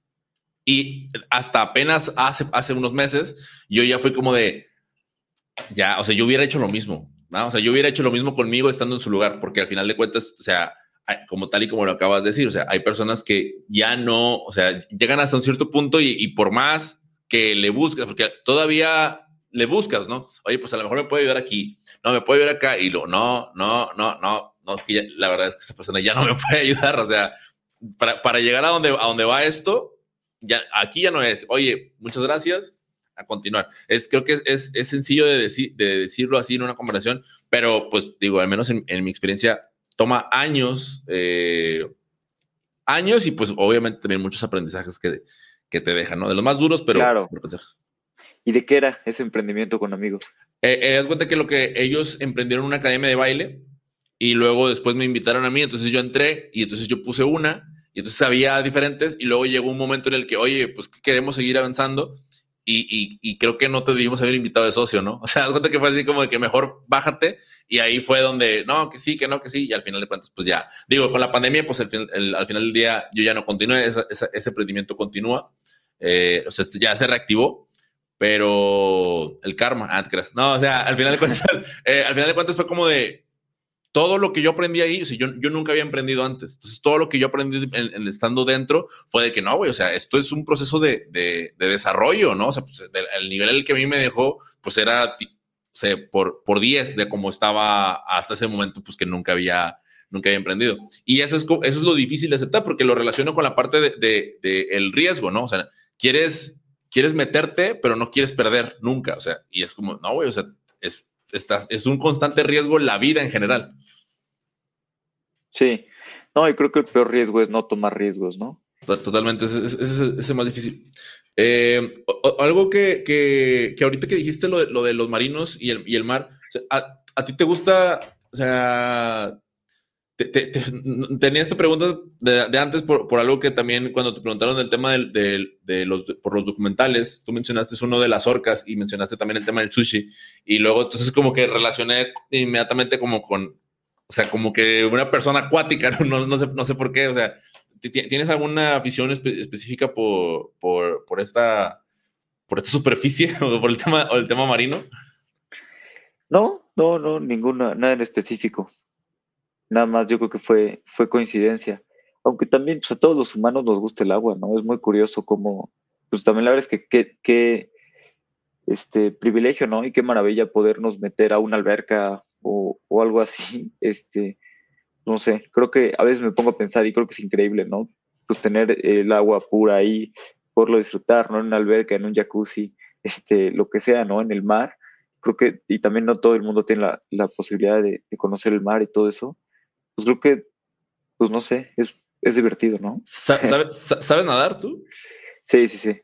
y hasta apenas hace, hace unos meses, yo ya fui como de, ya, o sea, yo hubiera hecho lo mismo, ¿no? O sea, yo hubiera hecho lo mismo conmigo estando en su lugar, porque al final de cuentas, o sea, como tal y como lo acabas de decir, o sea, hay personas que ya no, o sea, llegan hasta un cierto punto y, y por más que le buscas, porque todavía le buscas, ¿no? Oye, pues a lo mejor me puede ayudar aquí, no, me puede ayudar acá, y lo, no, no, no, no, no, es que ya, la verdad es que esta persona ya no me puede ayudar, o sea, para, para llegar a donde, a donde va esto, ya, aquí ya no es, oye, muchas gracias, a continuar. Es, creo que es, es, es sencillo de, decir, de decirlo así en una conversación, pero pues digo, al menos en, en mi experiencia, toma años, eh, años y pues obviamente también muchos aprendizajes que, que te dejan, ¿no? De los más duros, pero Claro. aprendizajes. ¿Y de qué era ese emprendimiento con amigos? Eh, eh, das cuenta que lo que ellos emprendieron una academia de baile y luego después me invitaron a mí, entonces yo entré y entonces yo puse una y entonces había diferentes y luego llegó un momento en el que, oye, pues queremos seguir avanzando. Y, y, y creo que no te debimos haber invitado de socio, ¿no? O sea, das cuenta que fue así como de que mejor bájate y ahí fue donde, no, que sí, que no, que sí, y al final de cuentas, pues ya, digo, con la pandemia, pues el, el, al final del día yo ya no continué, esa, esa, ese emprendimiento continúa, eh, o sea, ya se reactivó, pero el karma, ah, te creas. No, o sea, al final de cuentas, eh, al final de cuentas fue como de, todo lo que yo aprendí ahí, o sea, yo, yo nunca había emprendido antes. Entonces, todo lo que yo aprendí en, en estando dentro fue de que no, güey, o sea, esto es un proceso de, de, de desarrollo, ¿no? O sea, pues, de, el nivel en el que a mí me dejó, pues era, o sea, por, por diez de cómo estaba hasta ese momento, pues que nunca había, nunca había emprendido. Y eso es, eso es lo difícil de aceptar, porque lo relaciono con la parte de, de, de el riesgo, ¿no? O sea, quieres, quieres meterte, pero no quieres perder nunca, o sea, y es como, no, güey, o sea, es, estás, es un constante riesgo la vida en general. Sí, no, y creo que el peor riesgo es no tomar riesgos, ¿no? Totalmente, ese es, es, es el más difícil. Eh, o, algo que, que, que ahorita que dijiste lo de, lo de los marinos y el, y el mar, o sea, a, a ti te gusta, o sea, te, te, te, tenía esta pregunta de, de antes por, por algo que también cuando te preguntaron del tema del, de, de los, por los documentales, tú mencionaste uno de las orcas y mencionaste también el tema del sushi y luego entonces como que relacioné inmediatamente como con, o sea, como que una persona acuática, no, no, no, sé, no sé por qué, o sea, ¿tienes alguna afición espe específica por, por, por, esta, por esta superficie o por el tema, o el tema marino? No, no, no, ninguna, nada en específico. Nada más yo creo que fue, fue coincidencia. Aunque también pues, a todos los humanos nos gusta el agua, ¿no? Es muy curioso cómo, pues también la verdad es que qué este, privilegio, ¿no? Y qué maravilla podernos meter a una alberca o, o algo así. Este, no sé, creo que a veces me pongo a pensar y creo que es increíble, ¿no? Pues tener el agua pura ahí, poderlo disfrutar, ¿no? En una alberca, en un jacuzzi, este, lo que sea, ¿no? En el mar. Creo que, y también no todo el mundo tiene la, la posibilidad de, de conocer el mar y todo eso. Pues creo que, pues no sé, es, es divertido, ¿no? ¿Sabes, ¿Sabes nadar tú? Sí, sí, sí.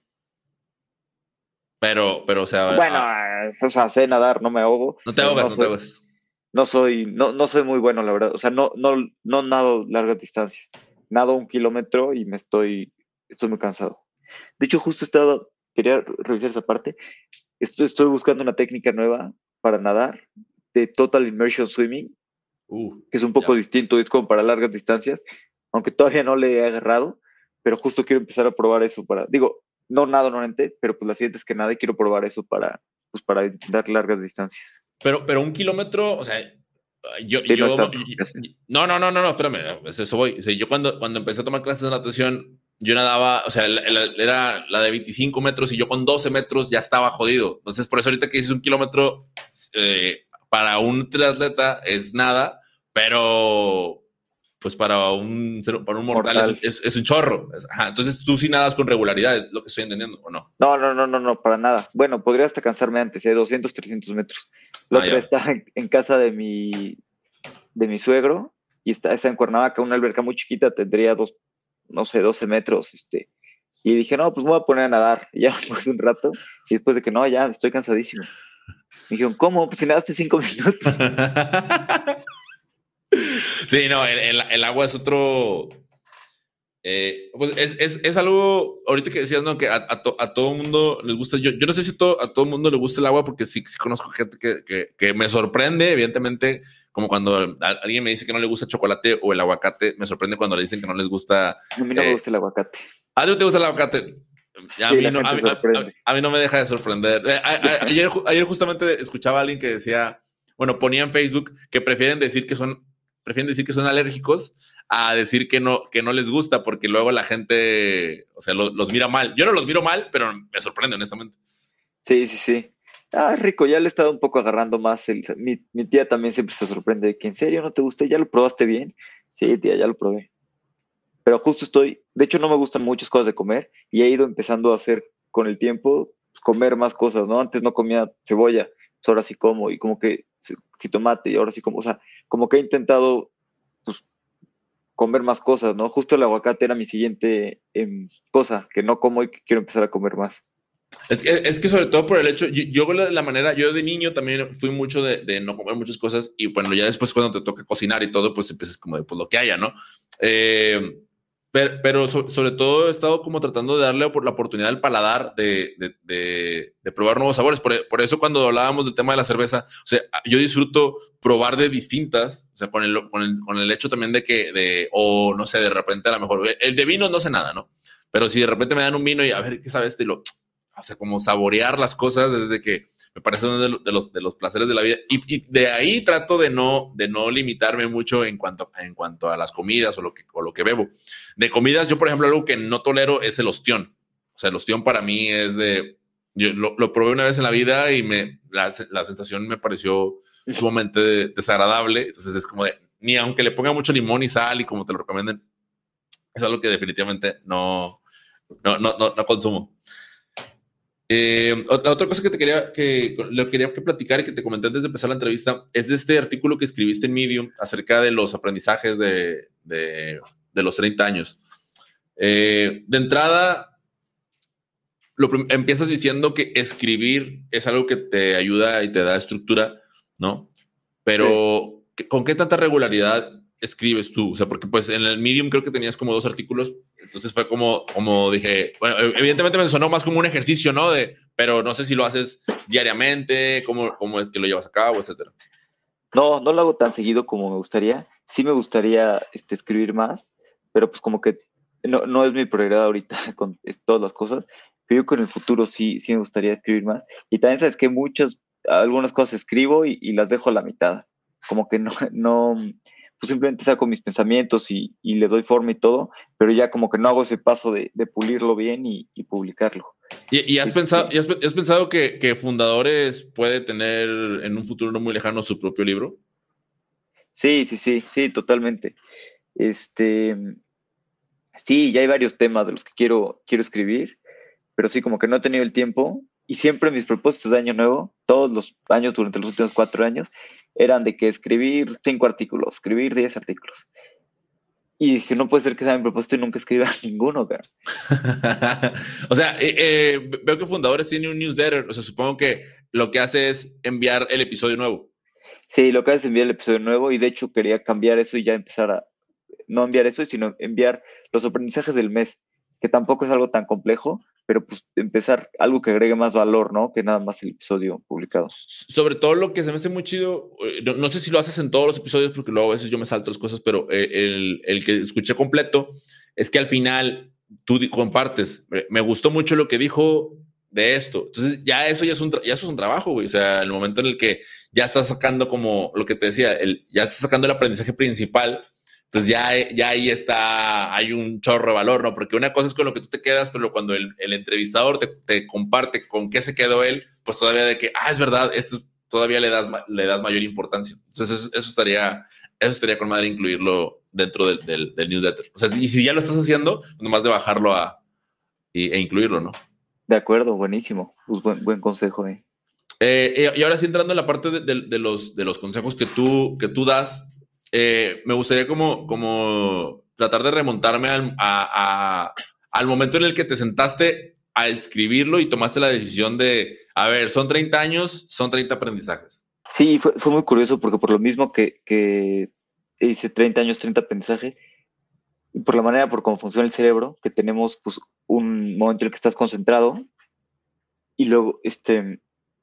Pero, pero, o sea... Bueno, ah, o sea, sé nadar, no me ahogo. no te ahogas, no, no te ahogas. No soy, no, no soy muy bueno, la verdad. O sea, no, no, no nado largas distancias. Nado un kilómetro y me estoy, estoy muy cansado. De hecho, justo estaba, quería revisar esa parte. Estoy, estoy buscando una técnica nueva para nadar de Total Immersion Swimming, uh, que es un poco ya. distinto, es como para largas distancias, aunque todavía no le he agarrado, pero justo quiero empezar a probar eso para, digo, no nado normalmente, pero pues la siguiente es que nade, quiero probar eso para, pues para dar largas distancias. Pero, pero un kilómetro, o sea, yo, Sí, yo, no, está, yo, yo no, no, no, no, no, espérame, eso voy. O sea, yo cuando, cuando empecé a tomar clases de natación, yo nadaba, o sea, la, la, era la de veinticinco metros y yo con doce metros ya estaba jodido. Entonces, por eso ahorita que dices un kilómetro, eh, para un triatleta es nada, pero pues para un, para un mortal, Mortal. Es, es, es un chorro. Ajá, entonces tú sí nadas con regularidad, es lo que estoy entendiendo, ¿o no? No, no, no, no, no, para nada. Bueno, podría hasta cansarme antes, ¿eh? doscientos, trescientos metros. La Ah, otra ya. está en, en casa de mi, de mi suegro y está, está en Cuernavaca, una alberca muy chiquita, tendría dos, no sé, doce metros, este. Y dije, no, pues me voy a poner a nadar. Y ya pues un rato, y después de que no, ya estoy cansadísimo. Me dijeron, ¿cómo? Pues si nadaste cinco minutos. Sí, no, el, el, el agua es otro... Eh, pues es, es, es algo, ahorita que decías, ¿no? Que a, a, to, a todo mundo les gusta, yo, yo no sé si to, a todo mundo le gusta el agua, porque sí, sí conozco gente que, que, que me sorprende, evidentemente, como cuando a, alguien me dice que no le gusta el chocolate o el aguacate, me sorprende cuando le dicen que no les gusta. A mí no eh, me gusta el aguacate. ¿A ti no te gusta el aguacate? A, Sí, mí la no, a, gente mí, se a, sorprende. a, a mí no me deja de sorprender. Eh, a, a, ayer, ayer justamente escuchaba a alguien que decía, bueno, ponía en Facebook que prefieren decir que son, prefieren decir que son alérgicos a decir que no, que no les gusta, porque luego la gente, o sea, lo, los mira mal. Yo no los miro mal, pero me sorprende, honestamente. Sí, sí, sí. Ah, rico, ya le he estado un poco agarrando más. El, mi, mi tía también siempre se sorprende de que, ¿en serio no te gusta? ¿Ya lo probaste bien? Sí, tía, ya lo probé. Pero justo estoy, de hecho no me gustan muchas cosas de comer y he ido empezando a hacer con el tiempo, pues, comer más cosas, ¿no? Antes no comía cebolla, pues ahora sí como, y como que sí, jitomate, y ahora sí como, o sea, como que he intentado, pues, comer más cosas, ¿no? Justo el aguacate era mi siguiente em, cosa, que no como y que quiero empezar a comer más. Es que, es que sobre todo por el hecho, yo, yo la, la manera, yo de niño también fui mucho de, de, no comer muchas cosas y bueno, ya después cuando te toca cocinar y todo, pues empiezas como de pues, lo que haya, ¿no? Eh, pero, pero so, sobre todo he estado como tratando de darle por la oportunidad al paladar de, de, de, de probar nuevos sabores. Por, por, eso cuando hablábamos del tema de la cerveza, o sea, yo disfruto probar de distintas, o sea, con el, con el, con el hecho también de que, de, o no sé, de repente a lo mejor, el de vino no sé nada, ¿no? Pero si de repente me dan un vino y a ver qué sabe este y lo... O sea, como saborear las cosas desde que me parece uno de los, de los, de los placeres de la vida. Y, y, de ahí trato de no, de no limitarme mucho en cuanto, en cuanto a las comidas o lo, que, o lo que bebo. De comidas, yo, por ejemplo, algo que no tolero es el ostión. O sea, el ostión para mí es de... Yo lo, lo probé una vez en la vida y me, la, la sensación me pareció sumamente desagradable. Entonces es como de... Ni aunque le ponga mucho limón y sal y como te lo recomienden, es algo que definitivamente no, no, no, no, no consumo. Eh, otra cosa que te quería que le quería que platicar y que te comenté antes de empezar la entrevista es de este artículo que escribiste en Medium acerca de los aprendizajes de, de, de los treinta años. Eh, de entrada, lo, empiezas diciendo que escribir es algo que te ayuda y te da estructura, ¿no? Pero, sí. ¿Con qué tanta regularidad escribes tú? O sea, porque pues en el Medium creo que tenías como dos artículos, entonces fue como, como dije, bueno, evidentemente me sonó más como un ejercicio, ¿no? De, pero no sé si lo haces diariamente, cómo, cómo es que lo llevas a cabo, etcétera. No, no lo hago tan seguido como me gustaría. Sí me gustaría este, escribir más, pero pues como que no, no es mi prioridad ahorita con todas las cosas. Pero yo con el futuro sí, sí me gustaría escribir más. Y también sabes que muchas, algunas cosas escribo y, y las dejo a la mitad. Como que no, no, pues simplemente saco mis pensamientos y, y le doy forma y todo, pero ya como que no hago ese paso de, de pulirlo bien y, y publicarlo. ¿Y, y has, este, pensado, ¿y has, has pensado que, que Fundadores puede tener en un futuro no muy lejano su propio libro? Sí, sí, sí, sí, totalmente. Este, sí, ya hay varios temas de los que quiero, quiero escribir, pero sí, como que no he tenido el tiempo y siempre mis propósitos de año nuevo, todos los años durante los últimos cuatro años, eran de que escribir cinco artículos, escribir diez artículos. Y dije, no puede ser que sea mi propósito y nunca escriba ninguno, cara. O sea, eh, eh, veo que Fundadores tiene un newsletter, o sea, supongo que lo que hace es enviar el episodio nuevo. Sí, lo que hace es enviar el episodio nuevo y de hecho quería cambiar eso y ya empezar a, no enviar eso, sino enviar los aprendizajes del mes, que tampoco es algo tan complejo, pero pues empezar algo que agregue más valor, ¿no? Que nada más el episodio publicado. Sobre todo lo que se me hace muy chido, no, no sé si lo haces en todos los episodios, porque luego a veces yo me salto las cosas, pero el, el que escuché completo es que al final tú compartes. Me gustó mucho lo que dijo de esto. Entonces ya eso ya es un, ya eso es un trabajo, güey. O sea, el momento en el que ya estás sacando como lo que te decía, el, ya estás sacando el aprendizaje principal. Entonces ya, ya ahí está, hay un chorro de valor, ¿no? Porque una cosa es con lo que tú te quedas, pero cuando el, el entrevistador te, te comparte con qué se quedó él, pues todavía de que, ah, es verdad, esto es, todavía le das, le das mayor importancia. Entonces eso, eso estaría, eso estaría con madre incluirlo dentro del, del, del newsletter. O sea, y si ya lo estás haciendo, nomás de bajarlo a, y, e incluirlo, ¿no? De acuerdo, buenísimo. Pues buen, buen consejo, eh. Eh, y ahora sí, entrando en la parte de, de, de, los, de los consejos que tú, que tú das, eh, me gustaría como, como tratar de remontarme al, a, a, al momento en el que te sentaste a escribirlo y tomaste la decisión de, a ver, son treinta años, son treinta aprendizajes. Sí, fue, fue muy curioso porque por lo mismo que, que hice treinta años, treinta aprendizaje, y por la manera por cómo funciona el cerebro, que tenemos pues un momento en el que estás concentrado y luego este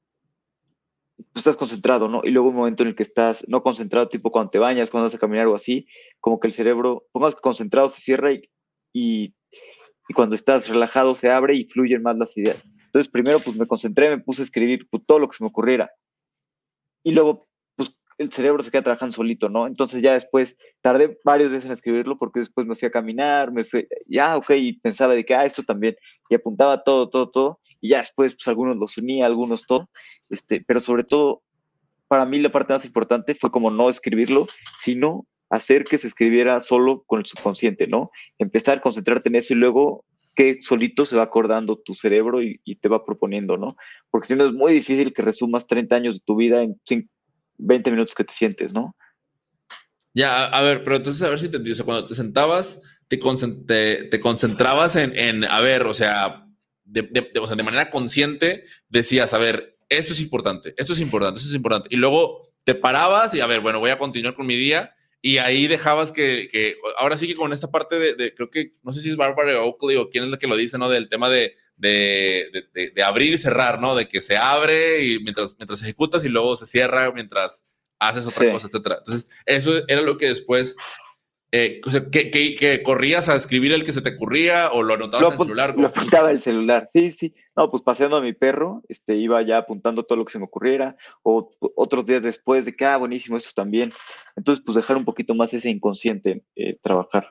tú estás concentrado, ¿no? Y luego un momento en el que estás no concentrado, tipo cuando te bañas, cuando vas a caminar o así, como que el cerebro, pongamos que concentrado se cierra y, y, y cuando estás relajado se abre y fluyen más las ideas. Entonces primero pues me concentré, me puse a escribir pues, todo lo que se me ocurriera. Y luego pues el cerebro se queda trabajando solito, ¿no? Entonces ya después tardé varios días en escribirlo porque después me fui a caminar, me fui, ya, ok, y pensaba de que, ah, esto también, y apuntaba todo, todo, todo, y ya después pues algunos los unía, algunos todo, este, pero sobre todo para mí la parte más importante fue como no escribirlo, sino hacer que se escribiera solo con el subconsciente, ¿no? Empezar a concentrarte en eso y luego que solito se va acordando tu cerebro y, y te va proponiendo, ¿no? Porque si no es muy difícil que resumas treinta años de tu vida en cinco, veinte minutos que te sientes, ¿no? Ya, a, a ver, pero entonces a ver si te entiendo. O sea, cuando te sentabas, te, concent te, te concentrabas en, en, a ver, o sea, de, de, de, o sea, de manera consciente decías, a ver, esto es importante, esto es importante, esto es importante. Y luego te parabas y, a ver, bueno, voy a continuar con mi día. Y ahí dejabas que, que ahora sí que con esta parte de, de, creo que, no sé si es Barbara Oakley o quién es la que lo dice, ¿no? Del tema de, de, de, de, de abrir y cerrar, ¿no? De que se abre y mientras, mientras ejecutas y luego se cierra mientras haces otra sí. cosa, etcétera. Entonces, eso era lo que después, eh, o sea, que, que, que corrías a escribir el que se te ocurría o lo anotabas lo en el celular. Lo apuntaba el celular, sí, sí. No, pues paseando a mi perro, este, iba ya apuntando todo lo que se me ocurriera, o otros días después de que, ah, buenísimo, esto también. Entonces, pues dejar un poquito más ese inconsciente eh, trabajar.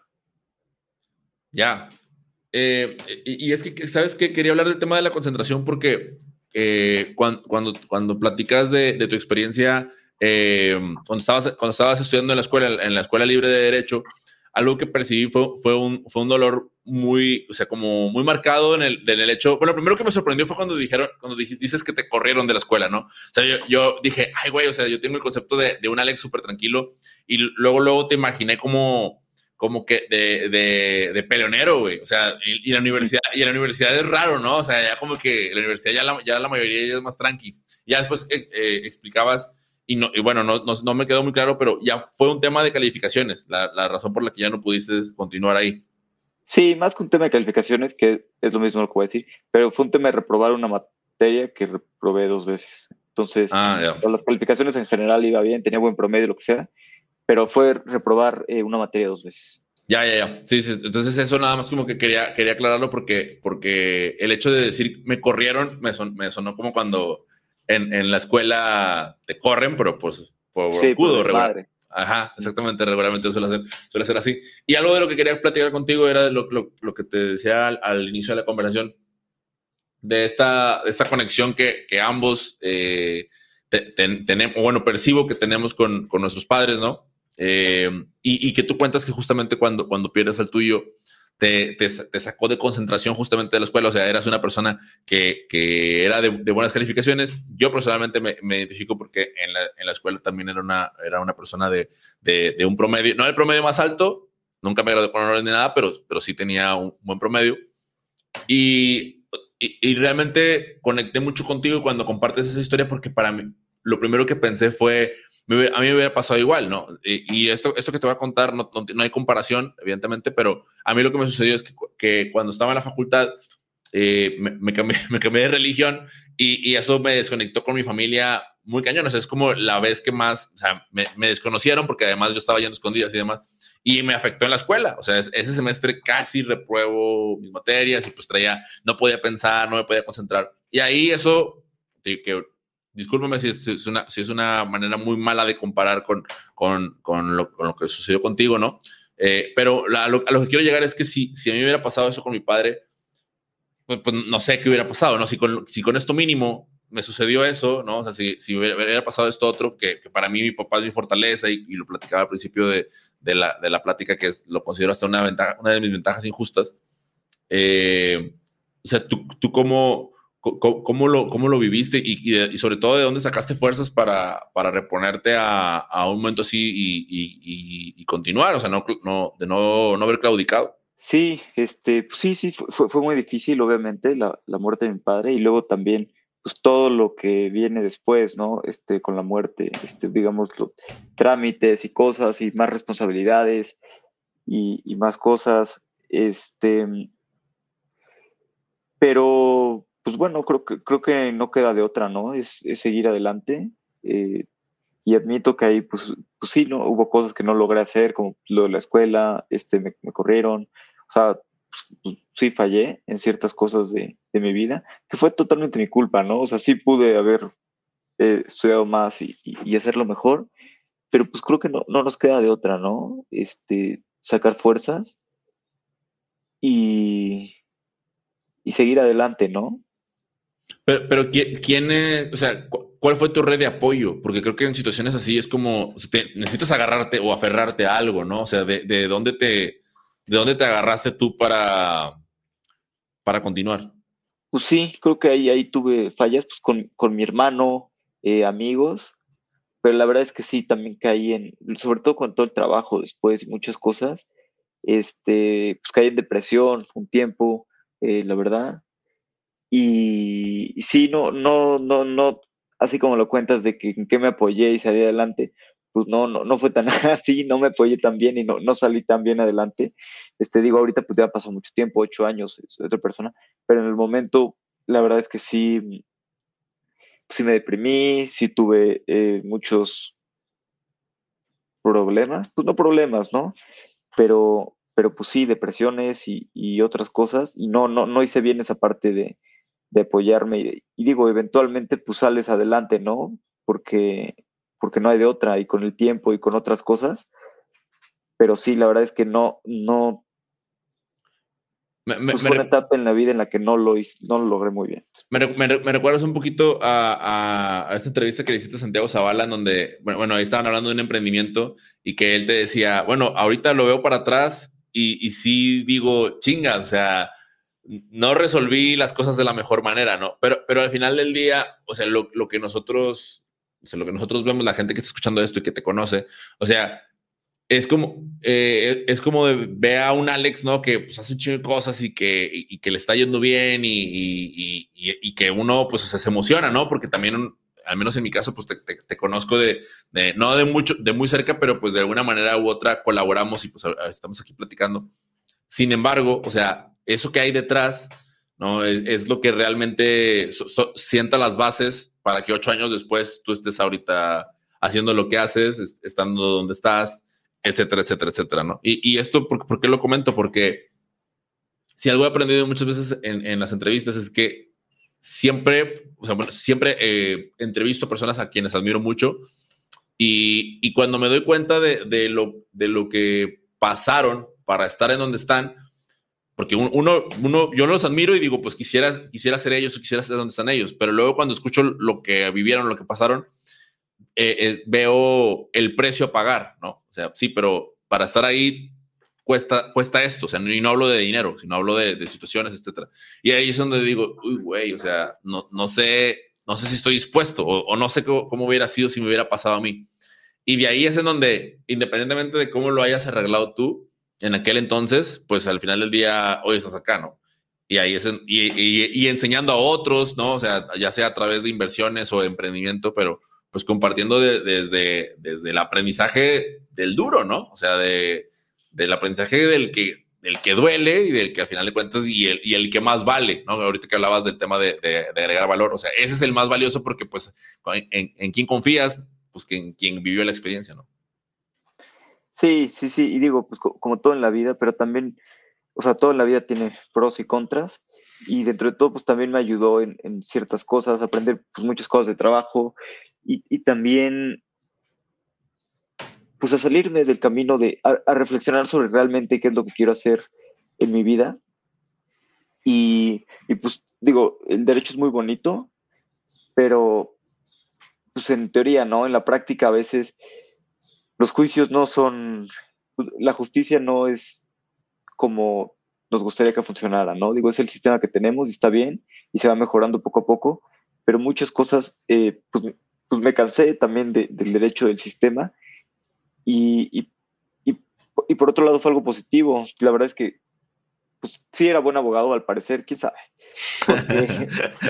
Ya. Eh, y, y es que, ¿sabes qué? Quería hablar del tema de la concentración porque eh, cuando, cuando, cuando platicas de, de tu experiencia, eh, cuando, estabas, cuando estabas estudiando en la escuela, en la Escuela Libre de Derecho, algo que percibí fue, fue, un, fue un dolor muy, o sea, como muy marcado en el, en el hecho. Bueno, lo primero que me sorprendió fue cuando dijeron, cuando dijiste, dices que te corrieron de la escuela, ¿no? O sea, yo, yo dije, ay, güey, o sea, yo tengo el concepto de, de un Alex súper tranquilo y luego, luego te imaginé como, como que de, de, de peleonero, güey. O sea, y, y la universidad, y la universidad es raro, ¿no? O sea, ya como que la universidad ya la, ya la mayoría ya es más tranqui. Ya después eh, eh, explicabas. Y, no, y bueno, no, no, no me quedó muy claro, pero ya fue un tema de calificaciones, la, la razón por la que ya no pudiste continuar ahí. Sí, más que un tema de calificaciones, que es lo mismo lo que voy a decir, pero fue un tema de reprobar una materia que reprobé dos veces. Entonces, ah, yeah. las calificaciones en general iba bien, tenía buen promedio, lo que sea, pero fue reprobar eh, una materia dos veces. Ya, ya, ya. Sí, sí. Entonces eso nada más como que quería, quería aclararlo porque, porque el hecho de decir me corrieron me, son, me sonó como cuando en, en la escuela te corren, pero pues por sí, cudo, regular. Ajá, exactamente, regularmente suele ser, suele ser así. Y algo de lo que quería platicar contigo era lo, lo, lo que te decía al, al inicio de la conversación, de esta, de esta conexión que, que ambos eh, te, te, tenemos, bueno, percibo que tenemos con, con nuestros padres, ¿no? Eh, y, y que tú cuentas que justamente cuando, cuando pierdes al tuyo, te, te, te sacó de concentración justamente de la escuela, o sea, eras una persona que, que era de, de buenas calificaciones. Yo personalmente me, me identifico porque en la, en la escuela también era una, era una persona de, de, de un promedio, no el promedio más alto, nunca me gradué con honores ni nada, pero, pero sí tenía un buen promedio. Y, y, y realmente conecté mucho contigo cuando compartes esa historia porque para mí, lo primero que pensé fue, me, a mí me hubiera pasado igual, ¿no? Y, y esto, esto que te voy a contar, no, no, no hay comparación, evidentemente, pero a mí lo que me sucedió es que, que cuando estaba en la facultad, eh, me, me, cambié, me cambié de religión y, y eso me desconectó con mi familia muy cañón. O sea, es como la vez que más, o sea, me, me desconocieron porque además yo estaba yendo escondidas y demás. Y me afectó en la escuela. O sea, ese semestre casi repruebo mis materias y pues traía, no podía pensar, no me podía concentrar. Y ahí eso, que discúlpame si es, si, es una, si es una manera muy mala de comparar con, con, con, lo, con lo que sucedió contigo, ¿no? Eh, pero la, lo, a lo que quiero llegar es que si, si a mí me hubiera pasado eso con mi padre, pues, pues no sé qué hubiera pasado, ¿no? Si con, si con esto mínimo me sucedió eso, ¿no? O sea, si, si hubiera, hubiera pasado esto otro, que, que para mí mi papá es mi fortaleza y, y lo platicaba al principio de, de, la, de la plática, que es, lo considero hasta una, ventaja, una de mis ventajas injustas. Eh, o sea, ¿tú, tú cómo, cómo, cómo, lo, cómo lo viviste y, y, de, y sobre todo de dónde sacaste fuerzas para, para reponerte a, a un momento así y, y, y, y continuar? O sea, no, no, de no, no haber claudicado. Sí, este, pues sí, sí, fue, fue, fue muy difícil, obviamente, la, la muerte de mi padre y luego también, pues todo lo que viene después, ¿no? Este, con la muerte, este, digamos, los trámites y cosas y más responsabilidades y, y más cosas, este, pero, pues bueno, creo que, creo que no queda de otra, ¿no? Es, es seguir adelante. eh, y admito que ahí, pues, pues sí, ¿no? Hubo cosas que no logré hacer, como lo de la escuela, este, me, me corrieron, o sea, pues, pues, sí fallé en ciertas cosas de, de mi vida, que fue totalmente mi culpa, ¿no? O sea, sí pude haber eh, estudiado más y, y, y hacerlo mejor, pero pues creo que no, no nos queda de otra, ¿no? Este, sacar fuerzas y, y seguir adelante, ¿no? Pero, pero ¿quién es, o sea, cuál fue tu red de apoyo? Porque creo que en situaciones así es como, o sea, te, necesitas agarrarte o aferrarte a algo, ¿no? O sea, de, de dónde te, de dónde te agarraste tú para, para continuar. Pues sí, creo que ahí, ahí tuve fallas, pues con, con mi hermano, eh, amigos, pero la verdad es que sí, también caí en, sobre todo con todo el trabajo después y muchas cosas, este, pues caí en depresión un tiempo, eh, la verdad, y, y sí, no, no, no, no, así como lo cuentas de que en qué me apoyé y salí adelante, pues no, no, no fue tan así, no me apoyé tan bien y no, no salí tan bien adelante. Este, digo, ahorita pues ya pasó mucho tiempo, ocho años, soy otra persona, pero en el momento, la verdad es que sí, sí me deprimí, sí tuve eh, muchos problemas, pues no problemas, ¿no? Pero, pero pues sí, depresiones y, y otras cosas, y no, no, no hice bien esa parte de, de apoyarme, y, y digo, eventualmente pues sales adelante, ¿no? Porque, porque no hay de otra, y con el tiempo y con otras cosas, pero sí, la verdad es que no, no, Me, me, pues fue una me, etapa en la vida en la que no lo hice, no lo logré muy bien. me, me, me recuerdas un poquito a, a, a, esta entrevista que le hiciste a Santiago Zavala, en donde, bueno, bueno, ahí estaban hablando de un emprendimiento y que él te decía, bueno, ahorita lo veo para atrás y, y sí digo, chinga, o sea, no resolví las cosas de la mejor manera, ¿no? Pero, pero al final del día, o sea, lo, lo que nosotros, o sea, lo que nosotros vemos, la gente que está escuchando esto y que te conoce, o sea, es como, eh, es como de, ve a un Alex, ¿no? Que pues hace un chingo de cosas y que, y, y que le está yendo bien y, y, y, y que uno pues o sea, se emociona, ¿no? Porque también, al menos en mi caso, pues te, te, te conozco de, de, no de mucho, de muy cerca, pero pues de alguna manera u otra colaboramos y pues estamos aquí platicando. Sin embargo, o sea, eso que hay detrás, ¿no? Es, es lo que realmente so, so, sienta las bases para que ocho años después tú estés ahorita haciendo lo que haces, estando donde estás, etcétera, etcétera, etcétera, ¿no? Y, y esto, ¿por, ¿por qué lo comento? Porque si algo he aprendido muchas veces en, en las entrevistas es que siempre, o sea, bueno, siempre eh, entrevisto personas a quienes admiro mucho y, y cuando me doy cuenta de, de, lo, de lo que pasaron para estar en donde están, porque uno, uno, yo los admiro y digo, pues quisiera, quisiera ser ellos o quisiera ser donde están ellos, pero luego cuando escucho lo que vivieron, lo que pasaron, eh, eh, veo el precio a pagar, ¿no? O sea, sí, pero para estar ahí cuesta, cuesta esto, o sea, y no hablo de dinero, sino hablo de, de situaciones, etcétera. Y ahí es donde digo, uy, güey, o sea, no, no sé, no sé si estoy dispuesto o, o no sé cómo, cómo hubiera sido si me hubiera pasado a mí. Y de ahí es en donde, independientemente de cómo lo hayas arreglado tú, en aquel entonces, pues al final del día, hoy estás acá, ¿no? Y ahí es, en, y, y, y enseñando a otros, ¿no? O sea, ya sea a través de inversiones o de emprendimiento, pero pues compartiendo de, desde, desde el aprendizaje del duro, ¿no? O sea, de, del aprendizaje del que, del que duele y del que al final de cuentas y el, y el que más vale, ¿no? Ahorita que hablabas del tema de, de, de agregar valor, o sea, ese es el más valioso porque pues en, en, en quién confías, pues quien, quien vivió la experiencia, ¿no? Sí, sí, sí, y digo, pues co- como todo en la vida, pero también, o sea, todo en la vida tiene pros y contras, y dentro de todo, pues también me ayudó en, en ciertas cosas, aprender pues muchas cosas de trabajo, y, y también, pues a salirme del camino de, a, a reflexionar sobre realmente qué es lo que quiero hacer en mi vida, y, y pues digo, el derecho es muy bonito, pero pues en teoría, ¿no? En la práctica a veces los juicios no son, la justicia no es como nos gustaría que funcionara, ¿no? Digo, es el sistema que tenemos y está bien y se va mejorando poco a poco, pero muchas cosas, eh, pues, pues me cansé también de, del derecho del sistema y, y, y, y por otro lado fue algo positivo. La verdad es que pues sí era buen abogado al parecer, quién sabe, porque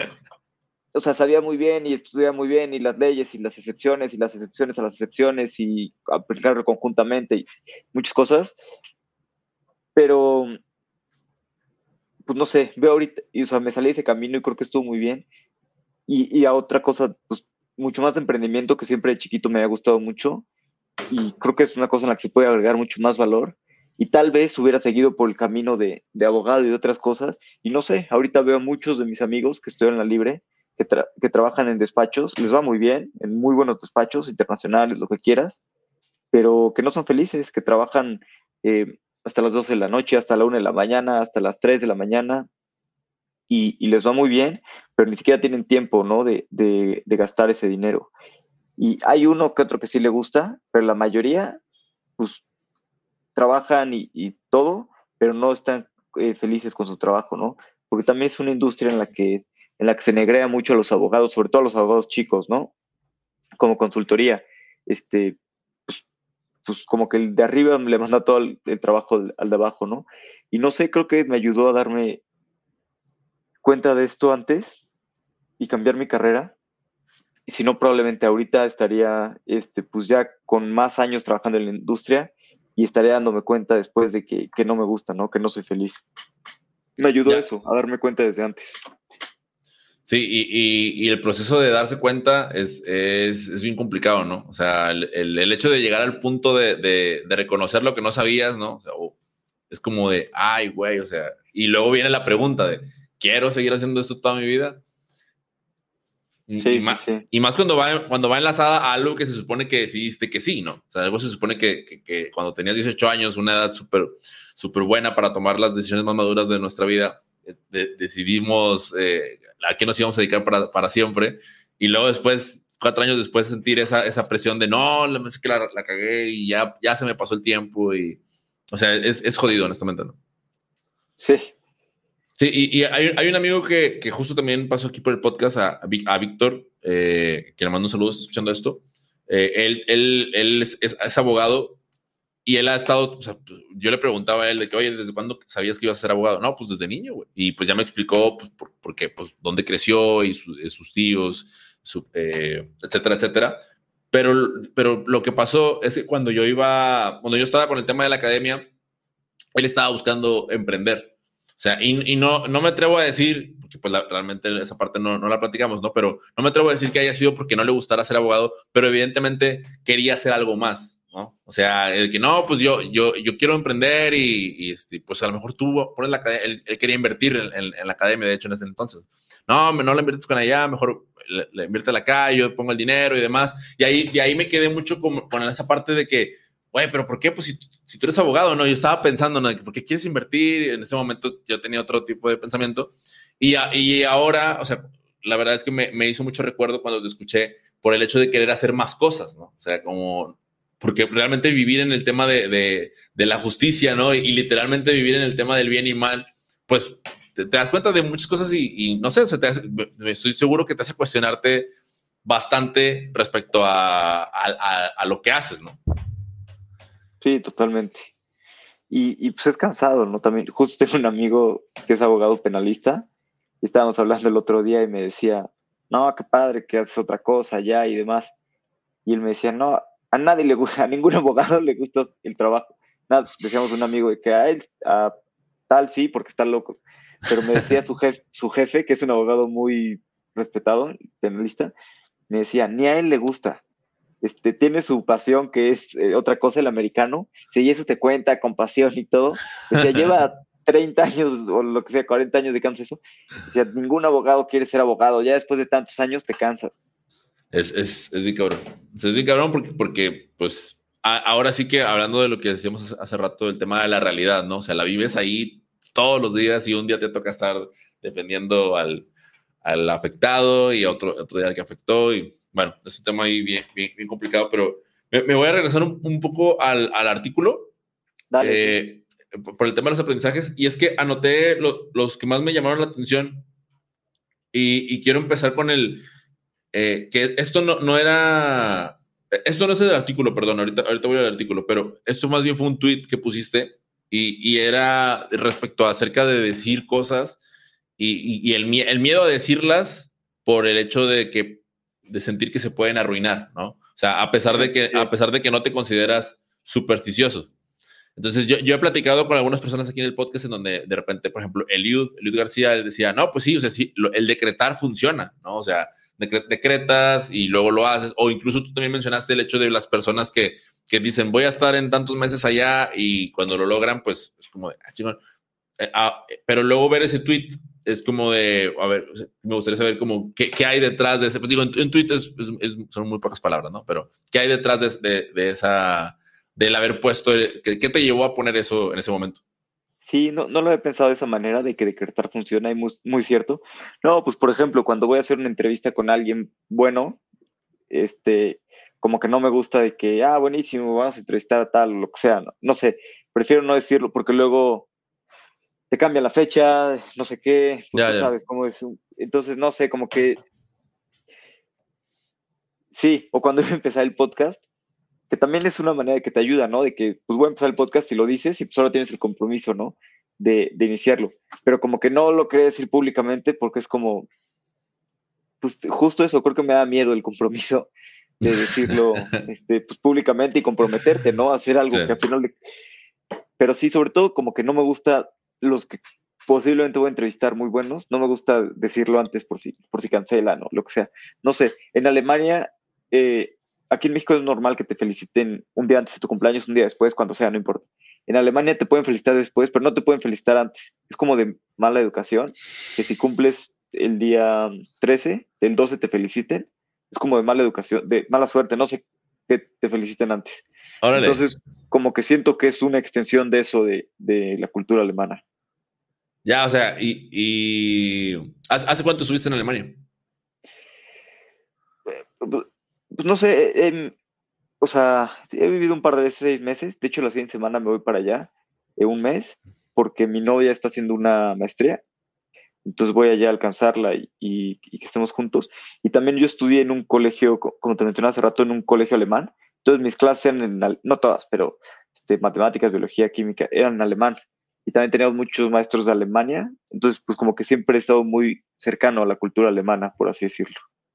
o sea, sabía muy bien y estudiaba muy bien y las leyes y las excepciones y las excepciones a las excepciones y aplicarlo conjuntamente y muchas cosas, pero pues no sé, veo ahorita, y, o sea, me salí de ese camino y creo que estuvo muy bien. Y, y a otra cosa, pues mucho más de emprendimiento que siempre de chiquito me ha gustado mucho y creo que es una cosa en la que se puede agregar mucho más valor y tal vez hubiera seguido por el camino de, de abogado y de otras cosas y no sé, ahorita veo a muchos de mis amigos que estudian en la libre, que, tra que trabajan en despachos, les va muy bien, en muy buenos despachos internacionales, lo que quieras, pero que no son felices, que trabajan eh, hasta las doce de la noche, hasta la una de la mañana, hasta las tres de la mañana y, y les va muy bien, pero ni siquiera tienen tiempo, ¿no? De, de, de gastar ese dinero. Y hay uno que otro que sí le gusta, pero la mayoría, pues, trabajan y, y todo, pero no están eh, felices con su trabajo, ¿no? Porque también es una industria en la que, en la que se negrea mucho a los abogados, sobre todo a los abogados chicos, ¿no? Como consultoría. Este, pues, pues como que el de arriba le manda todo el, el trabajo al, al de abajo, ¿no? Y no sé, creo que me ayudó a darme cuenta de esto antes y cambiar mi carrera. Y si no, probablemente ahorita estaría, este, pues ya con más años trabajando en la industria y estaría dándome cuenta después de que, que no me gusta, ¿no? Que no soy feliz. Me ayudó Ya. eso, a darme cuenta desde antes. Sí, y, y, y el proceso de darse cuenta es, es, es bien complicado, ¿no? O sea, el, el, el hecho de llegar al punto de, de, de reconocer lo que no sabías, ¿no? O sea, oh, es como de, ay, güey, o sea, y luego viene la pregunta de, ¿quiero seguir haciendo esto toda mi vida? Y, y, Sí, sí, más, sí. y más cuando va, cuando va enlazada a algo que se supone que decidiste que sí, ¿no? O sea, algo se supone que, que, que cuando tenías dieciocho años, una edad súper súper buena para tomar las decisiones más maduras de nuestra vida, de, decidimos eh, a qué nos íbamos a dedicar para, para siempre. Y luego después, cuatro años después, sentir esa, esa presión de no, la, es que la, la cagué y ya, ya se me pasó el tiempo. Y, o sea, es, es jodido, honestamente, ¿no? Sí. Sí, y, y hay, hay, un amigo que, que, justo también pasó aquí por el podcast, a, a Víctor, eh, que le mando un saludo, está escuchando esto. Eh, él él, él es, es, es abogado y él ha estado, o sea, yo le preguntaba a él de que, oye, ¿desde cuándo sabías que ibas a ser abogado? No, pues desde niño, güey. Y pues ya me explicó, pues, por, por qué, pues, dónde creció y su, sus tíos, su, eh, etcétera, etcétera. Pero, pero lo que pasó es que cuando yo iba, cuando yo estaba con el tema de la academia, él estaba buscando emprender. O sea, y, y no, no me atrevo a decir, porque pues la, realmente esa parte no, no la platicamos, ¿no? Pero no me atrevo a decir que haya sido porque no le gustara ser abogado, pero evidentemente quería hacer algo más, ¿no? O sea, el que no, pues yo, yo, yo quiero emprender y, y este, pues a lo mejor tú pones la academia, él, él quería invertir en, en, en, la academia, de hecho, en ese entonces. No, no la inviertes con allá, mejor le, le invierte acá, yo pongo el dinero y demás. Y ahí, y ahí me quedé mucho con, con esa parte de que, oye, pero ¿por qué? Pues si, si tú eres abogado, ¿no? Yo estaba pensando, ¿no? ¿Por qué quieres invertir? En ese momento yo tenía otro tipo de pensamiento. Y, a, y ahora, o sea, la verdad es que me, me hizo mucho recuerdo cuando te escuché por el hecho de querer hacer más cosas, ¿no? O sea, como, porque realmente vivir en el tema de, de, de la justicia, ¿no? Y, y literalmente vivir en el tema del bien y mal, pues te, te das cuenta de muchas cosas y, y no sé, se te hace, estoy seguro que te hace cuestionarte bastante respecto a, a, a, a lo que haces, ¿no? Sí, totalmente. Y, y pues es cansado, ¿no? También, justo tengo un amigo que es abogado penalista y estábamos hablando el otro día y me decía, no, qué padre que haces otra cosa ya y demás. Y él me decía, no, a nadie le gusta, a ningún abogado le gusta el trabajo. Nada, decíamos un amigo de que a él, a tal sí, porque está loco. Pero me decía su jefe, su jefe, que es un abogado muy respetado, penalista, me decía, ni a él le gusta. Este, tiene su pasión que es eh, otra cosa, el americano. Si eso te cuenta con pasión y todo. Decía, lleva treinta años o lo que sea, cuarenta años de cansa eso. Decía, ningún abogado quiere ser abogado. Ya después de tantos años te cansas. Es, es, es bien cabrón. Es bien cabrón porque, porque pues, a, ahora sí que hablando de lo que decíamos hace rato, el tema de la realidad, ¿no? O sea, la vives ahí todos los días y un día te toca estar defendiendo al, al afectado y otro, otro día al que afectó. Y bueno, es un tema ahí bien, bien, bien complicado, pero me, me voy a regresar un, un poco al, al artículo. Dale, sí. Eh, por el tema de los aprendizajes, y es que anoté lo, los que más me llamaron la atención y, y quiero empezar con el, eh, que esto no, no era, esto no es el artículo, perdón, ahorita, ahorita voy al artículo, pero esto más bien fue un tweet que pusiste y, y era respecto a acerca de decir cosas y, y, y el, el miedo a decirlas por el hecho de que, de sentir que se pueden arruinar, ¿no? O sea, a pesar de que, Sí. a pesar de que no te consideras supersticioso. Entonces, yo, yo he platicado con algunas personas aquí en el podcast en donde de repente, por ejemplo, Eliud, Eliud García él decía, no, pues sí, o sea, sí, lo, el decretar funciona, ¿no? O sea, decre, decretas y luego lo haces, o incluso tú también mencionaste el hecho de las personas que, que dicen, voy a estar en tantos meses allá y cuando lo logran, pues es como de, ah, chingón. Eh, ah, pero luego ver ese tweet es como de, a ver, me gustaría saber como qué, qué hay detrás de ese, pues digo, en, en tweet es, es, es, son muy pocas palabras, ¿no? Pero qué hay detrás de, de, de esa del haber puesto, ¿qué, ¿qué te llevó a poner eso en ese momento? Sí, no, no lo he pensado de esa manera, de que decretar funciona, y muy, muy cierto. No, pues por ejemplo, cuando voy a hacer una entrevista con alguien bueno, este, como que no me gusta de que, ah, buenísimo, vamos a entrevistar a tal, o lo que sea, no, no sé, prefiero no decirlo porque luego te cambia la fecha, no sé qué, pues Ya, tú ya. sabes cómo es. Entonces, no sé, como que sí, o cuando iba a empezar el podcast, que también es una manera de que te ayuda, ¿no? De que, pues voy a empezar el podcast y lo dices y pues ahora tienes el compromiso, ¿no? De, de iniciarlo. Pero como que no lo quería decir públicamente porque es como, pues justo eso, creo que me da miedo el compromiso de decirlo, este, pues públicamente y comprometerte, ¿no? A hacer Sí. algo que al final, de... pero sí, sobre todo como que no me gusta los que posiblemente voy a entrevistar muy buenos, no me gusta decirlo antes por si, por si cancelan o lo que sea. No sé, en Alemania, eh, aquí en México es normal que te feliciten un día antes de tu cumpleaños, un día después, cuando sea, no importa. En Alemania te pueden felicitar después, pero no te pueden felicitar antes. Es como de mala educación, que si cumples el día trece, el doce te feliciten. Es como de mala educación, de mala suerte, no sé, que te feliciten antes. Órale. Entonces, como que siento que es una extensión de eso, de, de la cultura alemana. Ya, o sea, y, y... ¿hace cuánto estuviste en Alemania? Pues, pues no sé, eh, o sea, sí, he vivido un par de veces seis meses. De hecho, la siguiente semana me voy para allá, en un mes, porque mi novia está haciendo una maestría. Entonces voy allá a alcanzarla y, y, y que estemos juntos. Y también yo estudié en un colegio, como te mencioné hace rato, en un colegio alemán. Entonces mis clases eran en, no todas, pero este, matemáticas, biología, química, eran en alemán. Y también teníamos muchos maestros de Alemania. Entonces, pues como que siempre he estado muy cercano a la cultura alemana, por así decirlo.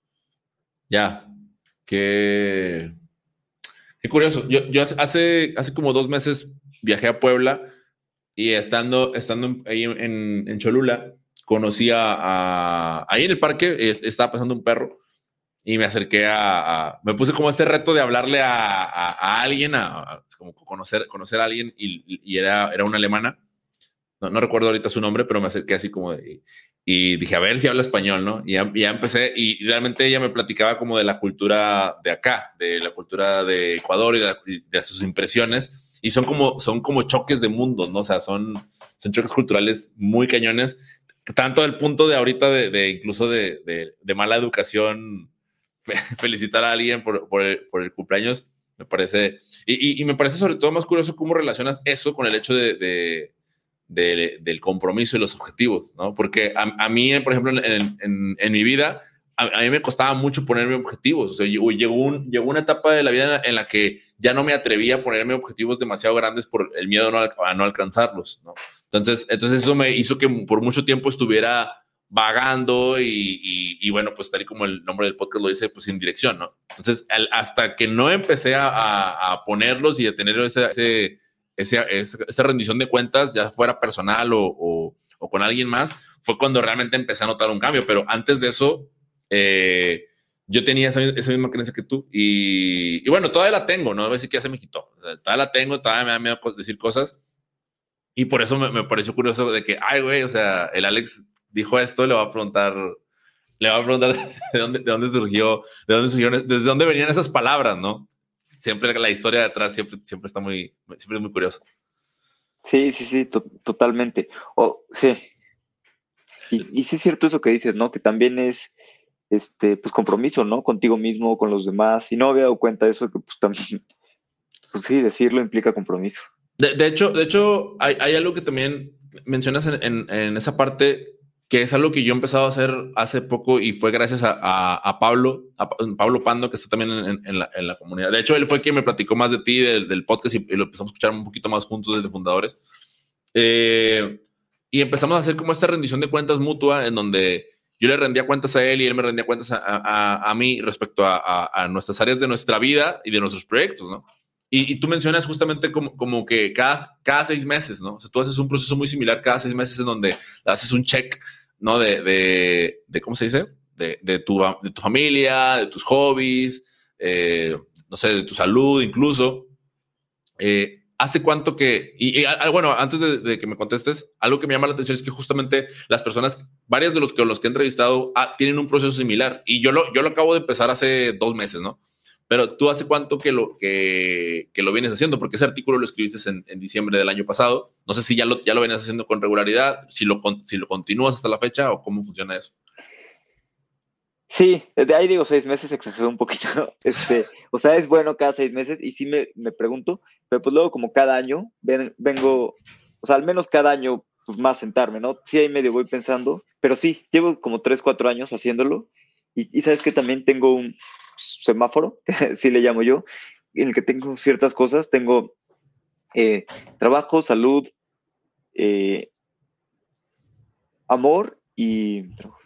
Ya, qué, qué curioso. Yo, yo hace, hace como dos meses viajé a Puebla y estando, estando ahí en, en Cholula, conocí a, a, ahí en el parque, es, estaba pasando un perro y me acerqué a, a, me puse como este reto de hablarle a, a, a alguien, a, a, como conocer, conocer a alguien y, y era, era una alemana. No, no recuerdo ahorita su nombre, pero me acerqué así como de, y dije, a ver si habla español, ¿no? Y ya, ya empecé, y realmente ella me platicaba como de la cultura de acá, de la cultura de Ecuador y de, y de sus impresiones, y son como, son como choques de mundos, ¿no? O sea, son, son choques culturales muy cañones, tanto del punto de ahorita de, de incluso de, de, de mala educación, felicitar a alguien por, por, el, por el cumpleaños, me parece, y, y, y me parece sobre todo más curioso cómo relacionas eso con el hecho de, de de, del compromiso y los objetivos, ¿no? Porque a, a mí, por ejemplo, en, en, en mi vida, a, a, mí me costaba mucho ponerme objetivos. O sea, llegó, un, llegó una etapa de la vida en la, en la que ya no me atrevía a ponerme objetivos demasiado grandes por el miedo a no, a no alcanzarlos, ¿no? Entonces, entonces eso me hizo que por mucho tiempo estuviera vagando y, y, y, bueno, pues tal y como el nombre del podcast lo dice, pues sin dirección, ¿no? Entonces, al, hasta que no empecé a, a, a ponerlos y a tener ese, ese ese, ese, esa rendición de cuentas, ya fuera personal o, o, o, con alguien más, fue cuando realmente empecé a notar un cambio. Pero antes de eso, eh, yo tenía esa, esa, misma creencia que tú. Y, y bueno, todavía la tengo, no voy a decir que ya se me quitó. O sea, todavía la tengo, todavía me da miedo decir cosas. Y por eso me, me pareció curioso de que, ay, güey, o sea, el Alex dijo esto, le va a preguntar, le va a preguntar de dónde, de dónde surgió, de dónde surgieron, desde dónde venían esas palabras, ¿no? Siempre la historia de atrás siempre, siempre está muy, siempre es muy curiosa. Sí, sí, sí, to totalmente. Oh, sí. Y, y sí es cierto eso que dices, ¿no? Que también es, este, pues compromiso, ¿no? Contigo mismo, con los demás. Y no había dado cuenta de eso, que pues también, pues sí, decirlo implica compromiso. De, de hecho, de hecho hay, hay algo que también mencionas en, en, en esa parte que es algo que yo he empezado a hacer hace poco y fue gracias a, a, a Pablo, a Pablo Pando, que está también en, en, la, en la comunidad. De hecho, él fue quien me platicó más de ti, del, del podcast, y, y lo empezamos a escuchar un poquito más juntos desde fundadores. Eh, y empezamos a hacer como esta rendición de cuentas mutua en donde yo le rendía cuentas a él y él me rendía cuentas a, a, a mí respecto a, a, a nuestras áreas de nuestra vida y de nuestros proyectos, ¿no? Y, y tú mencionas justamente como, como que cada, cada seis meses, ¿no? O sea, tú haces un proceso muy similar cada seis meses en donde haces un check, ¿no? De, de, de ¿cómo se dice? De, de, tu, de tu familia, de tus hobbies, eh, no sé, de tu salud incluso. Eh, ¿Hace cuánto que...? Y, y bueno, antes de, de que me contestes, algo que me llama la atención es que justamente las personas, varios de los que, los que he entrevistado, ah, tienen un proceso similar. Y yo lo, yo lo acabo de empezar hace dos meses, ¿no? Pero tú hace cuánto que lo, que, que lo vienes haciendo, porque ese artículo lo escribiste en, en diciembre del año pasado. No sé si ya lo, ya lo vienes haciendo con regularidad, si lo, si lo continúas hasta la fecha o cómo funciona eso. Sí, de ahí digo seis meses, exagero un poquito. Este, o sea, es bueno cada seis meses y sí me, me pregunto, pero pues luego como cada año ven, vengo, o sea, al menos cada año pues más sentarme, ¿no? Sí, ahí medio voy pensando, pero sí, llevo como tres, cuatro años haciéndolo y, y sabes que también tengo un semáforo, que sí le llamo yo, en el que tengo ciertas cosas, tengo eh, trabajo, salud, eh, amor y,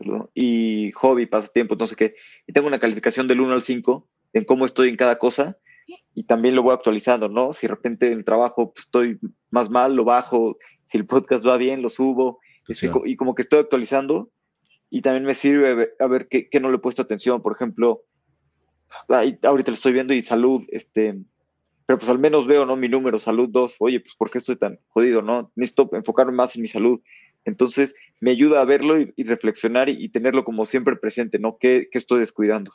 y hobby, pasatiempos, no sé qué. Y tengo una calificación del uno al cinco en cómo estoy en cada cosa y también lo voy actualizando, ¿no? Si de repente en el trabajo pues, estoy más mal, lo bajo, si el podcast va bien, lo subo, Sí. este, y como que estoy actualizando y también me sirve a ver, a ver qué, qué no le he puesto atención, por ejemplo, ahí, ahorita lo estoy viendo y salud, este, pero pues al menos veo, ¿no? Mi número, salud dos, oye, pues ¿por qué estoy tan jodido, no? Necesito enfocarme más en mi salud. Entonces, me ayuda a verlo y, y reflexionar y, y, tenerlo como siempre presente, ¿no? ¿Qué, qué estoy descuidando?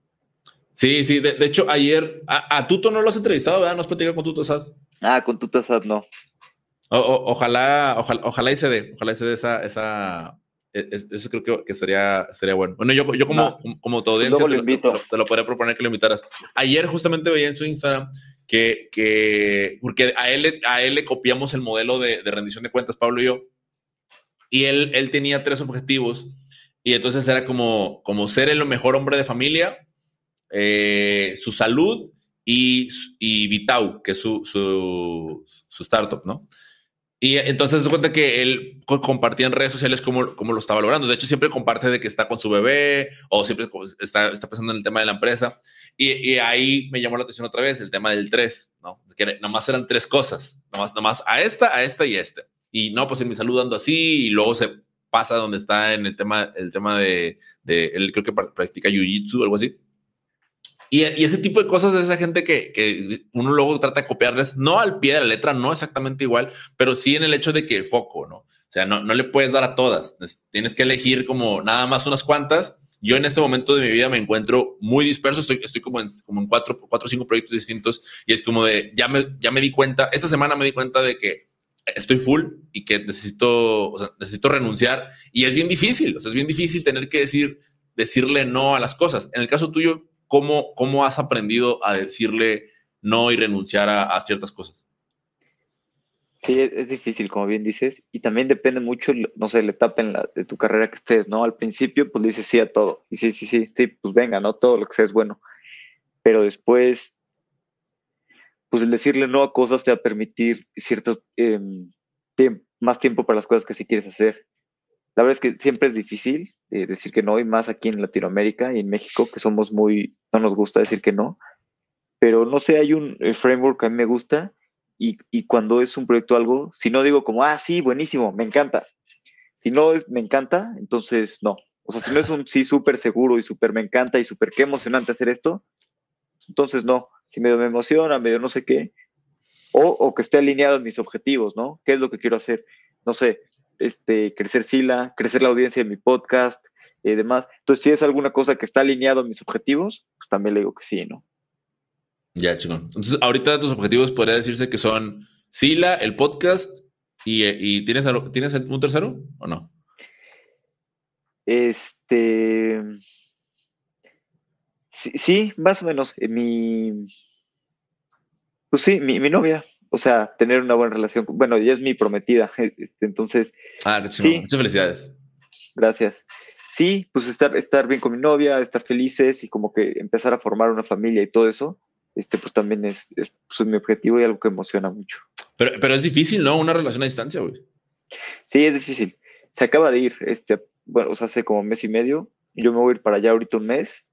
Sí, sí, de, de hecho, ayer, a, a, Tuto no lo has entrevistado, ¿verdad? ¿No has platicado con Tuto Sad? Ah, con Tuto Sad, no. O, o, ojalá, ojalá, ojalá y se dé, ojalá y se dé esa, esa, es, eso creo que, que estaría, estaría bueno. Bueno, yo, yo como, no. como, como tu audiencia pues te, lo invito. Te, lo, te lo podría proponer que lo invitaras. Ayer justamente veía en su Instagram que, que porque a él, a él le copiamos el modelo de, de rendición de cuentas, Pablo y yo, y él, él tenía tres objetivos, y entonces era como, como ser el mejor hombre de familia, eh, su salud y, y Vitau, que es su, su, su startup, ¿no? Y entonces se cuenta que él compartía en redes sociales cómo, cómo lo estaba logrando. De hecho, siempre comparte de que está con su bebé o siempre está, está pensando en el tema de la empresa. Y, y ahí me llamó la atención otra vez el tema del tres, ¿no? Que nomás eran tres cosas, nomás, nomás a esta, a esta y a esta. Y no, pues en mi salud ando así y luego se pasa donde está en el tema, el tema de, de él creo que practica jiu-jitsu o algo así. Y, y ese tipo de cosas de esa gente que, que uno luego trata de copiarles, no al pie de la letra, no exactamente igual, pero sí en el hecho de que foco, ¿no? O sea, no, no le puedes dar a todas. Tienes que elegir como nada más unas cuantas. Yo en este momento de mi vida me encuentro muy disperso, estoy, estoy como en, como en cuatro, cuatro o cinco proyectos distintos y es como de, ya me, ya me di cuenta, esta semana me di cuenta de que estoy full y que necesito, o sea, necesito renunciar y es bien difícil, o sea, es bien difícil tener que decir, decirle no a las cosas. En el caso tuyo, ¿Cómo, ¿Cómo has aprendido a decirle no y renunciar a, a ciertas cosas? Sí, es, es difícil, como bien dices, y también depende mucho, no sé, la etapa en la, de tu carrera que estés, ¿no? Al principio, pues dices sí a todo, y sí, sí, sí, sí, pues venga, ¿no? Todo lo que sea es bueno, pero después, pues el decirle no a cosas te va a permitir cierto, eh, tiemp- más tiempo para las cosas que sí quieres hacer. La verdad es que siempre es difícil eh, decir que no, y más aquí en Latinoamérica y en México, que somos muy, no nos gusta decir que no, pero no sé, hay un eh, framework que a mí me gusta y, y cuando es un proyecto algo, si no digo como, ah, sí, buenísimo, me encanta. Si no es, me encanta, entonces no. O sea, si no es un sí súper seguro y súper me encanta y súper qué emocionante hacer esto, entonces no. Si medio me emociona, medio no sé qué, o, o que esté alineado en mis objetivos, ¿no? ¿Qué es lo que quiero hacer? No sé, este, crecer Sila, crecer la audiencia de mi podcast y eh, demás. Entonces, si es alguna cosa que está alineado a mis objetivos, pues también le digo que sí, ¿no? Ya, chingón. Entonces, ahorita tus objetivos podría decirse que son Sila, el podcast y, y ¿tienes, ¿tienes un tercero o no? Este, sí, sí, más o menos. eh, Mi, pues sí, mi, mi novia. O sea, tener una buena relación. Bueno, ella es mi prometida. este, Entonces, Ah, qué chingón. sí, Muchas felicidades. gracias. Sí, pues estar, estar bien con mi novia, estar felices y como que empezar a formar una familia y todo eso, este, pues también es, es pues, mi objetivo y algo que emociona mucho. Pero, pero es difícil, ¿no? Una relación a distancia, güey. Sí, es difícil. Se acaba de ir, este, bueno, o sea, hace como mes y medio. Yo me voy a ir para allá ahorita un mes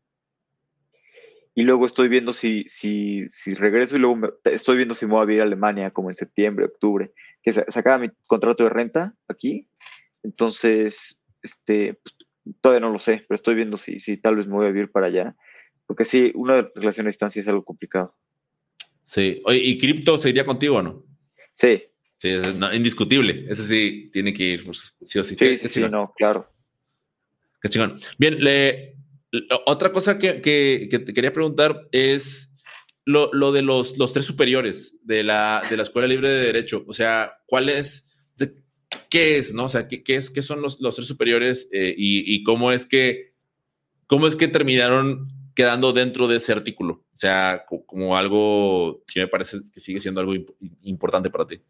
y luego estoy viendo si, si, si regreso y luego me- estoy viendo si me voy a ir a Alemania como en septiembre, octubre, que se, se acaba mi contrato de renta aquí. Entonces, este, pues, todavía no lo sé, pero estoy viendo si, si tal vez me voy a vivir para allá. Porque sí, una relación a distancia es algo complicado. Sí. Oye, ¿y cripto se iría contigo o no? Sí, Sí, es no, indiscutible. Ese sí tiene que ir, pues, sí o sí. sí, Qué, sí, qué sí, chingón. no, claro. Qué chingón. Bien, le, le- otra cosa que, que, que te quería preguntar es lo, lo de los, los tres superiores de la, de la Escuela Libre de Derecho. O sea, ¿cuál es, de- qué es, no? O sea, ¿qué, qué es, qué son los, los tres superiores eh, y, y cómo es que, cómo es que terminaron quedando dentro de ese artículo? O sea, co- como algo que me parece que sigue siendo algo imp- importante para ti.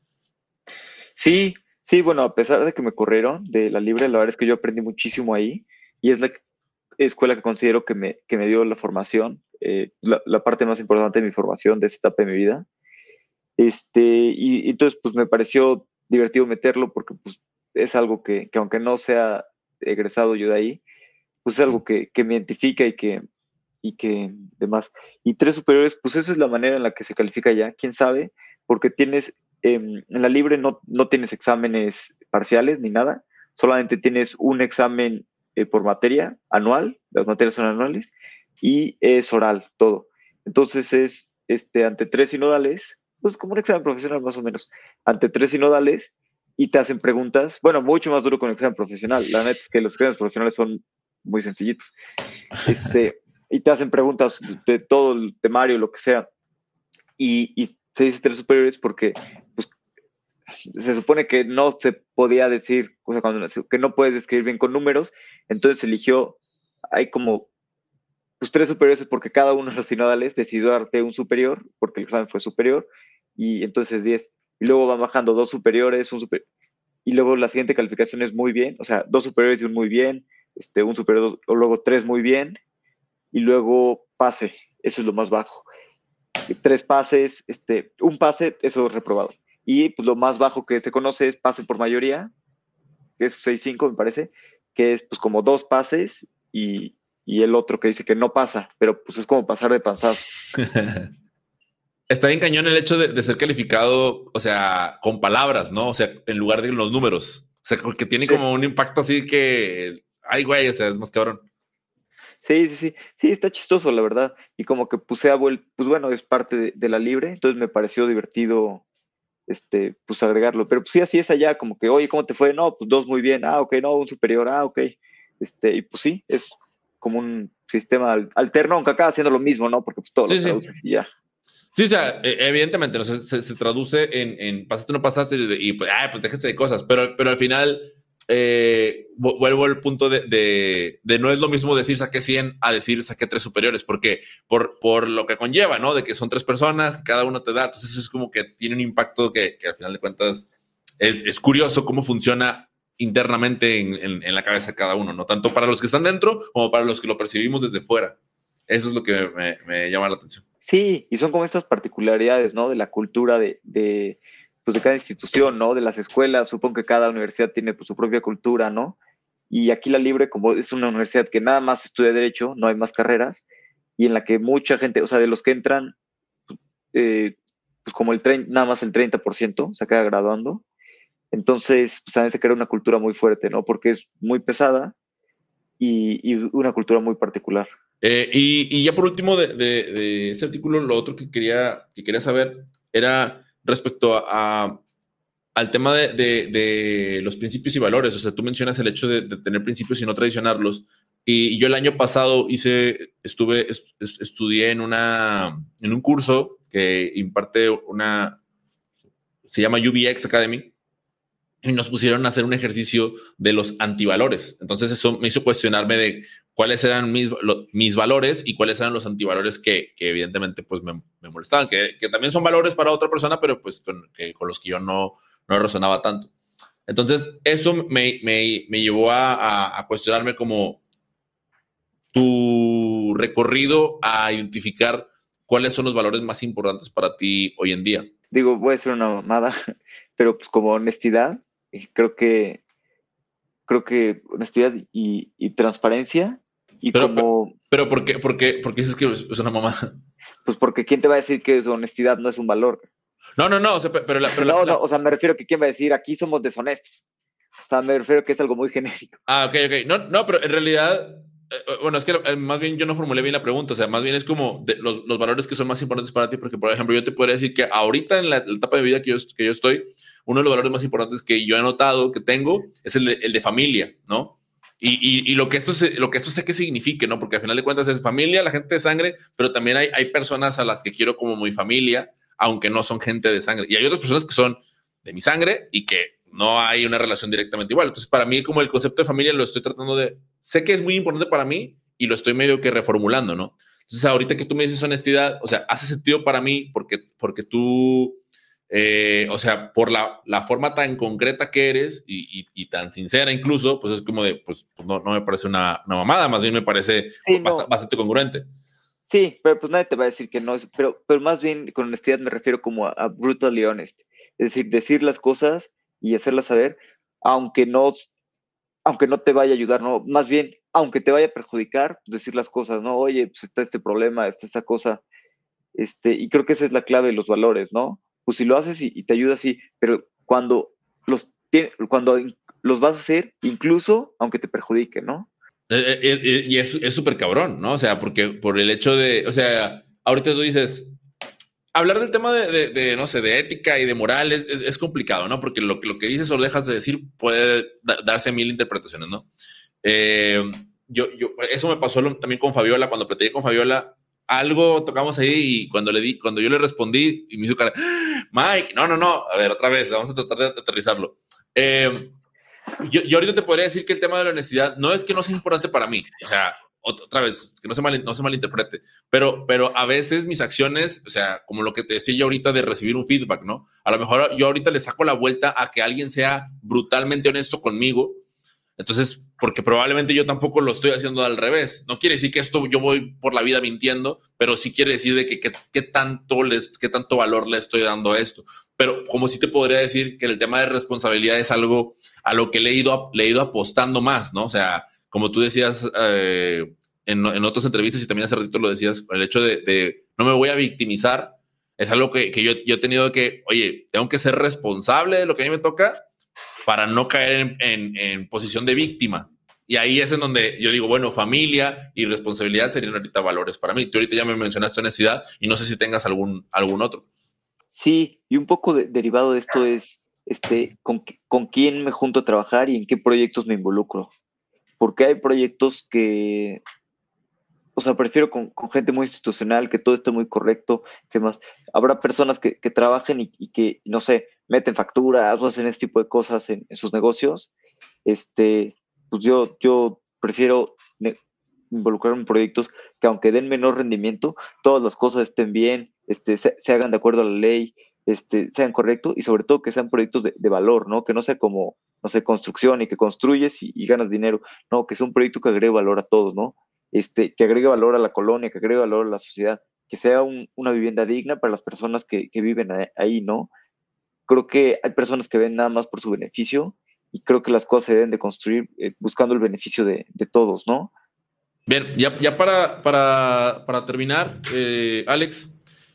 Sí, sí, bueno, a pesar de que me corrieron de la libre, la verdad es que yo aprendí muchísimo ahí y es la escuela que considero que me, que me dio la formación, eh, la, la parte más importante de mi formación, de esa etapa de mi vida. Este, y, y entonces, pues me pareció divertido meterlo porque pues, es algo que, que aunque no sea egresado yo de ahí, pues es algo que, que me identifica y que, y que demás. Y tres superiores, pues esa es la manera en la que se califica ya, quién sabe, porque tienes, eh, en la libre no, no tienes exámenes parciales ni nada, solamente tienes un examen eh, por materia anual, las materias son anuales, y es oral todo. Entonces es este, ante tres sinodales, pues como un examen profesional más o menos, ante tres sinodales y te hacen preguntas, bueno, mucho más duro con el examen profesional. La neta es que los exámenes profesionales son muy sencillitos. Este, y te hacen preguntas de, de todo el temario, lo que sea. Y, y se dice tres superiores porque pues, se supone que no se podía decir, o sea, cuando, que no puedes describir bien con números, entonces se eligió, hay como pues, tres superiores porque cada uno de los sinodales decidió darte un superior, porque el examen fue superior, y entonces diez. Y luego van bajando dos superiores, un superior, y luego la siguiente calificación es muy bien, o sea, dos superiores y un muy bien, este, un superior, o luego tres muy bien, y luego pase, eso es lo más bajo. Tres pases, este, un pase, eso es reprobado. Y pues lo más bajo que se conoce es pase por mayoría, que es seis cinco me parece, que es pues como dos pases y, y el otro que dice que no pasa, pero pues es como pasar de panzazo. Está bien cañón el hecho de, de ser calificado, o sea, con palabras, ¿no? O sea, en lugar de los números. O sea, porque tiene Sí, como un impacto así que, ay, güey, o sea, es más cabrón. sí, sí, sí, sí, está chistoso, la verdad. Y como que puse a vuelta, pues bueno, es parte de, de la libre, entonces me pareció divertido este, pues agregarlo. Pero pues sí, así es allá, como que, oye, ¿cómo te fue? No, pues dos muy bien, ah, ok, no, un superior, ah, ok. Este, y pues sí, es como un sistema alterno, aunque acaba haciendo lo mismo, ¿no? Porque pues todo lo Sí, sí. traduces y ya. Sí, o sea, e- evidentemente, ¿no? se, se, se traduce en, en pasaste o no pasaste y, y, pues, ay, pues déjate de cosas, pero, pero al final eh, vu- vuelvo al punto de, de, de no es lo mismo decir saqué cien a decir saqué tres superiores, porque por, por lo que conlleva, ¿no? De que son tres personas, que cada uno te da, entonces eso es como que tiene un impacto que, que al final de cuentas es, es curioso cómo funciona internamente en, en, en la cabeza de cada uno, ¿no? Tanto para los que están dentro como para los que lo percibimos desde fuera. Eso es lo que me, me llama la atención. Sí, y son como estas particularidades, ¿no? De la cultura de, de, pues de cada institución, ¿no? De las escuelas, supongo que cada universidad tiene pues, su propia cultura, ¿no? Y aquí la Libre, como es una universidad que nada más estudia Derecho, no hay más carreras, y en la que mucha gente, o sea, de los que entran, eh, pues como el treinta, nada más el treinta por ciento se acaba graduando. Entonces, pues también se crea una cultura muy fuerte, ¿no? Porque es muy pesada y, y una cultura muy particular. Eh, y, y, ya por último de, de, de, ese artículo, lo otro que quería, que quería saber era respecto a, a al tema de, de, de, los principios y valores. O sea, tú mencionas el hecho de, de tener principios y no traicionarlos. Y yo el año pasado hice, estuve, est estudié en, una, en un curso que imparte una, se llama U B X Academy. y nos pusieron a hacer un ejercicio de los antivalores. Entonces eso me hizo cuestionarme de cuáles eran mis, lo, mis valores y cuáles eran los antivalores que, que evidentemente pues me, me molestaban, que, que también son valores para otra persona, pero pues con, que, con los que yo no, no resonaba tanto. Entonces eso me, me, me llevó a, a, a cuestionarme como tu recorrido a identificar cuáles son los valores más importantes para ti hoy en día. Digo, voy a decir una mamada, pero pues como honestidad, creo que creo que honestidad y, y transparencia y pero, como... Pero, pero ¿por qué, por qué, por qué dices que es una mamada? Pues porque ¿quién te va a decir que su honestidad no es un valor? No, no, no, o sea, pero, la, pero no, la, no, o sea, me refiero a que ¿quién va a decir aquí somos deshonestos? O sea, me refiero a que es algo muy genérico. Ah, ok, ok. No, no, pero en realidad, eh, bueno, es que eh, más bien yo no formulé bien la pregunta, o sea, más bien es como de los, los valores que son más importantes para ti, porque, por ejemplo, yo te podría decir que ahorita en la, la etapa de vida que yo, que yo estoy, uno de los valores más importantes que yo he notado que tengo es el de, el de familia, ¿no? Y, y, y lo, que esto se, lo que esto sé que signifique, ¿no? Porque al final de cuentas es familia, la gente de sangre, pero también hay, hay personas a las que quiero como mi familia, aunque no son gente de sangre. Y hay otras personas que son de mi sangre y que no hay una relación directamente igual. Entonces, para mí, como el concepto de familia lo estoy tratando de... Sé que es muy importante para mí y lo estoy medio que reformulando, ¿no? Entonces, ahorita que tú me dices honestidad, o sea, hace sentido para mí porque, porque tú... Eh, o sea, por la, la forma tan concreta que eres y, y, y tan sincera incluso, pues es como de, pues, pues no, no me parece una, una mamada, más bien me parece sí, bastante, no. bastante congruente. Sí, pero pues nadie te va a decir que no, pero, pero más bien con honestidad me refiero como a, a brutally honest, es decir, decir las cosas y hacerlas saber, aunque no, aunque no te vaya a ayudar, no, más bien, aunque te vaya a perjudicar, decir las cosas, no, oye, pues está este problema, está esta cosa, este, y creo que esa es la clave de los valores, ¿no? Pues si lo haces y, y te ayuda, sí, pero cuando los, cuando los vas a hacer, incluso aunque te perjudique, ¿no? Eh, eh, eh, y es súper cabrón, ¿no? O sea, porque por el hecho de, o sea, ahorita tú dices, hablar del tema de, de, de no sé, de ética y de moral es, es, es complicado, ¿no? Porque lo, lo que dices o dejas de decir puede da, darse mil interpretaciones, ¿no? Eh, yo, yo, eso me pasó también con Fabiola, cuando platiqué con Fabiola, algo tocamos ahí y cuando le di, cuando yo le respondí y me hizo cara, Mike, no, no, no, a ver, otra vez, vamos a tratar de aterrizarlo. Eh, yo, yo ahorita te podría decir que el tema de la honestidad no es que no sea importante para mí, o sea, otra vez, que no se, mal, no se malinterprete, pero, pero a veces mis acciones, o sea, como lo que te decía yo ahorita de recibir un feedback, ¿no? A lo mejor yo ahorita le saco la vuelta a que alguien sea brutalmente honesto conmigo, entonces, porque probablemente yo tampoco lo estoy haciendo al revés. No quiere decir que esto yo voy por la vida mintiendo, pero sí quiere decir de que qué tanto, les, qué tanto valor le estoy dando a esto. Pero como sí te podría decir que el tema de responsabilidad es algo a lo que le he ido, le he ido apostando más, ¿no? O sea, como tú decías eh, en, en otras entrevistas y también hace ratito lo decías, el hecho de, de no me voy a victimizar es algo que, que yo, yo he tenido que, oye, tengo que ser responsable de lo que a mí me toca para no caer en, en, en posición de víctima. Y ahí es en donde yo digo, bueno, familia y responsabilidad serían ahorita valores para mí. Tú ahorita ya me mencionaste honestidad y no sé si tengas algún, algún otro. Sí, y un poco de, derivado de esto es este, con, con quién me junto a trabajar y en qué proyectos me involucro. Porque hay proyectos que, o sea, prefiero con, con gente muy institucional, que todo esté muy correcto, que más. Habrá personas que, que trabajen y, y que, no sé, meten facturas o hacen este tipo de cosas en, en sus negocios. Este, pues yo, yo prefiero involucrarme en proyectos que aunque den menor rendimiento, todas las cosas estén bien, este, se, se hagan de acuerdo a la ley, este, sean correctos y sobre todo que sean proyectos de, de valor, ¿no? Que no sea como, no sé, construcción y que construyes y, y ganas dinero, no, que sea un proyecto que agregue valor a todos, ¿no? Este, que agregue valor a la colonia, que agregue valor a la sociedad, que sea un, una vivienda digna para las personas que, que viven ahí, ¿no? Creo que hay personas que ven nada más por su beneficio y creo que las cosas se deben de construir eh, buscando el beneficio de, de todos, ¿no? Bien, ya, ya para, para, para terminar, eh, Alex,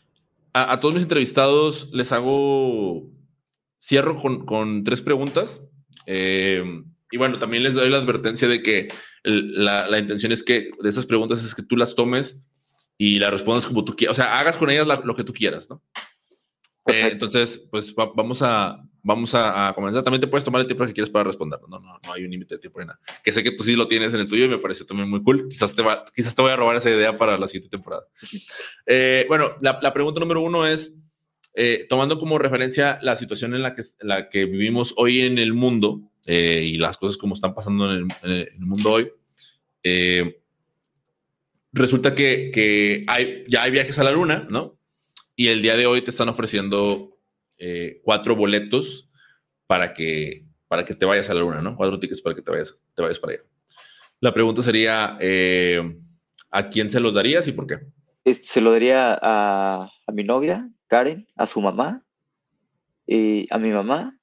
a, a todos mis entrevistados les hago, cierro con, con tres preguntas. Eh, y bueno, también les doy la advertencia de que el, la, la intención es que de esas preguntas es que tú las tomes y las respondas como tú quieras. O sea, hagas con ellas la, lo que tú quieras, ¿no? Eh, entonces, pues va, vamos, a, vamos a, a comenzar. También te puedes tomar el tiempo que quieras para responder. No, no, no hay un límite de tiempo ni nada. Que sé que tú sí lo tienes en el tuyo y me parece también muy cool. Quizás te, va, quizás te voy a robar esa idea para la siguiente temporada. Eh, bueno, la, la pregunta número uno es, eh, tomando como referencia la situación en la que, la que vivimos hoy en el mundo eh, y las cosas como están pasando en el, en el mundo hoy, eh, resulta que, que hay, ya hay viajes a la luna, ¿no? Y el día de hoy te están ofreciendo eh, cuatro boletos para que, para que te vayas a la luna, ¿no? Cuatro tickets para que te vayas, te vayas para allá. La pregunta sería, eh, ¿a quién se los darías y por qué? Este, se lo daría a, a mi novia, Karen, a su mamá, eh, a mi mamá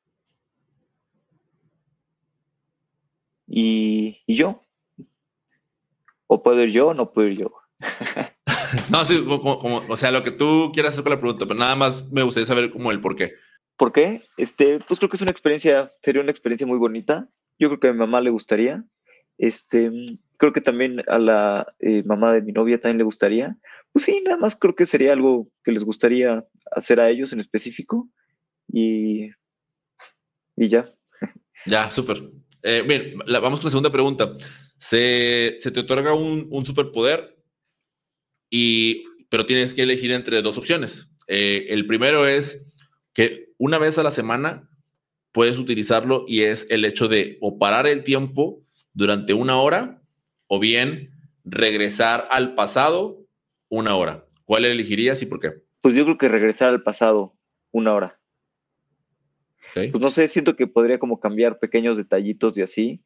y, y yo. O puedo ir yo o no puedo ir yo. No, sí, como, como, o sea, lo que tú quieras hacer con la pregunta, pero nada más me gustaría saber como el por qué. ¿Por qué? Este, pues creo que es una experiencia, sería una experiencia muy bonita. Yo creo que a mi mamá le gustaría. Este, creo que también a la eh, mamá de mi novia también le gustaría. Pues sí, nada más creo que sería algo que les gustaría hacer a ellos en específico. Y, y ya. Ya, súper. Eh, bien, la, vamos con la segunda pregunta. Se, se te otorga un, un superpoder, y, pero tienes que elegir entre dos opciones. Eh, el primero es que una vez a la semana puedes utilizarlo y es el hecho de o parar el tiempo durante una hora o bien regresar al pasado una hora. ¿Cuál elegirías y por qué? Pues yo creo que regresar al pasado una hora. Okay. Pues no sé, siento que podría como cambiar pequeños detallitos y así.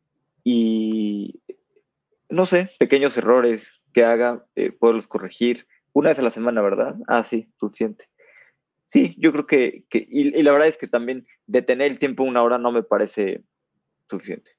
Y no sé, pequeños errores que haga, eh, poderlos corregir. Una vez a la semana, ¿verdad? Ah, sí, suficiente. Sí, yo creo que, que y, y la verdad es que también detener el tiempo una hora no me parece suficiente.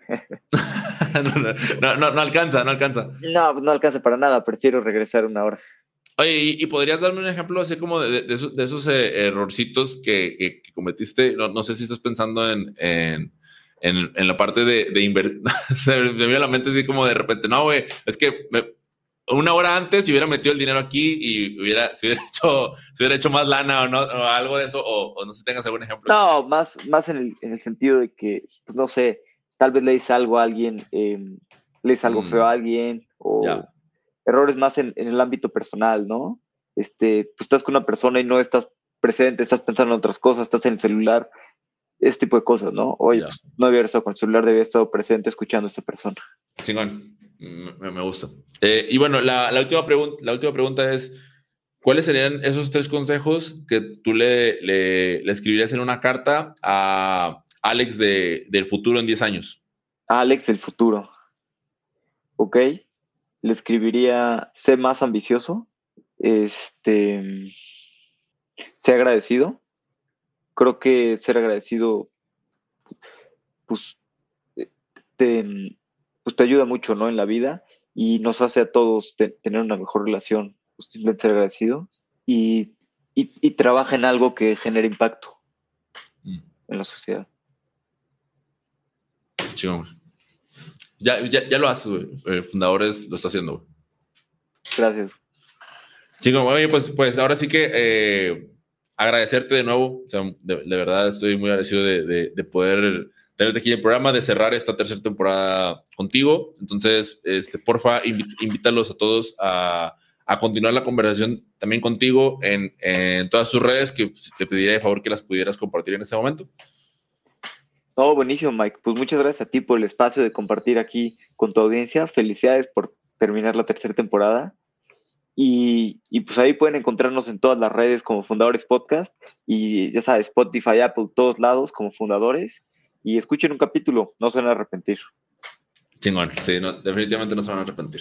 no, no, no alcanza, no alcanza. No, no alcanza para nada, prefiero regresar una hora. Oye, ¿y, y podrías darme un ejemplo así como de, de esos, de esos eh, errorcitos que, que, que cometiste? No, no sé si estás pensando en, en, en, en la parte de, de invertir. Se me viene a la mente así como de repente, no, güey, es que me, una hora antes si hubiera metido el dinero aquí y hubiera, si hubiera hecho, si hubiera hecho más lana o, no, o algo de eso, o, o no sé si tengas algún ejemplo. No, más, más en, el, en el sentido de que, pues no sé, tal vez le dices algo a alguien, eh, le dices algo Mm, feo a alguien, o ya. errores más en, en el ámbito personal, ¿no? Este, pues estás con una persona y no estás presente, estás pensando en otras cosas, estás en el celular, este tipo de cosas, ¿no? Oye, Ya. pues no había estado con el celular, debía estar presente escuchando a esta persona. Chingón. Me, me gusta. Eh, y bueno, la, la, última pregunta, la última pregunta es, ¿cuáles serían esos tres consejos que tú le, le, le escribirías en una carta a Alex de, del futuro en diez años? Alex del futuro, ¿ok? Le escribiría, sé más ambicioso, este, sé agradecido. Creo que ser agradecido, pues, te, pues te ayuda mucho, ¿no? En la vida y nos hace a todos te, tener una mejor relación, pues simplemente ser agradecido y, y, y trabaja en algo que genere impacto Mm. en la sociedad. Chingón. Ya, ya, ya lo haces, güey. Eh, Fundadores lo está haciendo, güey. Gracias. Chingón, oye, pues, pues ahora sí que eh, agradecerte de nuevo. O sea, de, de verdad estoy muy agradecido de, de, de poder tenerte aquí en el programa, de cerrar esta tercera temporada contigo. Entonces, este, porfa, invi- invítalos a todos a, a continuar la conversación también contigo en, en todas tus redes, que te pediría de favor que las pudieras compartir en ese momento. Oh, buenísimo, Mike. Pues muchas gracias a ti por el espacio de compartir aquí con tu audiencia. Felicidades por terminar la tercera temporada. Y, y pues ahí pueden encontrarnos en todas las redes como Fundadores Podcast y ya sabes, Spotify, Apple, todos lados como Fundadores. Y escuchen un capítulo, no se van a arrepentir. Chingón, sí, no, definitivamente no se van a arrepentir.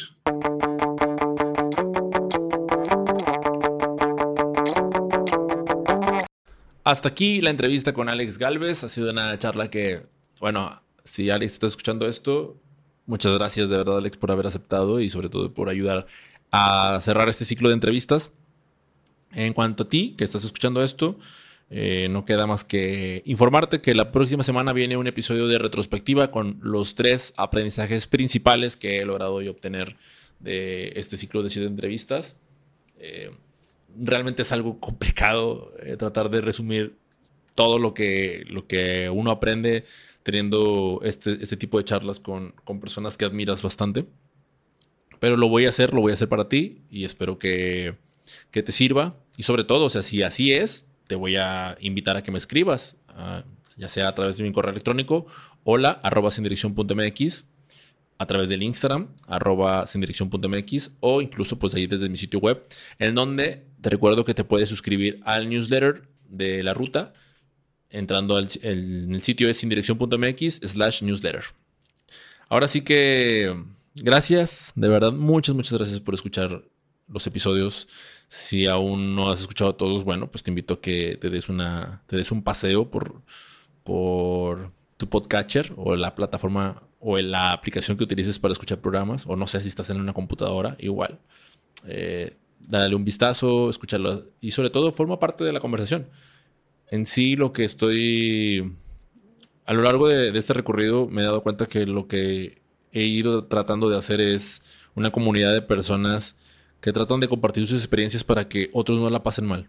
Hasta aquí la entrevista con Alex Galvez. Ha sido una charla que, bueno, si Alex está escuchando esto, muchas gracias de verdad, Alex, por haber aceptado y sobre todo por ayudar a cerrar este ciclo de entrevistas. En cuanto a ti, que estás escuchando esto, eh, no queda más que informarte que la próxima semana viene un episodio de retrospectiva con los tres aprendizajes principales que he logrado yo obtener de este ciclo de siete entrevistas. Eh, realmente es algo complicado eh, tratar de resumir todo lo que, lo que uno aprende teniendo este, este tipo de charlas con, con personas que admiras bastante. Pero lo voy a hacer, lo voy a hacer para ti y espero que, que te sirva. Y sobre todo, o sea, si así es, te voy a invitar a que me escribas, uh, ya sea a través de mi correo electrónico, hola, arroba sindirección.mx, a través del Instagram, arroba sindirección.mx, o incluso pues ahí desde mi sitio web, en donde te recuerdo que te puedes suscribir al newsletter de la ruta, entrando al el, el sitio es sindirección.mx slash newsletter. Ahora sí que gracias, de verdad, muchas, muchas gracias por escuchar los episodios. Si aún no has escuchado todos, bueno, pues te invito a que te des una, te des un paseo por, por tu podcatcher o la plataforma o en la aplicación que utilices para escuchar programas, o no sé si estás en una computadora, igual. Eh, dale un vistazo, escúchalo y sobre todo forma parte de la conversación. En sí, lo que estoy... A lo largo de, de este recorrido me he dado cuenta que lo que he ido tratando de hacer es una comunidad de personas que tratan de compartir sus experiencias para que otros no la pasen mal.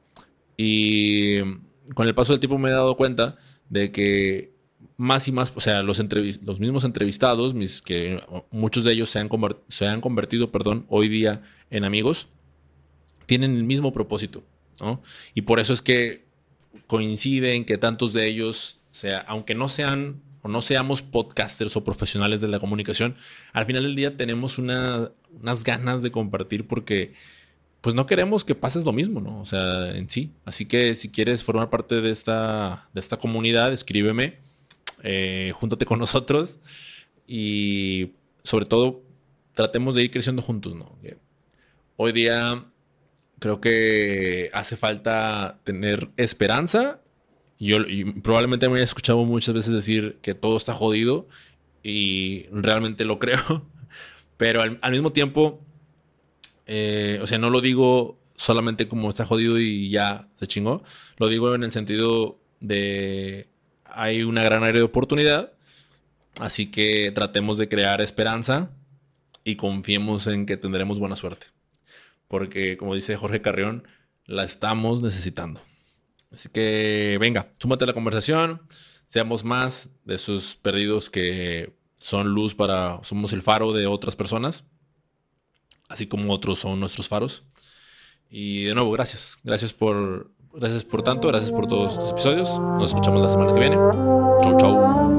Y con el paso del tiempo me he dado cuenta de que más y más, o sea, los, entrevist- los mismos entrevistados, mis, que muchos de ellos se han, convert- se han convertido, perdón, hoy día en amigos, tienen el mismo propósito, ¿no? Y por eso es que coinciden que tantos de ellos, sea, aunque no sean o no seamos podcasters o profesionales de la comunicación, al final del día tenemos una, unas ganas de compartir porque pues no queremos que pases lo mismo, ¿no? O sea, en sí. Así que si quieres formar parte de esta, de esta comunidad, escríbeme, eh, júntate con nosotros y sobre todo tratemos de ir creciendo juntos, ¿no? Hoy día creo que hace falta tener esperanza. Yo y probablemente me haya escuchado muchas veces decir que todo está jodido y realmente lo creo. Pero al, al mismo tiempo, eh, o sea, no lo digo solamente como está jodido y ya se chingó. Lo digo en el sentido de hay una gran área de oportunidad. Así que tratemos de crear esperanza y confiemos en que tendremos buena suerte. Porque, como dice Jorge Carrión, la estamos necesitando. Así que venga, súmate a la conversación. Seamos más de esos perdidos que son luz para... Somos el faro de otras personas. Así como otros son nuestros faros. Y de nuevo, gracias. Gracias por, gracias por tanto. Gracias por todos estos episodios. Nos escuchamos la semana que viene. Chau, chau.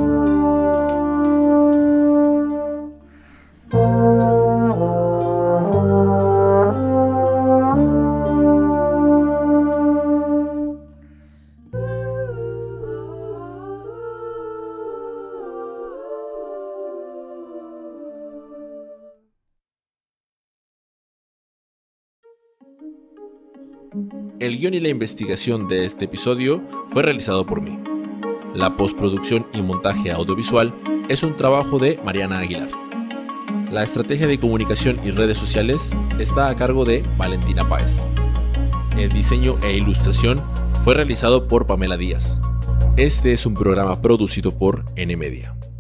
El guión y la investigación de este episodio fue realizado por mí. La postproducción y montaje audiovisual es un trabajo de Mariana Aguilar. La estrategia de comunicación y redes sociales está a cargo de Valentina Páez. El diseño e ilustración fue realizado por Pamela Díaz. Este es un programa producido por N Media.